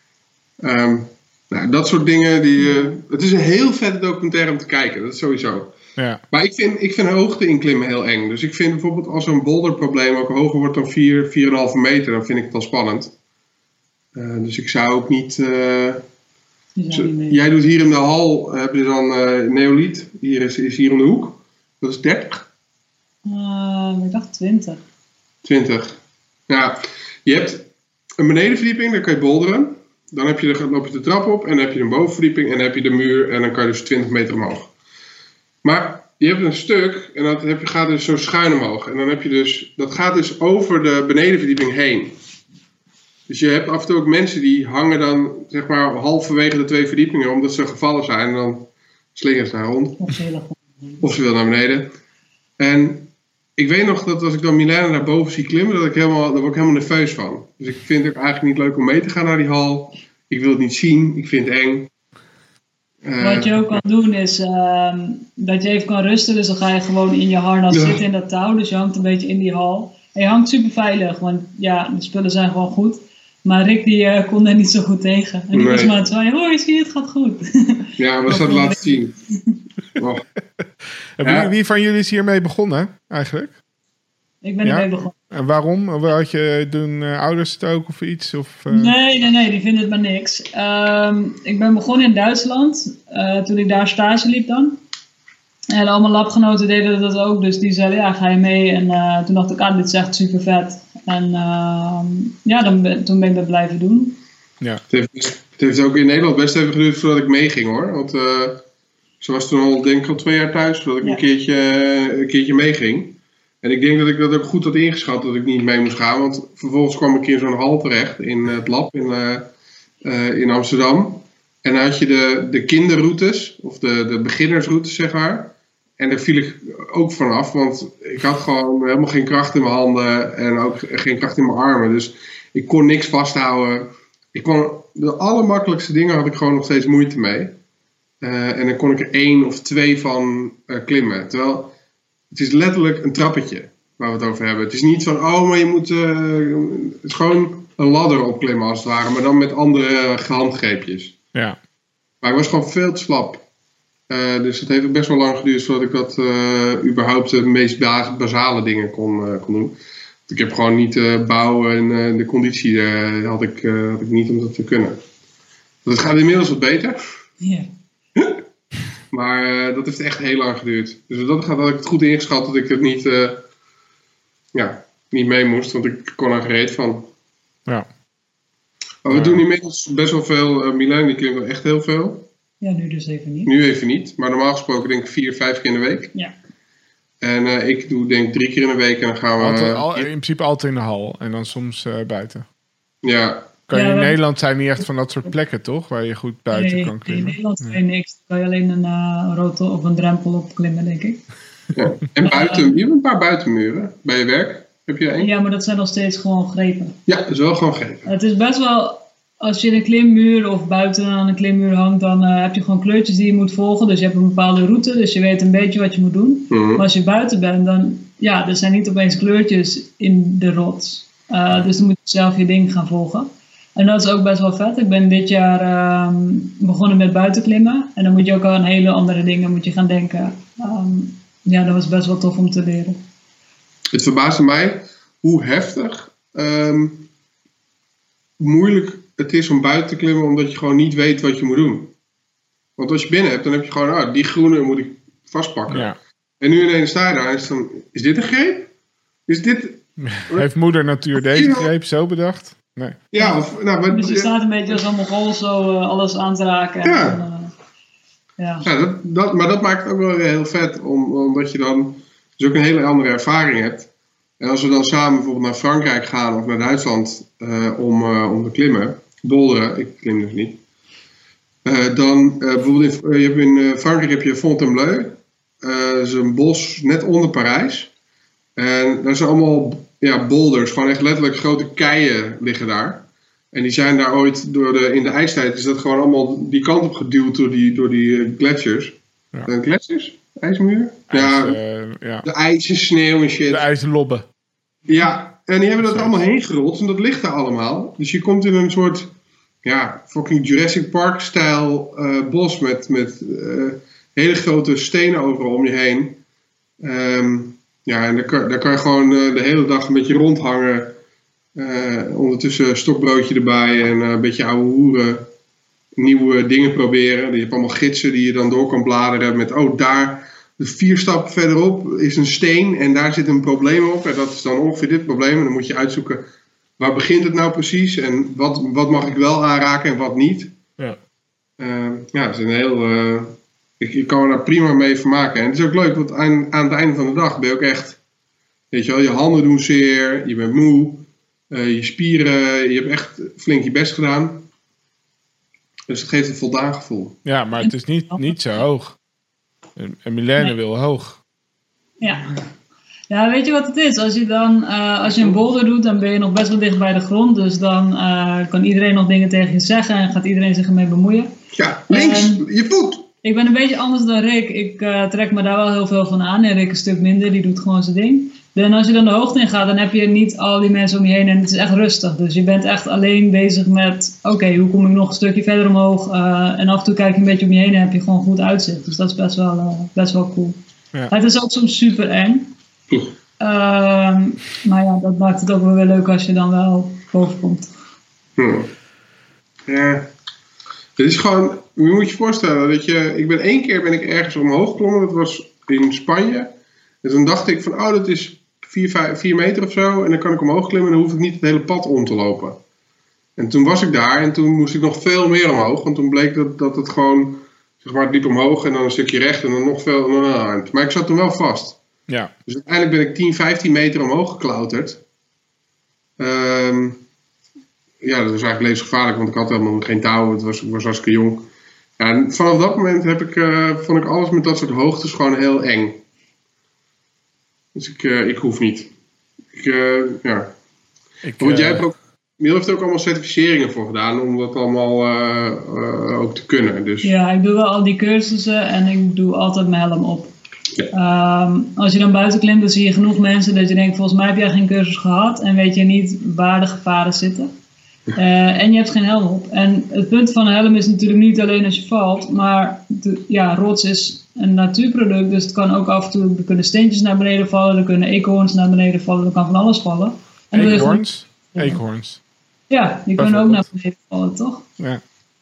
Dat soort dingen. Het is een heel vette documentaire om te kijken, dat is sowieso. Ja. Maar ik vind hoogte inklimmen heel eng. Dus ik vind bijvoorbeeld als een boulderprobleem ook hoger wordt dan 4,5 meter, dan vind ik het al spannend. Dus ik zou ook niet... Jij doet hier in de hal, heb je dan neoliet. Hier is hier om de hoek. Dat is 30. Ik dacht 20. 20. Ja, je hebt een benedenverdieping, daar kan je boulderen. Dan loop je de trap op en dan heb je een bovenverdieping en dan heb je de muur en dan kan je dus 20 meter omhoog. Maar je hebt een stuk en dat gaat dus zo schuin omhoog. En dan heb je dus, dat gaat dus over de benedenverdieping heen. Dus je hebt af en toe ook mensen die hangen dan zeg maar halverwege de 2 verdiepingen omdat ze gevallen zijn en dan slingeren ze daar rond. Of ze willen naar beneden. En ik weet nog dat als ik dan Milène naar boven zie klimmen, daar word ik helemaal nerveus van. Dus ik vind het ook eigenlijk niet leuk om mee te gaan naar die hal. Ik wil het niet zien, ik vind het eng. Wat je ook kan doen is dat je even kan rusten. Dus dan ga je gewoon in je harnas zitten in dat touw. Dus je hangt een beetje in die hal. En je hangt super veilig, want ja, de spullen zijn gewoon goed. Maar Rick die kon daar niet zo goed tegen. En die was maar het zwaaien, hoi, zie je, het gaat goed. Ja, we zullen het laten zien. Oh. Wie van jullie is hiermee begonnen, eigenlijk? Ik ben ermee begonnen. En waarom? Had je doen ouders het ook of iets? Of, Nee, die vinden het maar niks. Ik ben begonnen in Duitsland, toen ik daar stage liep dan. En allemaal labgenoten deden dat ook, dus die zeiden, ja, ga je mee? En toen dacht ik, dit is echt super vet. En toen ben ik dat blijven doen. Ja. Het heeft ook in Nederland best even geduurd voordat ik meeging, hoor. Want ze was toen al, denk ik, al 2 jaar thuis, voordat ik een keertje meeging. En ik denk dat ik dat ook goed had ingeschat, dat ik niet mee moest gaan. Want vervolgens kwam ik in zo'n hal terecht, in het lab in Amsterdam. En dan had je de kinderroutes, of de beginnersroutes, zeg maar. En daar viel ik ook vanaf, want ik had gewoon helemaal geen kracht in mijn handen en ook geen kracht in mijn armen. Dus ik kon niks vasthouden. De allermakkelijkste dingen had ik gewoon nog steeds moeite mee. En dan kon ik er 1 of 2 van klimmen. Terwijl het is letterlijk een trappetje waar we het over hebben. Het is niet van, maar je moet... het is gewoon een ladder opklimmen als het ware, maar dan met andere handgreepjes. Ja. Maar ik was gewoon veel te slap. Dus het heeft ook best wel lang geduurd voordat ik dat überhaupt de meest basale dingen kon doen. Ik heb gewoon niet de bouw en de conditie had ik niet om dat te kunnen. Dat gaat inmiddels wat beter. Ja. Maar dat heeft echt heel lang geduurd. Dus dat had ik het goed ingeschat dat ik het niet mee moest. Want ik kon er gereed van. Ja. Maar we doen inmiddels best wel veel. Milan die klimt echt heel veel. Ja, nu dus even niet. Nu even niet. Maar normaal gesproken denk ik 4, 5 keer in de week. Ja. En ik doe denk ik 3 keer in de week. En dan gaan we... in principe altijd in de hal. En dan soms buiten. Ja. In Nederland zijn niet echt van dat soort plekken, toch? Waar je goed buiten kan klimmen. In Nederland kan je niks. Dan kan je alleen een rotor of een drempel opklimmen, denk ik. Ja. En buiten, je hebt een paar buitenmuren bij je werk. Heb je 1? Ja, maar dat zijn nog steeds gewoon grepen. Ja, dat is wel gewoon grepen. Het is best wel... Als je in een klimmuur of buiten aan een klimmuur hangt, dan heb je gewoon kleurtjes die je moet volgen. Dus je hebt een bepaalde route, dus je weet een beetje wat je moet doen. Mm-hmm. Maar als je buiten bent, dan... Ja, er zijn niet opeens kleurtjes in de rots. Dus dan moet je zelf je ding gaan volgen. En dat is ook best wel vet. Ik ben dit jaar begonnen met buitenklimmen. En dan moet je ook aan hele andere dingen moet je gaan denken. Dat was best wel tof om te leren. Het verbaasde mij hoe heftig, moeilijk het is om buiten te klimmen, omdat je gewoon niet weet wat je moet doen. Want als je binnen hebt, dan heb je gewoon, die groene moet ik vastpakken. Ja. En nu ineens sta je daar en is dan, is dit een greep? Is dit... Heeft moeder natuur deze greep zo bedacht? Nee. Ja, dus je staat een beetje als een Mongool zo alles aan te raken. Ja. Maar dat maakt het ook wel heel vet, omdat je dan dus ook een hele andere ervaring hebt. En als we dan samen bijvoorbeeld naar Frankrijk gaan of naar Duitsland om te klimmen, boulderen, ik klim dus niet. Dan bijvoorbeeld in Frankrijk heb je Fontainebleau, dat is een bos net onder Parijs. En daar zijn allemaal boulders, gewoon echt letterlijk grote keien liggen daar. En die zijn daar ooit in de ijstijd is dat gewoon allemaal die kant op geduwd door die gletsjers. Ja. Gletsjers? IJsmuur? De ijs en sneeuw en shit. De ijslobben. Ja, en die hebben dat allemaal heen gerold en dat ligt er allemaal. Dus je komt in een soort fucking Jurassic Park stijl bos met hele grote stenen overal om je heen. En daar kan je gewoon de hele dag een beetje rondhangen. Ondertussen stokbroodje erbij en een beetje ouwe hoeren. Nieuwe dingen proberen. Je hebt allemaal gidsen die je dan door kan bladeren met, daar 4 stappen verderop is een steen en daar zit een probleem op. En dat is dan ongeveer dit probleem. En dan moet je uitzoeken, waar begint het nou precies? En wat mag ik wel aanraken en wat niet? Ja. Het is een heel... Ik kan me daar prima mee vermaken. En het is ook leuk, want aan het einde van de dag ben je ook echt... Weet je wel, je handen doen zeer, je bent moe, je spieren, je hebt echt flink je best gedaan. Dus het geeft een voldaan gevoel. Ja, maar het is niet zo hoog. En Milène wil hoog. Ja, weet je wat het is? Als je een boulder doet, dan ben je nog best wel dicht bij de grond. Dus dan kan iedereen nog dingen tegen je zeggen en gaat iedereen zich ermee bemoeien. Ja, links, je voet! Ik ben een beetje anders dan Rick. Ik trek me daar wel heel veel van aan. En Rick een stuk minder, die doet gewoon zijn ding. En als je dan de hoogte in gaat, dan heb je niet al die mensen om je heen en het is echt rustig. Dus je bent echt alleen bezig met, oké, hoe kom ik nog een stukje verder omhoog? En af en toe kijk je een beetje om je heen en heb je gewoon goed uitzicht. Dus dat is best wel cool. Ja. Het is ook soms super eng. Maar ja, dat maakt het ook wel weer leuk als je dan wel boven komt. Ja. Het is gewoon, je moet je voorstellen dat één keer ben ik ergens omhoog geklommen, dat was in Spanje. En toen dacht ik van, dat is 4 meter of zo. En dan kan ik omhoog klimmen en dan hoef ik niet het hele pad om te lopen. En toen was ik daar en toen moest ik nog veel meer omhoog. Want toen bleek dat het gewoon, zeg maar, het liep omhoog en dan een stukje recht en dan nog veel. Maar ik zat toen wel vast. Ja. Dus uiteindelijk ben ik 10, 15 meter omhoog geklauterd. Ja, dat was eigenlijk levensgevaarlijk, want ik had helemaal geen touw. Ik was hartstikke jong. Ja, en vanaf dat moment vond ik alles met dat soort hoogtes gewoon heel eng. Dus ik hoef niet. Want jij hebt ook, Miel heeft er ook allemaal certificeringen voor gedaan om dat allemaal ook te kunnen. Dus. Ja, ik doe wel al die cursussen en ik doe altijd mijn helm op. Ja. Als je dan buiten klimt, dan zie je genoeg mensen dat je denkt, volgens mij heb jij geen cursus gehad en weet je niet waar de gevaren zitten. En je hebt geen helm op. En het punt van een helm is natuurlijk niet alleen als je valt, maar rots is een natuurproduct, dus het kan ook af en toe, er kunnen steentjes naar beneden vallen, er kunnen eekhoorns naar beneden vallen, er kan van alles vallen. Eekhoorns? Eekhoorns. Ja, die kunnen ook naar beneden vallen, toch? Ja.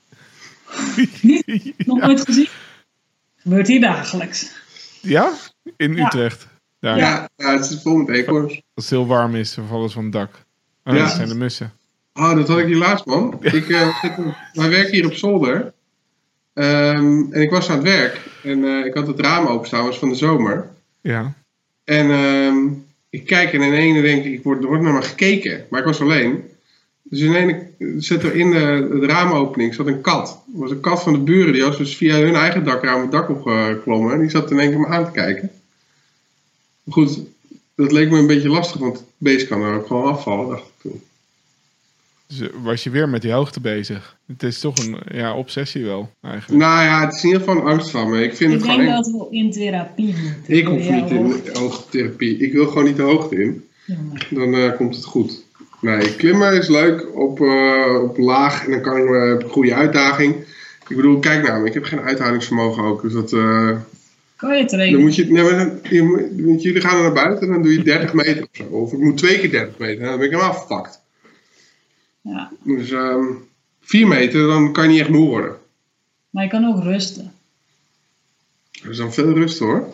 Nog nooit gezien? Gebeurt hier dagelijks. Ja? In Utrecht? Daar. Ja, het is vol met eekhoorns. Als het heel warm is, dan vallen ze van het dak. Dat zijn de mussen. Dat had ik hier laatst, man. Wij werken hier op zolder. En ik was aan het werk. En ik had het raam openstaan, het was van de zomer. Ja. En ik kijk en in één denk ik, er wordt naar me gekeken. Maar ik was alleen. Dus in één zat er in de raamopening zat een kat. Het was een kat van de buren. Die was dus via hun eigen dakraam het dak opgeklommen. En die zat in één keer me aan te kijken. Maar goed, dat leek me een beetje lastig. Want het beest kan er ook gewoon afvallen, dacht ik toen. Dus was je weer met die hoogte bezig? Het is toch een obsessie wel, eigenlijk. Nou ja, het is in ieder geval een angst van me. Ik denk dat we in therapie moeten. Ik hoef niet in hoogtetherapie. Ik wil gewoon niet de hoogte in. Ja, dan komt het goed. Nee, klimmen is leuk op laag en dan kan ik een goede uitdaging. Ik bedoel, kijk naar me. Ik heb geen uithoudingsvermogen ook. Dus dat... kan je trainen? Dan moet jullie gaan er naar buiten en dan doe je 30 meter of zo. Of ik moet 2 keer 30 meter. En dan ben ik helemaal fucked. Ja. Dus 4 meter, dan kan je niet echt moe worden. Maar je kan ook rusten. Er is dan veel rust hoor.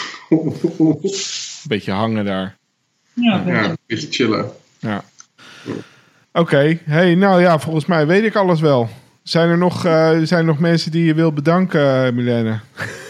Beetje hangen daar. Ja, een beetje chillen. Ja. Oké. Hey, nou ja, volgens mij weet ik alles wel. Zijn er nog mensen die je wil bedanken, Milène?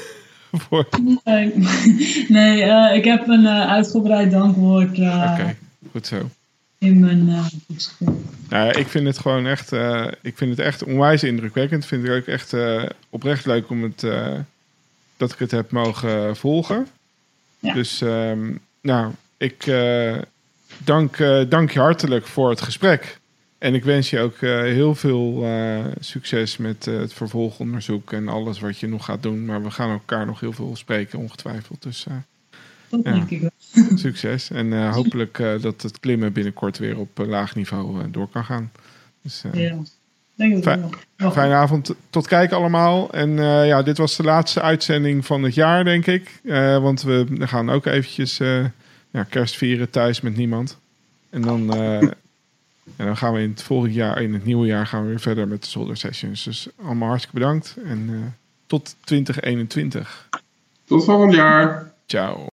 Nee, ik heb een uitgebreid dankwoord. Oké, goed zo. In mijn ik vind het gewoon echt, echt onwijs indrukwekkend. Ik vind het ook echt oprecht leuk om dat ik het heb mogen volgen. Ja. Dus ik dank je hartelijk voor het gesprek. En ik wens je ook heel veel succes met het vervolgonderzoek en alles wat je nog gaat doen. Maar we gaan elkaar nog heel veel spreken, ongetwijfeld. Dus dat denk ik wel. Succes. En hopelijk dat het klimmen binnenkort weer op laag niveau door kan gaan. Dus, denk ik wel. Fijne avond. Tot kijken allemaal. En dit was de laatste uitzending van het jaar, denk ik. Want we gaan ook eventjes kerst vieren thuis met niemand. En dan gaan we in het volgend jaar, in het nieuwe jaar, gaan we weer verder met de Zolder Sessions. Dus allemaal hartstikke bedankt. En tot 2021. Tot volgend jaar. Ciao.